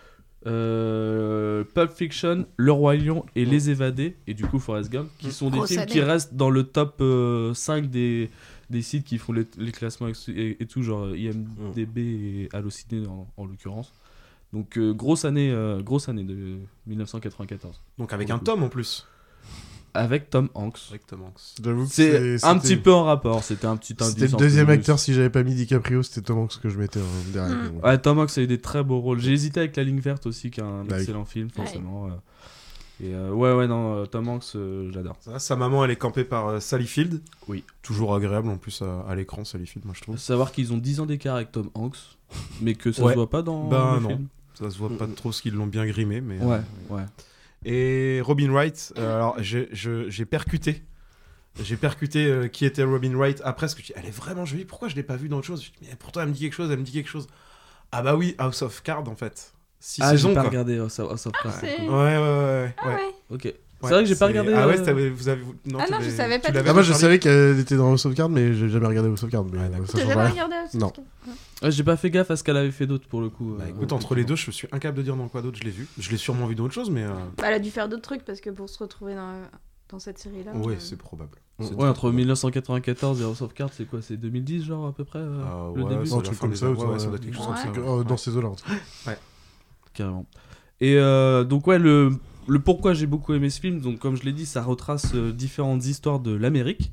euh, Pulp Fiction, Le Roi Lion et Les Évadés, et du coup Forrest Gump, qui sont des Grosse films année. qui restent dans le top euh, cinq des, des sites qui font les, les classements et, et- et tout, genre I M D B et Allociné en, en l'occurrence. Donc euh, grosse année, euh, grosse année de mille neuf cent quatre-vingt-quatorze. Donc avec un tome en plus. Avec Tom Hanks. Avec Tom Hanks. J'avoue que C'est c'est- un c'était- petit peu en rapport, c'était un petit indice. C'était le en deuxième plus. acteur, si j'avais pas mis DiCaprio, c'était Tom Hanks que je mettais euh, derrière. Mm. Ouais, Tom Hanks a eu des très beaux rôles. J'ai hésité avec La Ligne Verte aussi, qui est un Bah oui. excellent film, forcément. euh. Et euh, ouais, ouais, non, euh, Tom Hanks, euh, j'adore. Ça, sa maman, elle est campée par euh, Sally Field. Oui. Toujours agréable en plus à, à l'écran, Sally Field, moi je trouve. Savoir qu'ils ont dix ans d'écart avec Tom Hanks, mais que ça Ouais. se voit pas dans Ben le non, film. ça se voit pas trop ce qu'ils l'ont bien grimé, mais. Ouais, euh, ouais. Et Robin Wright, euh, alors j'ai, je- j'ai percuté. J'ai percuté euh, qui était Robin Wright après, parce que je dis, elle est vraiment jolie, pourquoi je l'ai pas vue dans autre chose? Je dis, mais pourtant elle me dit quelque chose, elle me dit quelque chose. Ah bah oui, House of Cards en fait. Six Ah, saisons j'ai pas quoi. regardé House of House of Cards. c'est- Ouais, ouais, ouais. Ah ouais. ouais. Ok. Ouais, C'est vrai que j'ai pas c'est- regardé. Ah ouais, euh, t'avais- vous avez. vous- Ah tu non, je l'avais- savais pas tu du l'avais, Ah, moi je Charlie savais qu'elle était dans House of Cards, mais j'ai jamais regardé House of Cards. Mais euh, ça T'as change jamais rien. regardé House of Non. Cards? Ouais, j'ai pas fait gaffe à ce qu'elle avait fait d'autre pour le coup. Bah euh, écoute, entre les deux, je suis incapable de dire dans quoi d'autre je l'ai vu. Je l'ai sûrement vu dans autre chose, mais. euh, Bah, elle a dû faire d'autres trucs parce que pour se retrouver dans, dans cette série-là. Ouais, euh, c'est probable. Ouais, C'est entre très mille neuf cent quatre-vingt-quatorze et House of Cards, c'est quoi? C'est deux mille dix, genre à peu près euh, Ah le ouais, début c'est Un la truc fin comme des ça, années- ouais, ouais, ouais, ça doit être quelque chose comme Ouais. ça, Euh, ouais. Dans ces eaux-là. en tout cas. Ouais. Carrément. Et euh, donc ouais, le, le pourquoi j'ai beaucoup aimé ce film, donc comme je l'ai dit, ça retrace euh, différentes histoires de l'Amérique.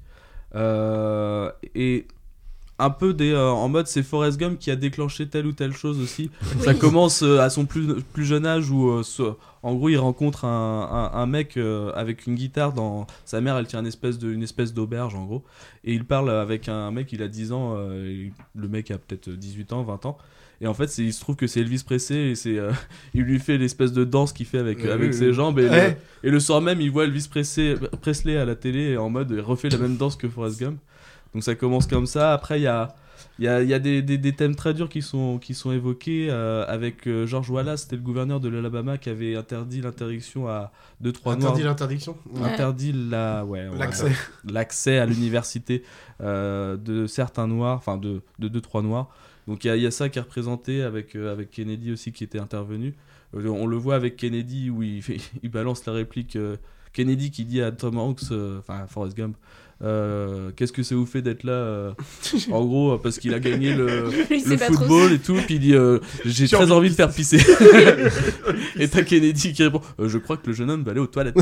Euh, et un peu des, euh, en mode c'est Forrest Gump qui a déclenché telle ou telle chose aussi. Ça commence euh, à son plus, plus jeune âge où euh, ce- en gros il rencontre un, un, un mec euh, avec une guitare dans sa mère, elle tient une espèce de une espèce d'auberge en gros, et il parle avec un mec, il a dix ans, euh, et le mec a peut-être dix-huit ans, vingt ans. Et en fait, c'est, il se trouve que c'est Elvis Presley et c'est, euh, il lui fait l'espèce de danse qu'il fait avec, Oui, avec oui, ses oui. jambes. Et, Ouais. le, et le soir même, il voit Elvis Presley, Presley à la télé et en mode, il refait la même danse que Forrest Gump. Donc ça commence comme ça. Après, il y a, il y a, il y a des, des, des thèmes très durs qui sont, qui sont évoqués euh, avec euh, George Wallace, c'était le gouverneur de l'Alabama qui avait interdit l'interdiction à deux trois noirs. Interdit l'interdiction. Interdit la, ouais, on va L'accès. dire, l'accès à l'université euh, de certains noirs, enfin de de deux trois noirs. Donc il y, a- il y a ça qui est représenté avec, euh, avec Kennedy aussi qui était intervenu. Euh, on le voit avec Kennedy où il, fait, il balance la réplique euh, Kennedy qui dit à Tom Hanks, euh, enfin Forrest Gump, euh, qu'est-ce que ça vous fait d'être là euh, en gros, parce qu'il a gagné le, Il sait le pas trop football ça. et tout, puis il dit euh, j'ai J'ai très envie envie de de faire pisser. Et t'as Kennedy qui répond euh, je crois que le jeune homme va aller aux toilettes.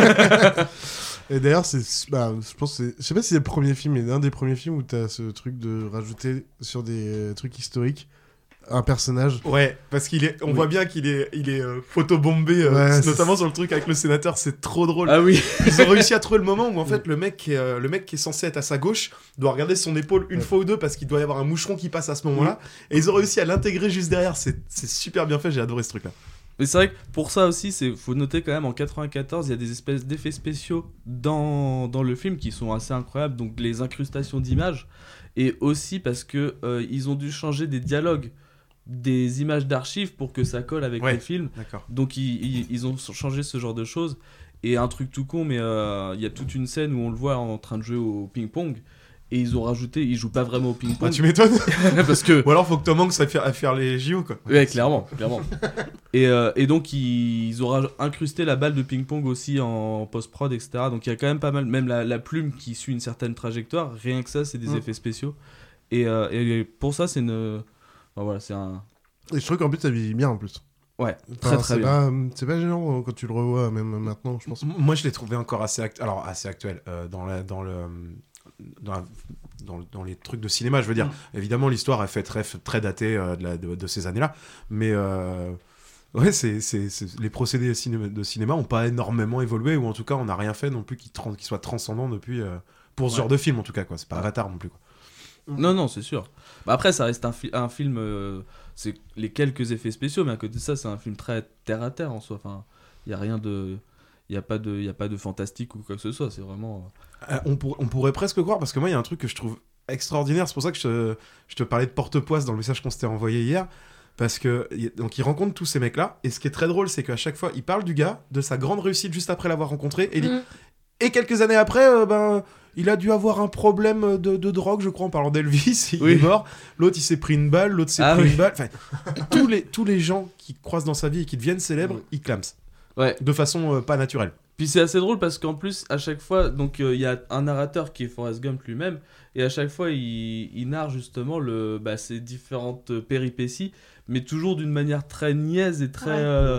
Et d'ailleurs, c'est, bah, je pense, que c'est, je sais pas si c'est le premier film, mais l'un des premiers films où t'as ce truc de rajouter sur des euh, trucs historiques un personnage. Ouais, parce qu'il est, on Oui. voit bien qu'il est, il est euh, photobombé, euh, Ouais, c'est- notamment sur le truc avec le sénateur, c'est trop drôle. Ah oui. Ils ont réussi à trouver le moment où en fait le mec, qui est, euh, le mec qui est censé être à sa gauche doit regarder son épaule une fois ou deux parce qu'il doit y avoir un moucheron qui passe à ce moment-là, et ils ont réussi à l'intégrer juste derrière. C'est, c'est super bien fait, j'ai adoré ce truc-là. Mais c'est vrai que pour ça aussi, c'est faut noter quand même en quatre-vingt-quatorze, il y a des espèces d'effets spéciaux dans, dans le film qui sont assez incroyables, donc les incrustations d'images, et aussi parce que euh, ils ont dû changer des dialogues, des images d'archives pour que ça colle avec Ouais, le film. d'accord. Donc ils, ils, ils ont changé ce genre de choses. Et un truc tout con, mais euh, il y a toute une scène où on le voit en train de jouer au ping-pong. Et ils ont rajouté, ils jouent pas vraiment au ping-pong. Ah, tu m'étonnes. Parce que... Ou alors faut que Tom Hanks sache faire, à faire les J O quoi. Ouais, clairement, clairement. Et, euh, et donc ils, ils ont raj- incrusté la balle de ping-pong aussi en post-prod, et cetera. Donc il y a quand même pas mal, même la, la plume qui suit une certaine trajectoire, rien que ça, c'est des Mm. effets spéciaux. Et, euh, et pour ça, c'est une... Enfin, voilà, c'est un... Et je trouve qu'en plus, ça vieillit bien en plus. Ouais, Enfin, très très c'est bien. Pas, c'est pas gênant euh, quand tu le revois, même maintenant, je pense. M- Moi, je l'ai trouvé encore assez, act- alors, assez actuel euh, dans, la, dans, le, dans, la- dans, le- dans les trucs de cinéma. Je veux dire, Mm. évidemment, l'histoire est fait très, très datée euh, de, la- de, de ces années-là, mais euh, ouais, c'est, c'est, c'est- les procédés cinéma, de cinéma n'ont pas énormément évolué, ou en tout cas, on n'a rien fait non plus qui, tran- qui soit transcendant depuis euh, pour ce Ouais. genre de film, en tout cas. Quoi. C'est pas Avatar non plus. Quoi. Non, non, c'est sûr. Bah après, ça reste un, fi- un film. euh, c'est les quelques effets spéciaux, mais à côté de ça, c'est un film très terre à terre en soi. Enfin, il y a rien de, il y a pas de, il y a pas de fantastique ou quoi que ce soit. C'est vraiment. Euh, on, pour- on pourrait presque croire, parce que moi, il y a un truc que je trouve extraordinaire. C'est pour ça que je, te- je te parlais de porte-poisse dans le message qu'on s'était envoyé hier. Parce que, y- donc, il rencontre tous ces mecs-là. Et ce qui est très drôle, c'est qu'à chaque fois, il parle du gars, de sa grande réussite juste après l'avoir rencontré. Et, il dit- Mm. et quelques années après, euh, ben, il a dû avoir un problème de, de drogue, je crois, en parlant d'Elvis. Il Oui. est mort. L'autre, il s'est pris une balle. L'autre s'est Ah pris oui. une balle. Enfin, tous, les, tous les gens qui croisent dans sa vie et qui deviennent célèbres, ils clament. Ouais. De façon euh, pas naturelle. Puis c'est assez drôle parce qu'en plus, à chaque fois, donc euh, il y a un narrateur qui est Forrest Gump lui-même, et à chaque fois, il, il narre justement le, bah, ses différentes euh, péripéties, mais toujours d'une manière très niaise et très. Ouais. euh,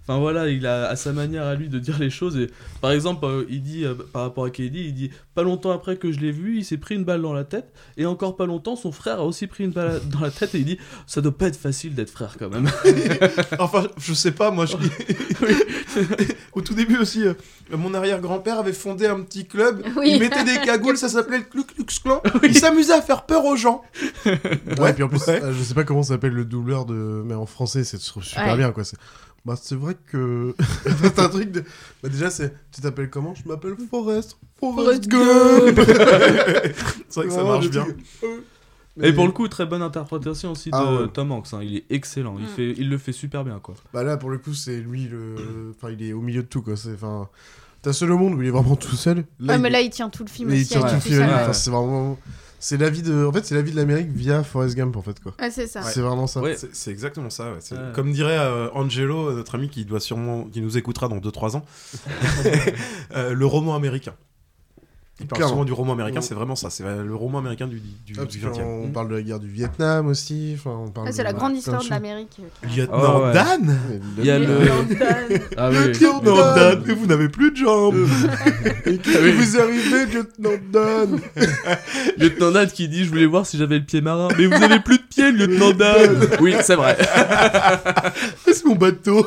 Enfin voilà, il a à sa manière à lui de dire les choses. Et, par exemple, euh, il dit, euh, par rapport à Kennedy, il dit pas longtemps après que je l'ai vu, il s'est pris une balle dans la tête. Et encore pas longtemps, son frère a aussi pris une balle dans la tête. Et il dit ça doit pas être facile d'être frère quand même. Enfin, je sais pas, moi je. Au tout début aussi, euh, mon arrière-grand-père avait fondé un petit club. Oui. Il mettait des cagoules, ça s'appelait le Ku Klux Klan. Il s'amusait à faire peur aux gens. Ouais, Ouais, et puis en plus, ouais. euh, je sais pas comment s'appelle le doubleur de. Mais en français, c'est super Ouais. bien quoi. C'est... Bah, c'est vrai que. c'est un truc de. Bah, déjà, c'est. Tu t'appelles comment? Je m'appelle Forrest. Forrest Forrest Gump. C'est vrai que ça Ouais, marche le bien. truc- Et pour le coup, très bonne interprétation aussi de Ah ouais. Tom Hanks. Hein. Il est excellent. Il, Mm. fait, il le fait super bien quoi. Bah là, pour le coup, c'est lui le. Enfin, il est au milieu de tout quoi. C'est. Enfin. T'as seul au monde où il est vraiment tout seul. Ah, mais il- là, il tient tout le film Mais il aussi. tient à tout le lui film. à lui. seul. Enfin, c'est vraiment. C'est la vie de. En fait, c'est la vie de l'Amérique via Forrest Gump en fait quoi. Ouais, c'est ça. C'est vraiment ça. Ouais. C'est, c'est exactement ça. Ouais. C'est- Ouais. Comme dirait euh, Angelo, notre ami qui doit sûrement, qui nous écoutera dans deux trois ans, euh, le roman américain. Il parle Clairement. souvent du roman américain, Mm. c'est vraiment ça. C'est euh, le roman américain du, du, Ah, du parce vingtième. qu'on parle de la guerre du Vietnam aussi. Enfin, on parle Ah, c'est de- la grande plein histoire de choses. l'Amérique. Lieutenant Oh, ouais. Dan Il y a le. Lieutenant Dan. Ah oui. Lieutenant Dan, mais vous n'avez plus de jambes. Et qu'est-ce qui vous est arrivé, lieutenant Dan? Lieutenant Dan qui dit je voulais voir si j'avais le pied marin. Mais vous avez plus de pied, lieutenant Dan. Oui, c'est vrai. C'est mon bateau.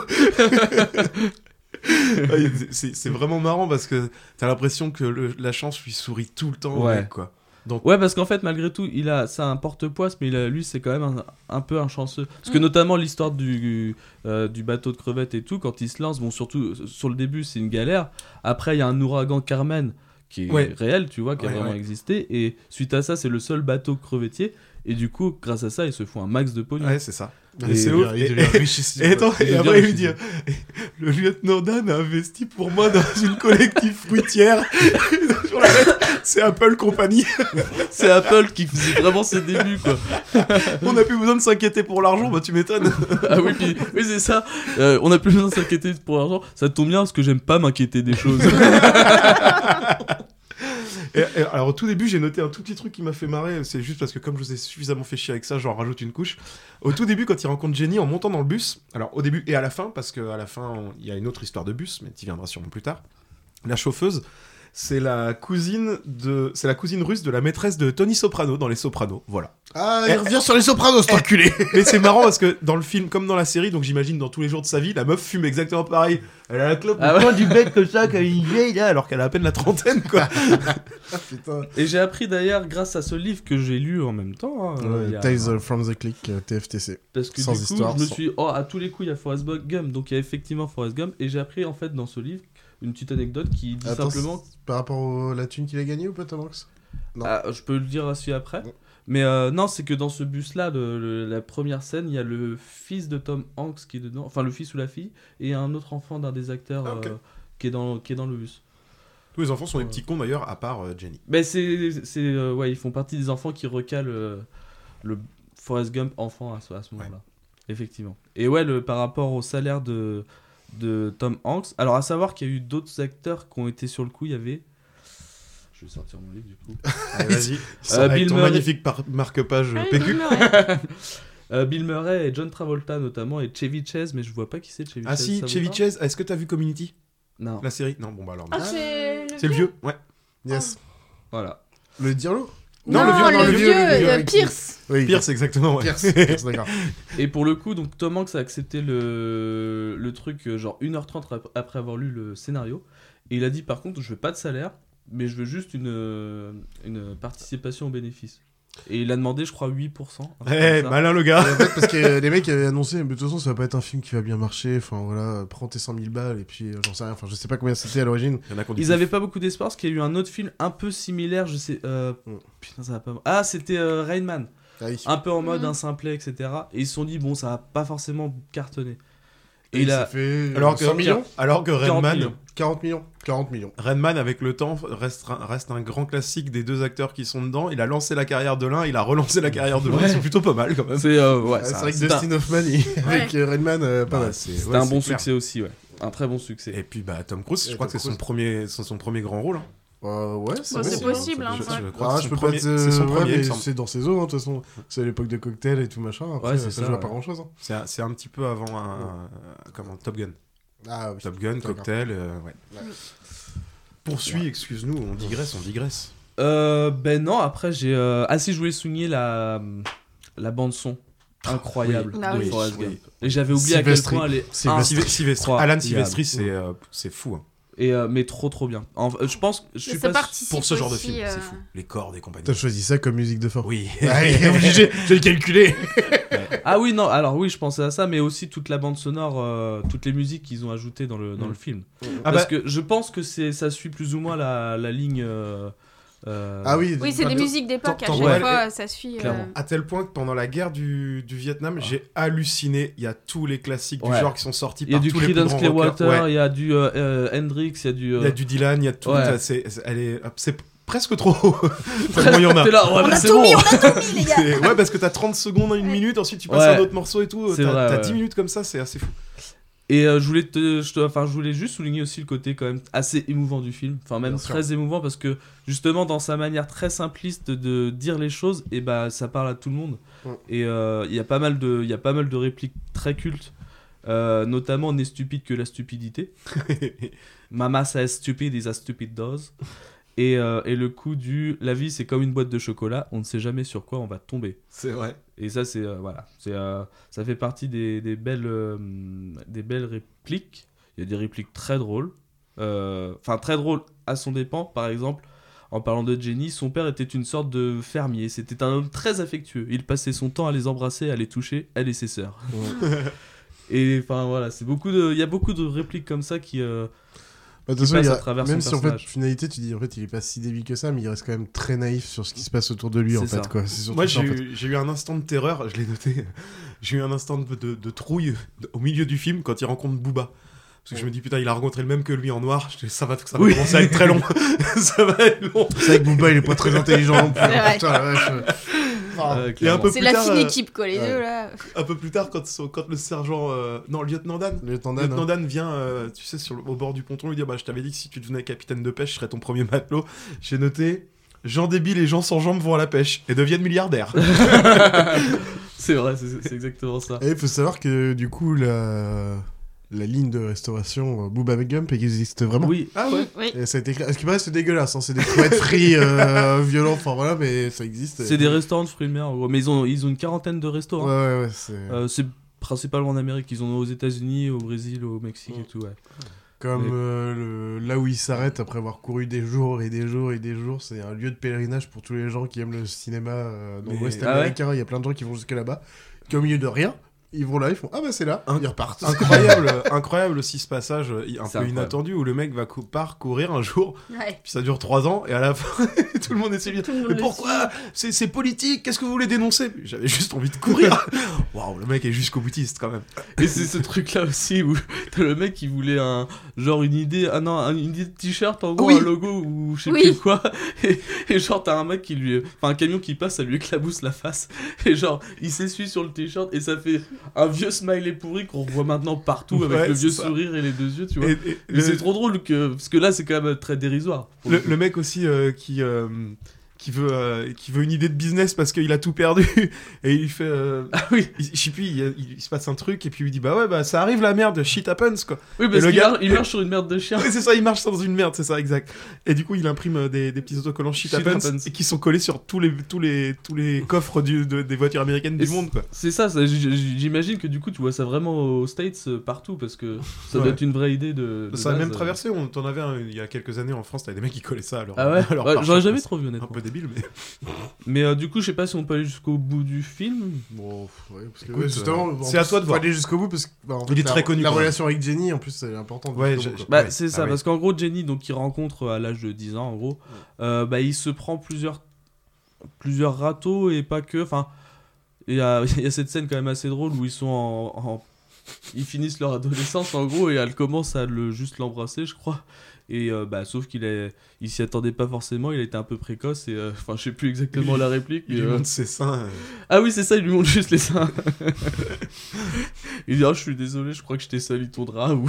Ouais, c'est, c'est vraiment marrant parce que t'as l'impression que le- la chance lui sourit tout le temps. Ouais. mec, quoi. Donc, Ouais, parce qu'en fait, malgré tout, il a, c'est un porte-poisse, mais il a, lui, c'est quand même un, un peu un chanceux. Parce que Mm. notamment l'histoire du, euh, du bateau de crevettes et tout, quand il se lance, bon, surtout euh, sur le début, c'est une galère. Après, il y a un ouragan Carmen qui est Ouais. réel, tu vois, qui a Ouais, vraiment ouais. existé. Et suite à ça, c'est le seul bateau crevettier. Et du coup, grâce à ça, il se font un max de pognon. ouais, c'est ça. Et Et c'est il ouf. devient- il Et, devient et- richissime, et attends, quoi. et Il après, il devient lui dit le lieutenant Dan a investi pour moi dans une collective fruitière. Sur la lettre, c'est Apple Company. C'est Apple qui faisait vraiment ses débuts, quoi. On n'a plus besoin de s'inquiéter pour l'argent, bah tu m'étonnes. Ah oui, puis, oui c'est ça. Euh, on a plus besoin de s'inquiéter pour l'argent. Ça tombe bien parce que j'aime pas m'inquiéter des choses. Et, et alors au tout début, j'ai noté un tout petit truc qui m'a fait marrer. C'est juste parce que comme je vous ai suffisamment fait chier avec ça, j'en rajoute une couche. Au tout début, quand il rencontre Jenny en montant dans le bus, alors au début et à la fin, parce qu'à la fin, on- il y a une autre histoire de bus, mais tu y viendras sûrement plus tard. La chauffeuse, c'est la cousine de, c'est la cousine russe de la maîtresse de Tony Soprano dans Les Sopranos. Voilà. Ah, Eh, il revient sur les Sopranos, cet eh, enculé. Mais c'est marrant parce que dans le film, comme dans la série, donc j'imagine dans tous les jours de sa vie, la meuf fume exactement pareil. Elle a la clope Ah au ouais. coin du bec comme ça, comme une vieille là, alors qu'elle a à peine la trentaine, quoi. Ah, putain. Et j'ai appris d'ailleurs, grâce à ce livre que j'ai lu en même temps. hein, Ouais, il y a- Tales from the Click, euh, T F T C. Parce que Sans du coup, histoire, je me sans- suis. Oh, à tous les coups, il y a Forrest Gump. Donc il y a effectivement Forrest Gump. Et j'ai appris en fait dans ce livre une petite anecdote qui dit Attends, simplement. c'est par rapport à la thune qu'il a gagnée ou pas, Tom Hanks? Non. Ah, je peux le dire aussi après. Ouais. Mais euh, non, c'est que dans ce bus-là, le- le- la première scène, il y a le fils de Tom Hanks qui est dedans, enfin le fils ou la fille, et un autre enfant d'un des acteurs Ah, ok. euh, qui, est dans, qui est dans le bus. Tous les enfants sont des petits cons d'ailleurs, à part euh, Jenny. Mais c'est, c'est euh, ouais, ils font partie des enfants qui recalent euh, le Forrest Gump enfant à ce, à ce moment-là. Effectivement. Et ouais, le, par rapport au salaire de, de Tom Hanks, alors à savoir qu'il y a eu d'autres acteurs qui ont été sur le coup, il y avait... Je vais sortir mon livre du coup. Allez, vas-y. Euh, Avec Bill ton Murray. magnifique par- marque-page Ah, P Q. Bill Murray. Euh, Bill Murray et John Travolta notamment, et Chevy Chase, mais je vois pas qui c'est Chevy Ah Chase. si, ça vous Chevy parle Chase, est-ce que t'as vu Community? Non. La série? Non, bon bah alors. Ah, non. c'est le C'est le vieux, ouais. Yes. Voilà. Le Dirlo? Non, le vieux, le, non, le vieux, vieux, le vieux, euh, avec- Pierce. Oui, Pierce, exactement, ouais. Pierce, Pierce, d'accord. Et pour le coup, donc Tom Hanks a accepté le, le truc euh, genre une heure trente ap- après avoir lu le scénario. Et il a dit par contre, je veux pas de salaire, mais je veux juste une, euh, une participation au bénéfice. Et il a demandé, je crois, huit pour cent. un truc Eh, comme ça. malin le Et gars. en fait, parce que euh, les mecs avaient annoncé, mais de toute façon, ça va pas être un film qui va bien marcher. Enfin voilà, euh, prends tes cent mille balles et puis euh, j'en sais rien. Enfin, je sais pas combien c'était à l'origine. Il y en a qui ont dit Ils kiff. avaient pas beaucoup d'espoir parce qu'il y a eu un autre film un peu similaire, je sais. euh, Mm. Putain, ça va pas. Ah, c'était euh, Rain Man. Ah oui. Un peu en mode Mhm. un simplet, et cetera. Et ils se sont dit, bon, ça va pas forcément cartonner. Et Et il il a. s'est fait euh, Alors que, cent millions alors que quarante Redman, millions. quarante millions. quarante millions. Redman, avec le temps, reste un, reste un grand classique des deux acteurs qui sont dedans. Il a lancé la carrière de l'un, il a relancé la carrière de l'autre. Ouais. Ils sont plutôt pas mal quand même. C'est euh, ouais, Ah, c'est c'est un- vrai que c'est Dustin un- Hoffman il- avec euh, Redman, euh, pas Ah, mal. c'est C'était ouais, un c'est bon clair. succès aussi, ouais. Un très bon succès. Et puis bah Tom Cruise, je Et crois Tom que c'est son Cruise. premier, c'est son premier grand rôle. hein. Euh, ouais, c'est Bon, vrai. c'est possible, hein, Je, ouais. je crois Ah, que je c'est peux son pas premier- te... c'est son ouais, premier, il mais me semble. c'est dans ses eaux, hein, de toute façon. C'est à l'époque de Cocktail et tout machin. Après, Ouais, ça c'est ça ça, joue à ouais. pas grand chose. Hein. C'est un, c'est un petit peu avant un, un- comment Top Gun. Ah, oui. Top Gun, D'accord. Cocktail, euh, ouais. Ouais. Poursuis, Ouais. excuse-nous, on digresse, on digresse. Euh, ben non, après j'ai. Euh... Ah si, je voulais souligner la, la bande-son. Incroyable Oui. Ah de oui. Forrest Oui. Gump. Et j'avais oublié à quel Silvestri. point elle est. Sylvestri. Sylvestri. incroyable. Alan Silvestri, c'est euh, c'est fou. Hein. Et euh, mais trop trop bien. En- je pense, je suis Mais ça pas. participe Pour ce genre de aussi, film, euh, c'est fou. Les cordes et compagnie. T'as choisi ça comme musique de fin. Oui. Ah, il est obligé, je l'ai calculé. Ah oui non, alors oui, je pensais à ça, mais aussi toute la bande sonore, euh, toutes les musiques qu'ils ont ajoutées dans le dans Mm. le film. Ah Parce bah- que je pense que c'est ça suit plus ou moins la la ligne. euh, euh, Ah oui, Oui, c'est des musiques d'époque, à T'en- chaque ouais, fois, ça suit. euh, clairement. À tel point que pendant la guerre du, du Vietnam, j'ai halluciné. Il y a tous les classiques Ouais. du genre qui sont sortis Il y a par du tous les plus Creedence grands Clearwater, rockers. Ouais. il y a du euh, euh, Hendrix, il y a du. euh, Il y a du Dylan, il y a tout. Ouais. C'est, c'est- elle est, c'est presque trop. Tellement il y en a. T'es là, ouais, On bah, a c'est tout bon. mis, on a tout mis, les gars. C'est- Ouais, parce que t'as trente secondes, une minute, ensuite tu passes Ouais. à un autre morceau et tout. C'est T'as, vrai, t'as ouais. dix minutes comme ça, c'est assez fou. Et euh, je voulais te, je te- enfin, je voulais juste souligner aussi le côté quand même assez émouvant du film, enfin même Bien sûr. très émouvant parce que justement dans sa manière très simpliste de dire les choses, et bah ça parle à tout le monde. Ouais. Et euh, il y a pas mal de, il y a pas mal de répliques très cultes, euh, notamment n'est stupide que la stupidité. Mama says stupid is as stupid does. Et, euh, et le coup du la vie c'est comme une boîte de chocolat, on ne sait jamais sur quoi on va tomber. C'est vrai. Et ça, c'est euh, voilà, c'est euh, ça fait partie des, des belles euh, des belles répliques. Il y a des répliques très drôles, Euh, enfin très drôles à son dépend. Par exemple, en parlant de Jenny, son père était une sorte de fermier. C'était un homme très affectueux. Il passait son temps à les embrasser, à les toucher, elle et ses sœurs. Et enfin voilà, c'est beaucoup de, il y a beaucoup de répliques comme ça qui. Euh, Bah, de qui toute façon, passent il y a- à travers même son si en fait, personnage. finalité, tu dis en fait, il est pas si débile que ça, mais il reste quand même très naïf sur ce qui se passe autour de lui en C'est fait. ça. Quoi. C'est surtout Moi, ça, j'ai, en fait. eu, j'ai eu un instant de terreur, je l'ai noté. J'ai eu un instant de, de, de trouille au milieu du film quand il rencontre Booba. Parce que je me dis, putain, il a rencontré le même que lui en noir. Je dis, ça va, ça va Oui. commencer à être très long. Ça va être long. C'est vrai que Booba, il est pas très intelligent non plus. C'est vrai. Putain, la vache. euh, Et un peu C'est plus la tard, fine euh, équipe, quoi, les ouais. deux, là. Un peu plus tard, quand, son- quand le sergent. euh, non, le lieutenant Dan. Le lieutenant Le Dan, lieutenant hein. Dan vient, euh, tu sais, sur le- au bord du ponton, lui dire, bah, je t'avais dit que si tu devenais capitaine de pêche, je serais ton premier matelot. J'ai noté. Gens débiles et gens sans jambes vont à la pêche et deviennent milliardaires. c'est vrai, c'est, c'est exactement ça. Et il faut savoir que du coup, la, la ligne de restauration euh, Booba Gump existe vraiment. Oui, Ah ouais. Oui. Et ça a été créé. Ce qui paraît, c'est dégueulasse. Hein. C'est des crevettes frites euh, violents. Enfin voilà, mais ça existe. C'est des restaurants de fruits de mer en gros, mais ils ont ils ont une quarantaine de restos. Ouais, hein. ouais, ouais. C'est Euh, c'est principalement en Amérique, ils en ont aux États-Unis, au Brésil, au Mexique et tout, ouais. comme Mais- euh, le... là où il s'arrête après avoir couru des jours et des jours et des jours. C'est un lieu de pèlerinage pour tous les gens qui aiment le cinéma euh, dans Mais- l'Ouest Ah ouais américain. Il y a plein de gens qui vont jusque là-bas. Qui au milieu de rien, ils vont là, ils font ah bah c'est là, Un- ils repartent. Incroyable, incroyable aussi ce passage euh, un C'est peu incroyable. inattendu où le mec va cou- part courir un jour, Ouais. puis ça dure trois ans et à la fin tout le monde essaie de lui Tout le dire monde mais le pourquoi c'est, c'est politique, qu'est-ce que vous voulez dénoncer? J'avais juste envie de courir. Waouh, le mec est jusqu'au boutiste quand même. Et c'est ce truc là aussi où t'as le mec qui voulait un genre une idée, ah non, un- une idée de t-shirt en gros, Oui. un logo ou je sais Oui. plus quoi, et, et genre t'as un mec qui lui, enfin un camion qui passe, ça lui éclabousse la face, et genre il s'essuie sur le t-shirt et ça fait un vieux smiley pourri qu'on voit maintenant partout avec Ouais, le vieux c'est ça. sourire et les deux yeux, tu vois. Et- et Mais le- c'est trop drôle que parce que là c'est quand même très dérisoire. pour Le, le coup. le mec aussi euh, qui, euh, qui, veut, euh, qui veut une idée de business parce qu'il a tout perdu et il fait. euh, Ah oui. il- Je sais plus, il, il- il se passe un truc et puis il lui dit bah ouais, bah ça arrive la merde, shit happens quoi. Oui Et parce le qu'il gars- marche, il marche sur une merde de chien. Oui, c'est ça, il marche dans une merde, c'est ça, exact. Et du coup, il imprime euh, des, des petits autocollants shit, Shit happens, happens. et qui sont collés sur tous les, tous les, tous les coffres du, de- des voitures américaines Et du monde, quoi. C'est ça, ça, j- j- j'imagine que du coup tu vois ça vraiment aux States euh, partout parce que ça doit Ouais. être une vraie idée de. de Ça a base, même euh. traversé, on t'en avait un, il y a quelques années en France, t'avais des mecs qui collaient ça à leur. Ah ouais, à leur Ouais, pare-choc, j'en ai jamais quoi. trop vu Un honnêtement. peu débile, mais. Mais euh, du coup, je sais pas si on peut aller jusqu'au bout du film. Bon, ouais, parce que Écoute, ouais, justement, euh, en c'est à plus, toi de faut voir. aller jusqu'au bout parce que bah, en Il fait, est la- très connu, La quand même. relation avec Jenny, en plus, c'est important. Ouais, jusqu'au j'ai- bout, quoi. Bah, Ouais. c'est ça, Ah ouais. parce qu'en gros, Jenny, donc, il rencontre à l'âge de dix ans, en gros, euh, bah, il se prend plusieurs, plusieurs râteaux et pas que. Enfin, il y a, il y a cette scène quand même assez drôle où ils sont en. en- ils finissent leur adolescence, en gros, et elle commence à le, juste l'embrasser, je crois. Et euh, bah, sauf qu'il est, il s'y attendait pas forcément, il était un peu précoce, et euh, enfin, je sais plus exactement Il- la réplique. Il mais, lui euh, montre ses seins. euh, Ah oui, c'est ça, il lui montre juste les seins. Il dit, ah, je suis désolé, je crois que je t'ai sali ton drap. Ou...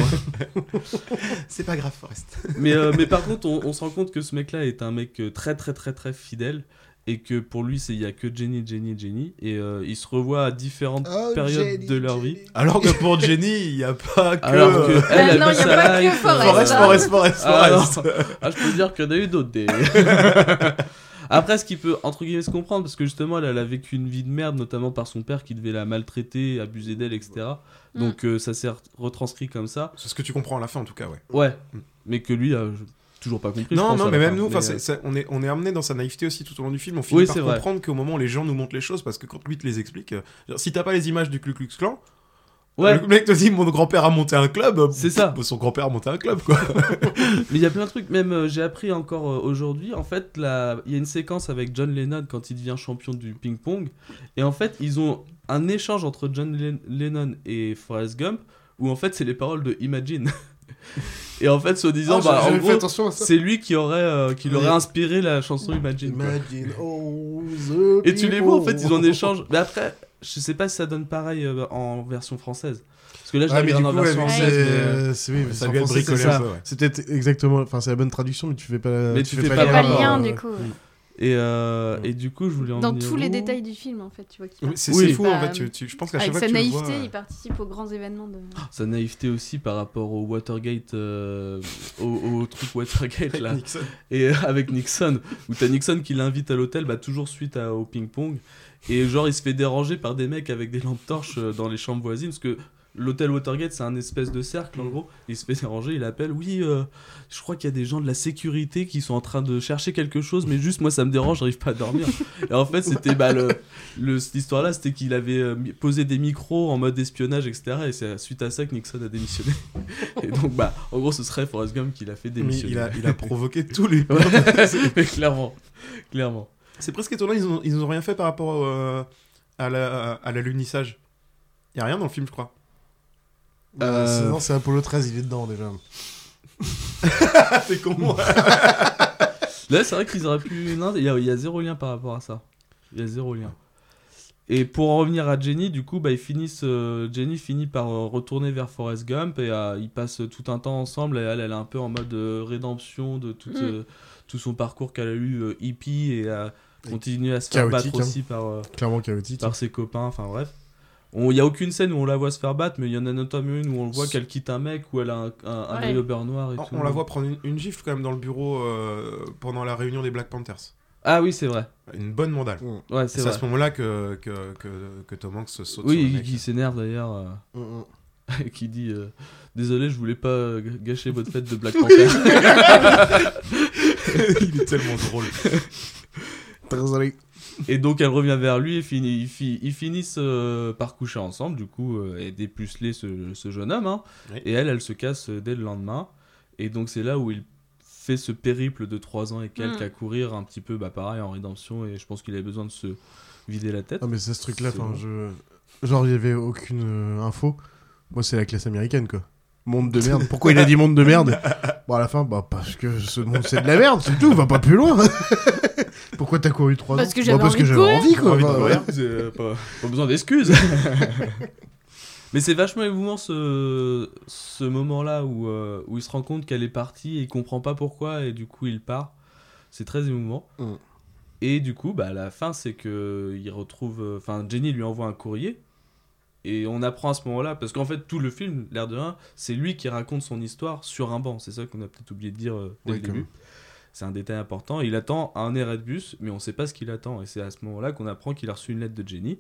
C'est pas grave, Forrest. mais, euh, mais par contre, on, on se rend compte que ce mec-là est un mec euh, très très très très fidèle. et que pour lui c'est il y a que Jenny, Jenny, Jenny, et euh, ils se revoient à différentes Oh, périodes Jenny, de leur Jenny. vie. Alors que pour Jenny, il n'y a pas que. Alors que euh, elle Bah a non, mis y a sa pas que life, Forrest, Forrest, hein. Forrest, Forrest, Ah, Forrest. non. Ah, je peux dire qu'il y en a eu d'autres. Des... Après, ce qui peut, entre guillemets, se comprendre, parce que justement, elle, elle a vécu une vie de merde, notamment par son père qui devait la maltraiter, abuser d'elle, et cetera. Mm. Donc, euh, ça s'est retranscrit comme ça. C'est ce que tu comprends à la fin, en tout cas, ouais. Ouais, Mm. mais que lui a toujours pas compris. je Non, pense, non, à mais la même fin. nous, enfin, Mais, c'est- euh, c'est- on est, on est amené dans sa naïveté aussi tout au long du film. On finit Oui, par c'est vrai. comprendre qu'au moment où les gens nous montrent les choses, parce que quand lui te les explique, euh, genre, si t'as pas les images du Ku Klux Klan, Ouais. le mec te dit mon grand-père a monté un club, euh, C'est ça. bah, son grand-père a monté un club, quoi. Mais il y a plein de trucs, même euh, j'ai appris encore euh, aujourd'hui, en fait, la- il y a une séquence avec John Lennon quand il devient champion du ping-pong, et en fait, ils ont un échange entre John Len- Lennon et Forrest Gump, où en fait, c'est les paroles de Imagine. Et en fait, soi-disant, Ah, bah, j'avais en fait gros, attention à ça. c'est lui qui aurait, euh, qui l'aurait Oui. inspiré la chanson Imagine. quoi. Imagine all the Et tu les vois, en fait, people. ils en échangent. Mais après, je sais pas si ça donne pareil euh, en version française. Parce que là, je Ouais, l'ai mais du regardé coup, en ouais, version mais anglaise. c'est mais, euh, euh, c'est- oui, mais ça en lui a français, bricolé c'est un ça. peu, ouais. C'est peut-être exactement, enfin c'est la bonne traduction, mais tu fais pas. la- Mais tu tu fais fais pas, pas pas le le rapport, lien, euh, du coup. ouais. Et, euh, et du coup, je voulais en Dans venir tous les où détails du film, en fait, tu vois qu'il Oui, C'est Oui. c'est fou, en Bah, fait. Tu, tu- je pense qu'à chaque Avec fois sa que tu le naïveté, vois, il participe aux grands événements de. sa naïveté aussi par rapport au Watergate, euh, au, au truc Watergate là, Nixon. et euh, avec Nixon, où t'as Nixon qui l'invite à l'hôtel, bah toujours suite à- au ping-pong, et genre il se fait déranger par des mecs avec des lampes torches euh, dans les chambres voisines, parce que l'hôtel Watergate c'est un espèce de cercle en gros, il se fait déranger, il appelle, oui, euh, je crois qu'il y a des gens de la sécurité qui sont en train de chercher quelque chose, mais juste moi ça me dérange, j'arrive pas à dormir. Et en fait c'était, bah le, le, cette histoire là c'était qu'il avait euh, mi- posé des micros en mode espionnage, et cetera. Et c'est suite à ça que Nixon a démissionné. Et donc bah en gros ce serait Forrest Gump qui l'a fait Mais démissionner. il a, il a provoqué tous les. Ouais, mais clairement, clairement. C'est presque étonnant, ils ont, ils ont rien fait par rapport euh, à la- à l'alunissage. Il y a rien dans le film, je crois. Bah, Euh, sinon, c'est Apollo treize, il est dedans déjà. T'es con. Là, c'est vrai qu'ils auraient pu. Non, il y, a- il y a zéro lien par rapport à ça. Il y a zéro lien. Et pour en revenir à Jenny, du coup, bah, ils finissent, euh, Jenny finit par euh, retourner vers Forrest Gump et euh, ils passent tout un temps ensemble. Et elle, elle est un peu en mode euh, rédemption de toute, Mm. euh, tout son parcours qu'elle a eu euh, hippie et a continué à se Chaotique, faire battre hein. aussi par, euh, Clairement chaotique. par ses copains. Enfin bref. Il n'y a aucune scène où on la voit se faire battre, mais il y en a notamment une où on le voit qu'elle quitte un mec, où elle a un, un, un Ouais. maillot beurre noir et On, tout. on la voit prendre une, une gifle quand même dans le bureau euh, pendant la réunion des Black Panthers. Ah oui, c'est vrai. Une bonne mandale. Ouais, Et c'est c'est à vrai. ce moment-là que, que, que, que Tom Hanks saute sur le Oui, mec. qui s'énerve d'ailleurs. euh, Mm, mm. qui dit euh, désolé, je voulais pas g- gâcher votre fête de Black Panther. Il est tellement drôle. Désolé. Et donc elle revient vers lui et fini, ils, fi- ils finissent euh, par coucher ensemble, du coup, euh, et dépuceler ce, ce jeune homme. Hein. Oui. Et elle, elle se casse euh, dès le lendemain. Et donc c'est là où il fait ce périple de trois ans et quelques Mm. à courir un petit peu, bah pareil, en rédemption. Et je pense qu'il avait besoin de se vider la tête. Ah, mais c'est ce truc-là, C'est enfin, bon. je. Genre, il y avait aucune euh, info. Moi, c'est la classe américaine, quoi. Monde de merde. Pourquoi il a dit monde de merde? Bon, à la fin, bah, parce que ce monde, c'est de la merde, c'est tout, va pas plus loin. Pourquoi t'as couru trois ans? Parce que Bah, j'avais parce envie que de j'avais courir. envie, quoi. Envie de Enfin, courir. C'est, euh, pas, pas besoin d'excuses. Mais c'est vachement émouvant ce, ce moment-là où, euh, où il se rend compte qu'elle est partie et il comprend pas pourquoi et du coup il part. C'est très émouvant. Mm. Et du coup, bah, à la fin, c'est que il retrouve. Enfin, Jenny lui envoie un courrier. Et on apprend à ce moment-là, parce qu'en fait, tout le film, l'air de rien, c'est lui qui raconte son histoire sur un banc. C'est ça qu'on a peut-être oublié de dire euh, dès Ouais, le quand début. même. C'est un détail important. Il attend un arrêt de bus, mais on sait pas ce qu'il attend. Et c'est à ce moment-là qu'on apprend qu'il a reçu une lettre de Jenny.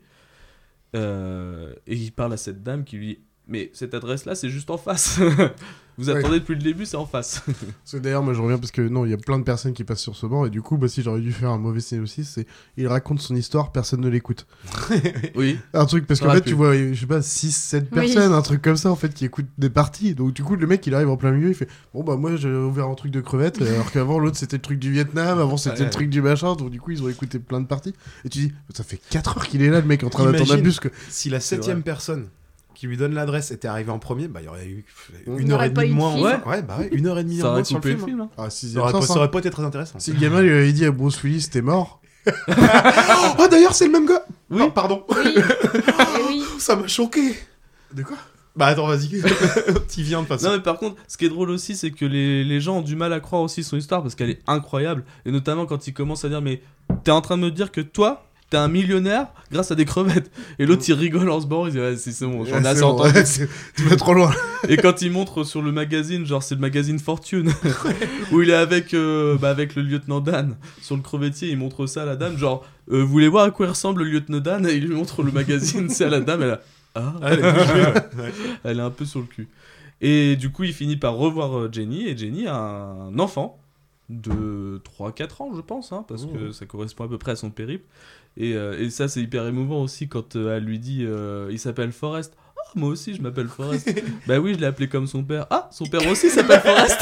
Euh, et il parle à cette dame qui lui dit mais cette adresse-là, c'est juste en face. Vous Ouais. attendez depuis le début, c'est en face. Parce que d'ailleurs, moi je reviens parce que non, il y a plein de personnes qui passent sur ce banc et du coup, bah, si j'aurais dû faire un mauvais synopsis, c'est il raconte son histoire, personne ne l'écoute. Oui. Un truc, parce Ça qu'en aurait fait, pu. tu vois, je sais pas, six sept Oui. personnes, un truc comme ça, en fait, qui écoutent des parties. Donc, du coup, le mec, il arrive en plein milieu, il fait bon, bah, moi j'ai ouvert un truc de crevettes, alors qu'avant, l'autre c'était le truc du Vietnam, avant c'était Ouais. le truc du machin, donc du coup, ils ont écouté plein de parties. Et tu dis, ça fait quatre heures qu'il est là, le mec, en train d'attendre Imagine un bus, quoi. si la septième personne qui lui donne l'adresse était arrivée en premier, bah il y aurait eu On une heure aurait et pas demie eu de de moins. film. Ouais, ouais, bah ouais, une heure et demie Ça en aurait moins sur le coupé film. le film. hein. Ah, Ça sixième aurait, sens, ça hein. aurait pas été très intéressant. Si le gamin lui avait dit à Bruce Willis, t'es mort. Oh d'ailleurs c'est le même gars. Oui. Non, pardon. Oui. Eh oui. Ça m'a choqué. De quoi? Bah attends vas-y. T'y viens de façon. Non mais par contre, ce qui est drôle aussi, c'est que les, les gens ont du mal à croire aussi son histoire parce qu'elle est incroyable. Et notamment quand il commence à dire mais t'es en train de me dire que toi, t'es un millionnaire grâce à des crevettes. Et l'autre, il rigole en se barrant, il dit, ouais, c'est, c'est bon, j'en ai Ouais, assez c'est bon, entendu. ouais, c'est- tu vas trop loin. Et quand il montre sur le magazine, genre c'est le magazine Fortune, où il est avec, euh, bah, avec le lieutenant Dan sur le crevettier, il montre ça à la dame, genre, euh, vous voulez voir à quoi il ressemble le lieutenant Dan? Et il lui montre le magazine, c'est à la dame, elle a, ah, Ah, elle est bouche bée, ouais. elle est un peu sur le cul. Et du coup, il finit par revoir euh, Jenny, et Jenny a un enfant de trois quatre ans, je pense, hein, parce Oh. que ça correspond à peu près à son périple. Et, euh, et ça, c'est hyper émouvant aussi quand euh, elle lui dit euh, il s'appelle Forrest. Ah, moi aussi, je m'appelle Forrest. Bah oui, je l'ai appelé comme son père. Ah, son père aussi s'appelle Forrest.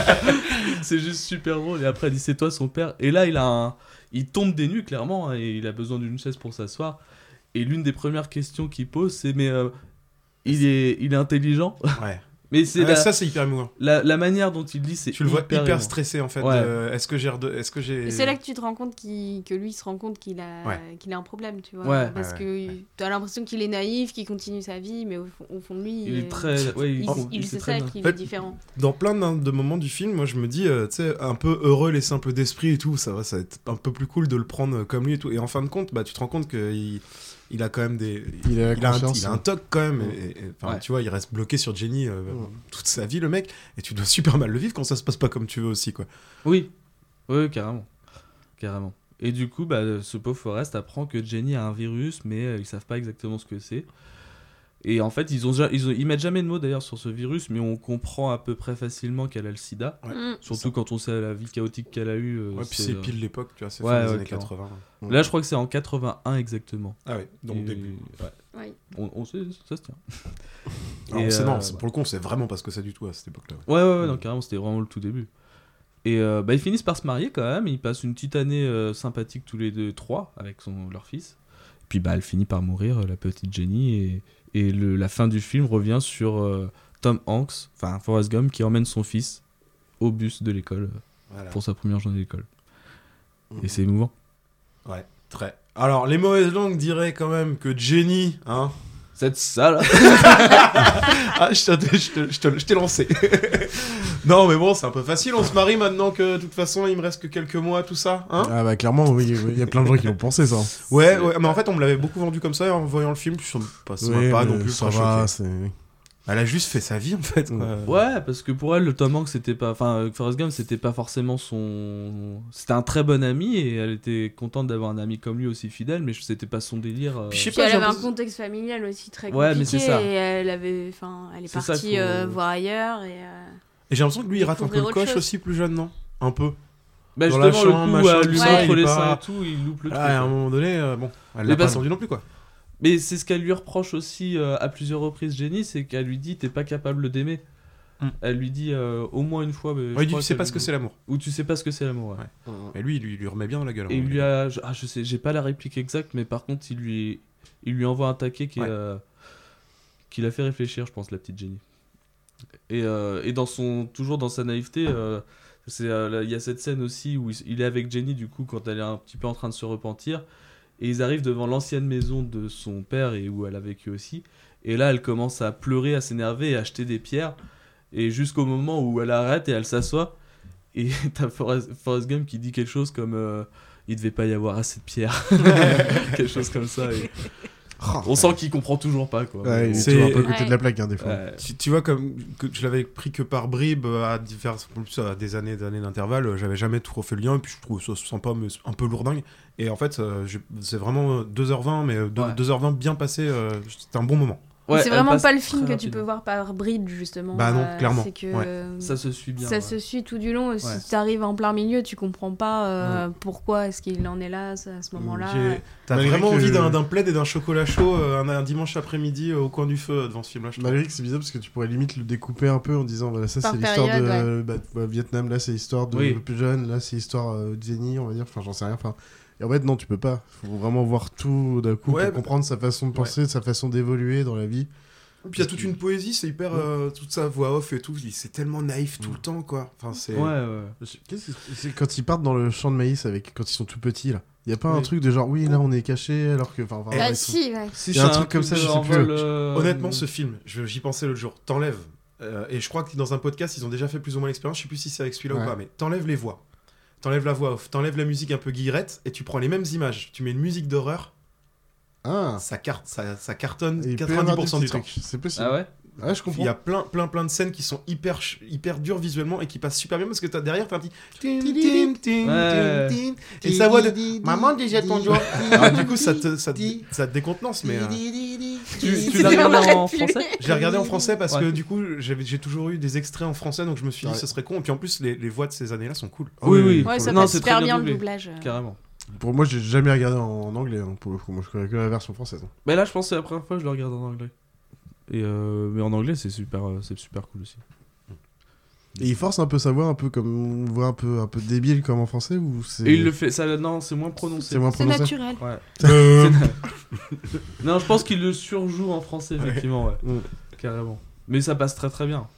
C'est juste super drôle. Et après, elle dit c'est toi son père. Et là, il a un... il tombe des nues, clairement, hein, et il a besoin d'une chaise pour s'asseoir. Et l'une des premières questions qu'il pose, c'est mais euh, il, est... il est intelligent. Ouais. Mais c'est Ouais, la... ça, c'est hyper émouvant. La, la manière dont il dit, c'est Tu le vois hyper, émouvant. stressé en fait. Ouais. Euh, est-ce que j'ai, rede- est-ce que j'ai. Et c'est là que tu te rends compte qu'il... que lui il se rend compte qu'il a, Ouais. qu'il a un problème, tu vois. Ouais. Parce Ouais, que t'as l'impression qu'il est naïf, qu'il continue sa vie, mais au fond, au fond de lui, Il est très- ouais, il- il, il- il il sait sait très ça bien. qu'il En est fait, différent. Dans plein de, de moments du film, moi je me dis, euh, tu sais, un peu heureux les simples d'esprit et tout, ça va, ça va être un peu plus cool de le prendre comme lui et tout. Et en fin de compte, bah tu te rends compte qu'il il a quand même des, Il a la il a un, conscience, il a un hein. toc quand même. Ouais. Et, et- enfin, Ouais. tu vois, il reste bloqué sur Jenny euh, Ouais. toute sa vie, le mec. Et tu dois super mal le vivre quand ça se passe pas comme tu veux aussi, quoi. Oui, oui, carrément. Carrément. Et du coup, bah, ce pauvre Forrest apprend que Jenny a un virus, mais euh, ils savent pas exactement ce que c'est. Et en fait, ils, ont, ja- ils, ont, ils mettent jamais de mots d'ailleurs sur ce virus, mais on comprend à peu près facilement qu'elle a le sida. Ouais. Mm. Surtout quand on sait la vie chaotique qu'elle a eue. euh, Ouais, puis c'est pile l'époque, tu vois, c'est Ouais, fin des ouais, années clairement. quatre-vingts. Là, je crois que c'est en quatre-vingt-un exactement. Ah ouais, donc Et- début. ouais. Oui. On, on sait, ça se tient. Alors, Et, c'est euh, non, c'est- ouais. pour le coup, on sait vraiment pas ce que c'est du tout à cette époque-là. Ouais, ouais, ouais, non, carrément, c'était vraiment le tout début. Et euh, bah, ils finissent par se marier quand même. Ils passent une petite année euh, sympathique tous les deux, trois, avec son, leur fils. Puis bah, elle finit par mourir, euh, la petite Jenny. Et, et le, la fin du film revient sur euh, Tom Hanks, enfin Forrest Gump, qui emmène son fils au bus de l'école euh, Voilà. pour sa première journée d'école. Et c'est émouvant. Ouais, très. Alors, les mauvaises langues diraient quand même que Jenny, hein. Cette sale. Ah, je t'ai- je te- je te- je t'ai lancé. Non, mais bon, c'est un peu facile. On se marie maintenant que, de toute façon, il me reste que quelques mois, tout ça, hein. Ah bah clairement, oui, oui, il y a plein de gens qui l'ont pensé ça. Ouais, ouais, mais en fait, on me l'avait beaucoup vendu comme ça en voyant le film. Je suis pas, ça m'a Oui, pas mais non plus ça ultra va, choqué. c'est- Elle a juste fait sa vie, en fait. quoi. Ouais, parce que pour elle, le Tom Hanks, c'était pas. Enfin, euh, Forrest Gump, c'était pas forcément son. C'était un très bon ami et elle était contente d'avoir un ami comme lui aussi fidèle, mais c'était pas son délire. euh. Puis je sais Puis pas, elle j'ai avait un l'impression- contexte familial aussi très Ouais, mais compliqué c'est ça. et elle avait, enfin, elle est, C'est ça partie qu'il faut- euh, voir ailleurs et. euh, Et j'ai l'impression que lui, il rate un peu découvrir le autre coche chose. aussi plus jeune, non? Un peu. Bah, Dans la justement, le chambre, coup machin, à tout lui ça, mettre il est les pas- seins et tout, il loupe le Ah, truc. à un quoi. moment donné, euh, bon, elle Mais l'a pas parce- attendu non plus, quoi. Mais c'est ce qu'elle lui reproche aussi euh, à plusieurs reprises, Jenny, c'est qu'elle lui dit t'es pas capable d'aimer. Mm. Elle lui dit euh, au moins une fois. mais je Ouais, il dit, crois tu sais qu'elle pas lui ce que dit- c'est l'amour. Ou tu sais pas ce que c'est l'amour. Ouais. Et lui, il lui, il lui remet bien dans la gueule. Et hein. il lui a, je- ah, je sais, j'ai pas la réplique exacte, mais par contre il lui, il lui envoie un taquet qui, Ouais. euh, qui l'a fait réfléchir, je pense, la petite Jenny. Et, euh, et dans son, toujours dans sa naïveté, euh, c'est, euh, là, il y a cette scène aussi où il, il est avec Jenny du coup quand elle est un petit peu en train de se repentir, et ils arrivent devant l'ancienne maison de son père et où elle a vécu aussi. Et là, elle commence à pleurer, à s'énerver et à acheter des pierres. Et jusqu'au moment où elle arrête et elle s'assoit, et t'as Forrest, Forrest Gump qui dit quelque chose comme euh, il devait pas y avoir assez de pierres, quelque chose comme ça. Et... On sent qu'il comprend toujours pas quoi. Ouais, il est C'est- toujours un peu à côté Ouais. de la plaque, hein, des fois. Ouais. Tu, tu vois, comme que je l'avais pris que par bribes à, divers, en plus, à des années d'années d'intervalle, euh, j'avais jamais trop fait le lien, et puis je trouve ça sympa, mais un peu lourdingue. Et en fait, euh, je- c'est vraiment deux heures vingt, mais euh, deux- Ouais. deux heures vingt bien passé, euh, c'était un bon moment. Mais c'est elle vraiment passe pas le film très que tu peux rapidement. voir par bride justement. Bah non, Euh, clairement. C'est que Ouais. euh, Ça se suit bien. ça ouais. se suit tout du long. Ouais. Si tu arrives en plein milieu, tu comprends pas euh, pourquoi est-ce qu'il en est là à ce moment-là. J'ai- T'as Malgré vraiment que- envie d'un, d'un plaid et d'un chocolat chaud euh, un, un dimanche après-midi euh, au coin du feu euh, devant ce film-là. je trouve. Malgré que c'est bizarre parce que tu pourrais limite le découper un peu en disant voilà, ça Par c'est l'histoire de période, bah, bah, Vietnam, là c'est l'histoire de Oui. le plus jeune, là c'est l'histoire euh, de Jenny, on va dire, enfin j'en sais rien. Enfin, et en fait, non, tu peux pas. Faut vraiment voir tout d'un coup Ouais, pour comprendre sa façon de penser, sa façon d'évoluer dans la vie. Et puis il y a toute une poésie, c'est hyper. euh, toute sa voix off et tout, il- c'est tellement naïf tout le temps, quoi. Enfin, c'est. Ouais, ouais. Qu'est-ce que c'est quand ils partent dans le champ de maïs avec quand ils sont tout petits là. Il y a pas un Oui. truc de genre oui là on est caché alors que enfin Eh, vraiment, Ah ils sont- si, ouais. Si Il y a un j'ai truc comme ça, je sais en plus. vol, euh, Honnêtement, ce film, je- j'y pensais l'autre jour, t'enlèves. euh, et je crois que dans un podcast, ils ont déjà fait plus ou moins l'expérience, je sais plus si c'est avec celui-là Ouais. ou pas, mais t'enlèves les voix. t'enlèves la voix off, t'enlèves la musique un peu guillerette, et tu prends les mêmes images, tu mets une musique d'horreur, ah. ça, car- ça, ça cartonne Et il peut y quatre-vingt-dix avoir pour cent des du petits temps. trucs, c'est possible. Ah ouais. Ouais, je comprends. Il y a plein, plein, plein de scènes qui sont hyper, ch- hyper dures visuellement et qui passent super bien parce que t'as, derrière, t'as un petit. Tin, tin, tin, Ouais. tin, tin, et sa voix de. Maman, déjà ton jour. Alors, du coup, ça te, ça te, ça te décontenance, mais. euh, Tu, tu l'as regardé en français? Je l'ai regardé en français parce Ouais. que du coup, j'avais, j'ai toujours eu des extraits en français, donc je me suis dit Ouais. ce serait con. Et puis en plus, les, les voix de ces années-là sont cool. Oui, oui. Ouais, ça Non, passe c'est super très bien bien le doublé. doublage. Carrément. Pour moi, j'ai jamais regardé en anglais, hein, pour le coup. Moi, je connais que la version française. hein. Mais là, je pense que c'est la première fois que je le regarde en anglais. Et euh, mais en anglais, c'est super, euh, c'est super cool aussi. Et il force un peu sa voix, un peu comme une voix un peu, un peu débile comme en français ou c'est... Et il le fait, ça, non, c'est moins prononcé. C'est moins C'est prononcé. naturel. Ouais. Euh. C'est- non, je pense qu'il le surjoue en français, effectivement, ouais. Mm. Carrément. Mais ça passe très très bien.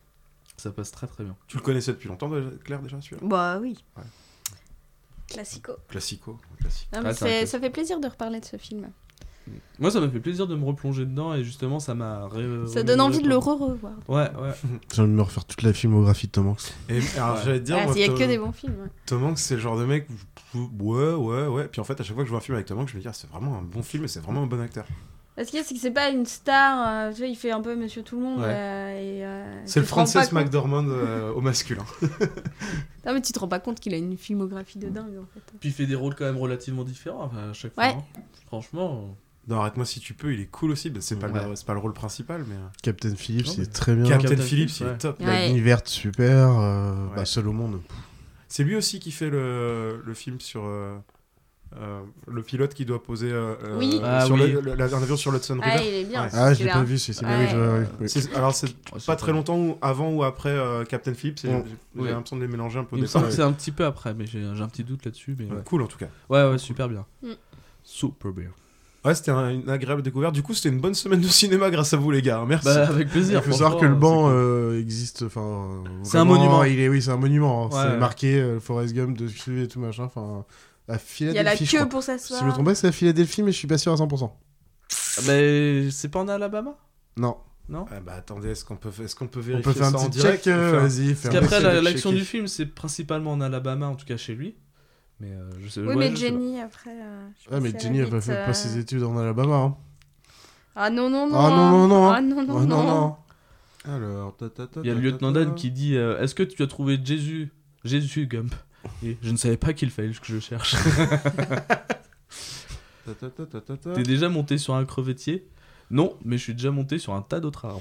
Ça passe très très bien. Tu le connaissais depuis longtemps, déjà, Claire, déjà, celui-là? Bah oui. Ouais. Classico. Classico. classico. Non, mais Ah, c'est un c'est- classique. ça fait plaisir de reparler de ce film. Moi, ça m'a fait plaisir de me replonger dedans et justement, ça m'a. Ré... Ça donne envie de le re-revoir. Ouais, ouais. J'ai envie de me refaire toute la filmographie de Tom Hanks. Et alors, Ouais. j'allais te dire, Ah, moi, il y a Tom- que des bons films. ouais. Tom Hanks, c'est le genre de mec où, où- ouais, ouais, ouais. Puis en fait, à chaque fois que je vois un film avec Tom Hanks, je me dis, ah, c'est vraiment un bon film et c'est vraiment un bon acteur. Parce qu'il y a, c'est que c'est pas une star, euh, tu vois, il fait un peu Monsieur Tout le Monde. Ouais. euh, et, euh, C'est le tu te rends pas Frances compte- McDormand euh, au masculin. Non, mais tu te rends pas compte qu'il a une filmographie de dingue en fait. Puis il fait des rôles quand même relativement différents enfin, à chaque fois. Ouais. hein. Franchement. Non, arrête-moi si tu peux, il est cool aussi. C'est pas, Ouais. le, c'est pas le rôle principal, mais. Captain Phillips, Non, c'est mais- très bien. Captain, Captain Phillips, Phillips, il ouais. est top. Ouais. La ligne verte, super. euh, Ouais. Bah, seul au monde. C'est lui aussi qui fait le, le film sur euh, euh, le pilote qui doit poser euh, Oui. euh, Ah sur oui. le, le- la- un avion sur l'Hudson Ah, River. il est bien. Ouais. Ah, je l'ai celui-là. pas vu, c'est mais oui, Ouais. je- ouais, oui. C'est- alors c'est c'est pas pas très mal. longtemps ou avant ou après euh, Captain Phillips. et Mm. J'ai j'ai Oui. l'impression de les mélanger un peu. Il me des semble fois. que c'est un petit peu après, mais j'ai j'ai un petit doute là-dessus. Mais Ouais, ouais. Cool en tout cas. ouais, ouais, super bien. Mm. Super bien. Ouais, c'était un- une agréable découverte. Du coup, c'était une bonne semaine de cinéma grâce à vous les gars. Merci. Bah, avec plaisir. Il faut savoir que le franchement, banc c'est cool. euh, existe. Enfin, C'est un vraiment, monument. Il est, oui, c'est un monument. hein. Ouais, c'est ouais. marqué euh, Forrest Gump dessus et tout machin. Enfin, à Il y a la Philadelphie. je queue crois. pour Si s'asseoir. je me trompe pas, c'est à Philadelphie, mais je suis pas sûr à cent pour cent. Mais c'est pas en Alabama? Non. Non? Ah bah attendez, est-ce qu'on peut, est-ce qu'on peut On vérifier peut faire un ça en petit direct check. euh, On peut faire- Vas-y, fais Parce un qu'après, petit la- check. l'action checker. du film, c'est principalement en Alabama, en tout cas chez lui. Mais euh, je sais Oui, ouais, mais je sais Jenny, après. euh, je sais Ouais, pas mais si elle Jenny, elle habite, fait pas euh, ses études en Alabama. Hein. Ah non, non, non. Ah non, non, non. Ah non, non, Oh, non, non. Alors, ta, ta, ta, Il y a le ta, lieutenant ta, Dan ta. qui dit euh, est-ce que tu as trouvé Jésus Jésus Gump Et je ne savais pas qu'il fallait que je cherche. Ta, ta, ta, ta, ta, ta. T'es déjà monté sur un crevettier? Non, mais je suis déjà monté sur un tas d'autres arbres.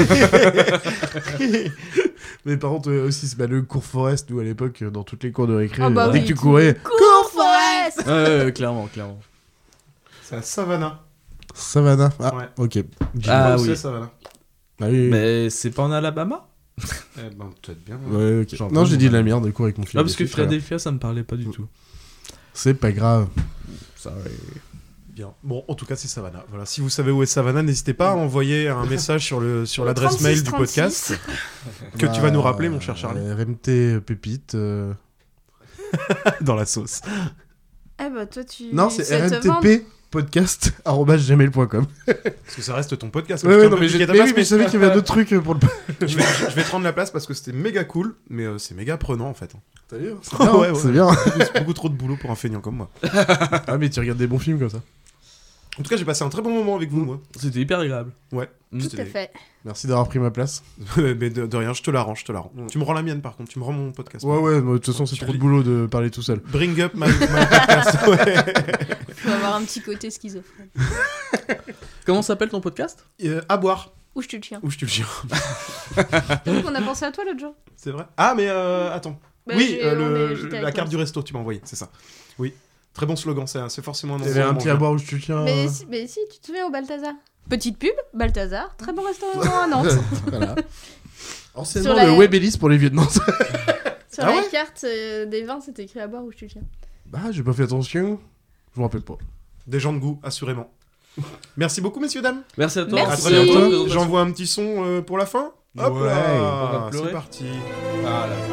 Mais par contre, euh, aussi, c'est bah, le cours Forest, nous à l'époque, euh, dans toutes les cours de récré, Ah bah euh, oui, dès que tu tu- courais, Cours Forest. ouais, ouais, clairement, clairement. C'est à Savannah. Savannah. Ah, Ouais. ok. Ah Où oui. c'est Savannah? Ah oui, oui. Mais c'est pas en Alabama? Eh ben, peut-être bien. Ouais, ok. Genre, Non, j'ai vraiment, dit de la ouais. merde, du coup, avec mon Ah, parce que Philadelphie, très bien. Philadelphia, ça me parlait pas du tout. C'est pas grave. Ça, Bien. Bon, en tout cas, c'est Savannah. Voilà. Si vous savez où est Savannah, n'hésitez pas à envoyer un message sur le sur Au l'adresse mail du trente-six podcast que tu vas nous rappeler, mon cher Bah, Charlie, R M T Pépite. euh, dans la sauce. Eh bah, toi, tu. Non, c'est ça te R M T vend. P podcast arobase gmail point com. Parce que ça reste ton podcast. Ouais, donc ouais, tu non, peux mais, piquer j'ai- ta mais place, oui, mais je savais qu'il y avait d'autres trucs pour le. je, vais, je vais te rendre la place parce que c'était méga cool, mais euh, c'est méga prenant en fait. T'as vu C'est Oh, bien. ouais, ouais. C'est bien. C'est beaucoup trop de boulot pour un feignant comme moi. Ah, mais tu regardes des bons films comme ça. En tout cas, j'ai passé un très bon moment avec vous, moi. C'était hyper agréable. Ouais. Mm. Tout à fait. Merci d'avoir pris ma place. mais de, de rien, je te la rends, je te la rends. Tu me rends la mienne par contre, tu me rends mon podcast. Ouais, ouais, moi, de toute façon, c'est trop de boulot de parler tout seul. Bring up my, my podcast. Ouais. Faut avoir un petit côté schizophrène. Comment s'appelle ton podcast? Euh, à boire. Où je te le tiens. Où je te le tiens. T'as vu qu'on a pensé à toi l'autre jour? C'est vrai. Ah, mais euh, attends. Bah, oui, j'ai- euh, on le- est- j'étais la avec carte toi. du resto, tu m'as envoyé, c'est ça. Oui. Très bon slogan, c'est, c'est forcément un Il y avait un petit à boire où je te tiens. Mais euh, si, mais si, tu te souviens au Balthazar? Petite pub, Balthazar, très bon restaurant à Nantes. Voilà. Anciennement, Sur la- le Webelis pour les vieux de Nantes. Sur Ah la ouais carte euh, des vins, c'était écrit à boire où je te tiens. Bah, j'ai pas fait attention. Je me rappelle pas. Des gens de goût, assurément. Merci beaucoup, messieurs, dames. Merci à toi. Merci. À très Merci. bientôt. J'envoie un petit son euh, pour la fin. Hop Ouais. là, On va pleurer. c'est parti. Ah là.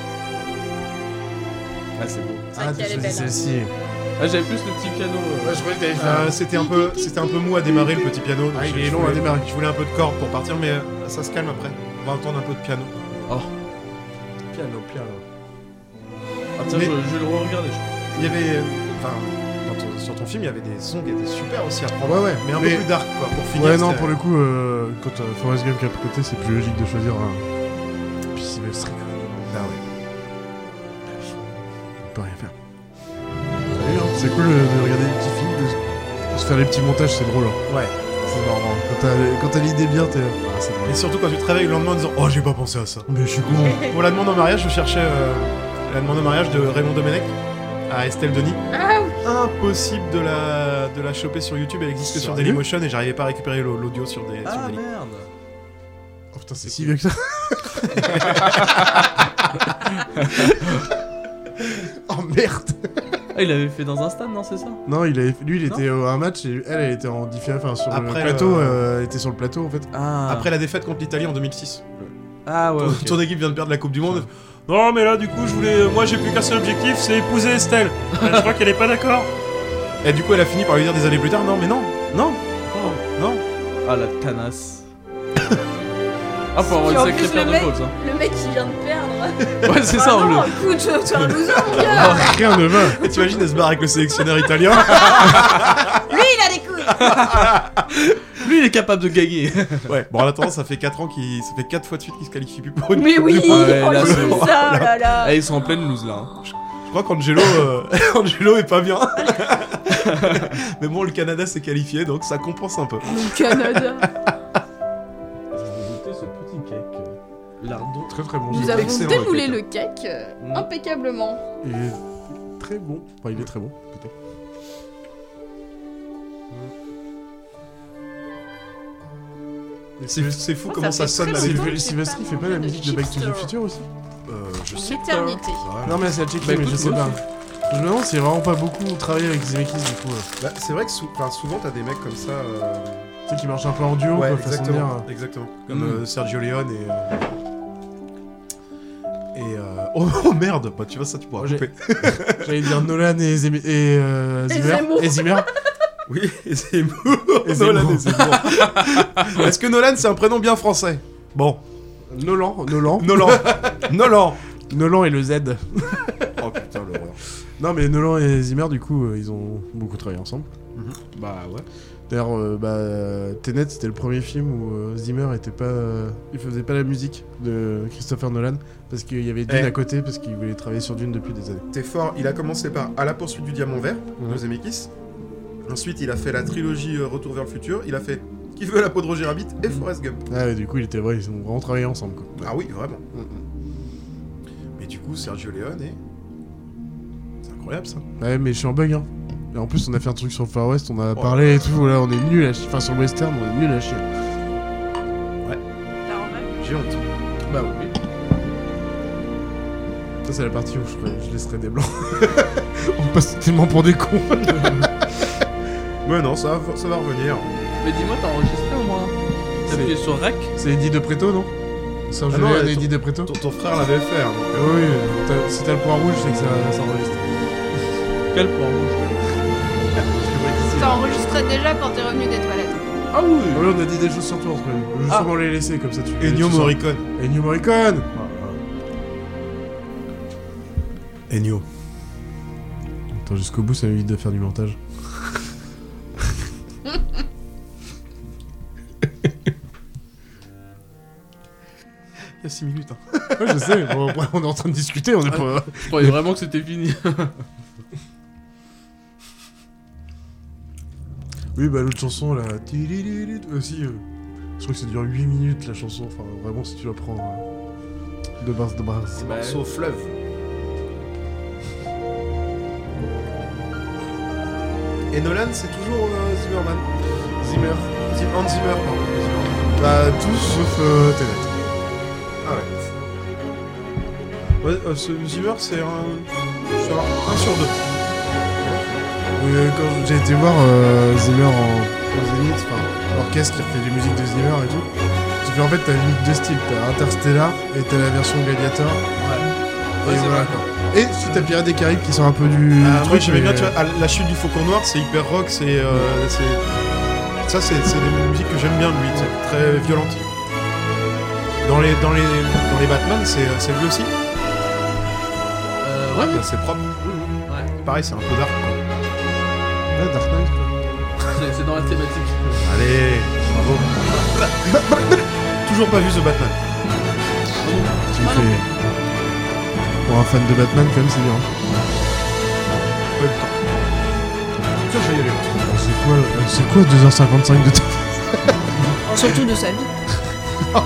Ah, c'est beau. C'est vrai Ah, qu'elle t'as est choisi belle. hein. celle-ci. Ah, j'avais plus le petit piano. euh. Ouais, je croyais que t'avais fait Euh, un- c'était un peu, c'était un peu mou à démarrer le petit piano. donc Ah, il je- est je long à voulais- démarrer. Je voulais un peu de corde pour partir, mais euh, ça se calme après. On va entendre un peu de piano. Oh. Piano, piano. Ah, tiens, Mais- je, je vais le re-regarder, je crois. Il y avait. Enfin, dans ton- sur ton film, il y avait des sons qui étaient super aussi à prendre. Ouais, ouais. Mais un Mais- peu plus dark, quoi, pour finir. Ouais, non, c'était- pour le coup, euh, quand euh, Forrest Gump qui est à côté, c'est plus logique de choisir un. Puis Sylvester. Ah ouais. On peut rien faire. D'ailleurs, c'est cool euh, de regarder des petits films, de, de se faire les petits montages, c'est drôle. Hein. Ouais. C'est marrant. Quand t'as, quand t'as l'idée bien, t'es. Ah, c'est drôle. Et surtout quand tu te réveilles le lendemain en disant oh j'ai pas pensé à ça. Mais je suis con. Pour la demande en mariage, je cherchais euh, la demande en mariage de Raymond Domenech à Estelle Denis. Ah oui. Impossible de la, de la choper sur YouTube, elle existe que sur Sérieux Dailymotion et j'arrivais pas à récupérer l'au- l'audio sur, des, sur Ah Daily. merde. Oh putain, c'est si vieux que ça. Oh merde. Ah, il avait fait dans un stade, non, c'est ça? Non, il avait, lui, il Non était à un match et elle, elle était en différé, enfin sur Après, le plateau, euh, euh, elle était sur le plateau en fait. Ah. Après la défaite contre l'Italie en deux mille six. Ah ouais. Ton, ok. ton équipe vient de perdre la Coupe du Monde. Non mais là du coup je voulais, moi j'ai plus qu'un seul objectif, c'est épouser Estelle. Euh, je crois qu'elle est pas d'accord. Et du coup elle a fini par lui dire des années plus tard, non mais non, non, Oh. non. Ah, la canasse. Ah, faut avoir Puis une en sacrée plus, paire le de mec, balls, hein. le mec qui vient de perdre. Ouais, c'est Ah ça, on non, le. écoute, tu es un loser, mon gars. Rien ne va. Et t'imagines elle se barre avec le sélectionneur italien. Lui, il a des couilles. Lui, il est capable de gagner. Ouais, bon en attendant ça fait quatre ans qu'il, ça fait quatre fois de suite qu'il se qualifie plus pour une Mais Coupe oui, du Monde. Ouais, oh, là, j'ai c'est vu bon. ça, oh là là. Ah, ils sont en pleine loose là. hein. Je crois qu'Angelo euh, Angelo est pas bien. Mais bon le Canada s'est qualifié donc ça compense un peu. Le Canada. J'ai goûté ce petit cake. Lardon. Très très bon. Nous Il est avons excellent, démoulé le le cake euh, Mm. impeccablement. Il est très bon. Enfin, il est très bon, plutôt. C'est, c'est fou Oh, comment ça ça, fait sonne très avec longtemps Sylve- que j'ai Sylvester, pas il fait pas la mangé de musique de Back to the chipster. Future aussi Euh, je sais Une éternité. pas. Non, mais c'est à checker, Bah, mais écoute, je sais moi pas. aussi. Je me demande s'il y a vraiment pas beaucoup travaillé avec Zemeckis du coup. euh. Bah, c'est vrai que sou- enfin, souvent t'as des mecs comme ça. euh, Tu sais, qui marchent un peu en duo, Ouais, quoi, façon de dire. exactement, exactement. Comme Mm. euh, Sergio Leone et. euh, Et. euh, Oh, oh, merde, bah tu vois ça, tu pourras Oh, j'ai- couper. J'allais dire Nolan et, Zem- et, euh, Et Zimmer. Zemmour. Et Zimmer. Oui, et Zemmour. Et Nolan Zemmour. et Zemmour. Est-ce que Nolan c'est un prénom bien français? Bon, Nolan, Nolan. Nolan. Nolan. Nolan et le Z. Oh putain, l'horreur. Non, mais Nolan et Zimmer, du coup, euh, ils ont beaucoup travaillé ensemble. Bah ouais. D'ailleurs, euh, bah, Tenet, c'était le premier film où euh, Zimmer était pas, euh, il faisait pas la musique de Christopher Nolan parce qu'il y avait Dune Eh. à côté parce qu'il voulait travailler sur Dune depuis des années. T'es fort, il a commencé par À la poursuite du diamant vert Mhm. de Zemeckis. Ensuite, il a fait la trilogie euh, Retour vers le futur. Il a fait Qui veut la peau de Roger Rabbit et Forrest Gump. Ah, ouais, du coup, il était vrai, ils ont vraiment travaillé ensemble, quoi. Ah oui, vraiment. Mais du coup, Sergio Leone est. C'est incroyable ça. Ouais, mais je suis en bug, hein. Et en plus, on a fait un truc sur le Far West, on a Oh. parlé et tout, là, on est nul à chier. Enfin, sur le western, on est nul à chier. Ouais. T'as en vrai J'ai honte. Bah oui. Ça, c'est la partie où je, ferai- je laisserai des blancs. On passe tellement pour des cons. Mais non, ça va, ça va revenir. Mais dis-moi, t'as enregistré au moins? T'as C'est- appuyé sur Rec? C'est Eddie de Preto, non Sergio Ah non, Leone mais et ton- Eddie de Preto. Ton, ton frère l'avait fait. hein, donc, Ah euh, oui, t'as- si t'as le point rouge, c'est que ça, ça enregistre. Quel point rouge? T'as enregistré déjà quand t'es revenu des toilettes. Ah oui. Oui, on a dit des choses sur toi entre nous. Je vais Ah. sûrement les laisser comme ça. Tu Ennio tu sors. Morricone. Ennio Morricone. Ennio. Attends, jusqu'au bout, ça m'évite de faire du montage. Il y a six minutes. Hein. Ouais, je sais. Bon, après, on est en train de discuter, on est pas. Je croyais vraiment que c'était fini. Oui, bah l'autre chanson là. Tidididid, aussi. euh, Je crois que ça dure huit minutes la chanson. Enfin, vraiment, si tu la prends. euh, De bars, de bars. Bah, Morceau fleuve. Et Nolan, c'est toujours euh, Zimmerman. Zimmer. Zim- Hans Zimmer, pardon. Zimmer. Bah, tous sauf euh, Tenet. Ah ouais. Ouais, euh, ce Zimmer, c'est un. C'est un un sur deux. Oui, euh, quand j'ai été voir euh, Zimmer en, en Zénith, enfin, l'orchestre qui fait des musiques de Zimmer et tout, tu fais en fait, t'as limite deux styles. T'as Interstellar et t'as la version Gladiator. Ouais. Et Ouais, c'est voilà vrai. quoi. Et ensuite, t'as Pirates des Caraïbes qui sont un peu du. Ah, moi truc, j'aimais mais- bien, tu vois, à la chute du Faucon Noir, c'est hyper rock, c'est. euh, c'est- ça, c'est c'est des musiques que j'aime bien, lui, c'est très violente. Dans les, dans les, dans les Batman, c'est c'est lui aussi. Euh, Ouais, bah, c'est propre. Ouais. Pareil, c'est un peu dark, quoi. Ouais, Dark Knight, quoi. C'est, c'est dans la thématique. Allez, bravo. Toujours pas vu The Batman. Tu me fais... Pour un fan de Batman, quand même, c'est bien. Pas eu le temps. Ça, je vais y aller. C'est quoi, euh, c'est quoi deux heures cinquante-cinq de temps? Surtout de sa vie. Ah,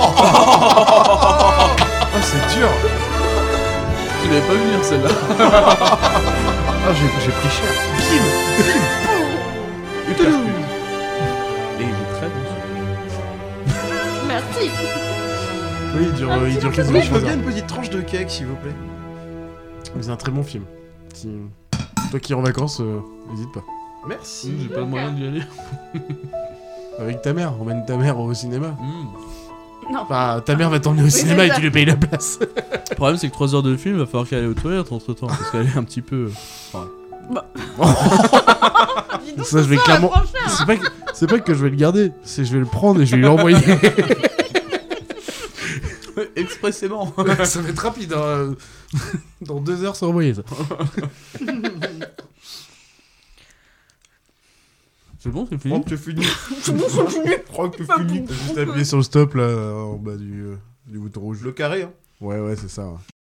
c'est dur. Tu l'avais pas vu venir celle-là. Ah, j'ai, j'ai pris cher. Bim, bim. Hyper fluide. Et il est très bon. Merci. Oui, il dure, Un euh, il petit dure peu quasiment Je veux trois bien heures. une petite tranche de cake, s'il vous plaît. Mais c'est un très bon film. Si... Toi qui es en vacances, euh, n'hésite pas. Merci. Mmh, j'ai pas le moyen d'y aller. Avec ta mère, emmène ta mère au cinéma. Mmh. Non. Enfin, ta mère va t'emmener au Oui, cinéma c'est et ça. tu lui payes la place. Le problème, c'est que trois heures de film, il va falloir qu'elle aille aux toilettes entre temps. Parce qu'elle est un petit peu. Enfin, Dis donc, Ça, je vais ça, clairement. la prochaine. C'est pas, que... c'est pas que je vais le garder, c'est que je vais le prendre et je vais lui l'envoyer. expressément. Ça va être rapide. Hein. Dans deux heures, c'est envoyé ça. C'est bon, c'est fini. Oh, c'est fini. C'est bon, c'est fini. Je crois que c'est fini. T'as juste appuyé sur le stop là, en bas du, euh, du bouton rouge. Le carré, hein. Ouais, ouais, c'est ça. Ouais.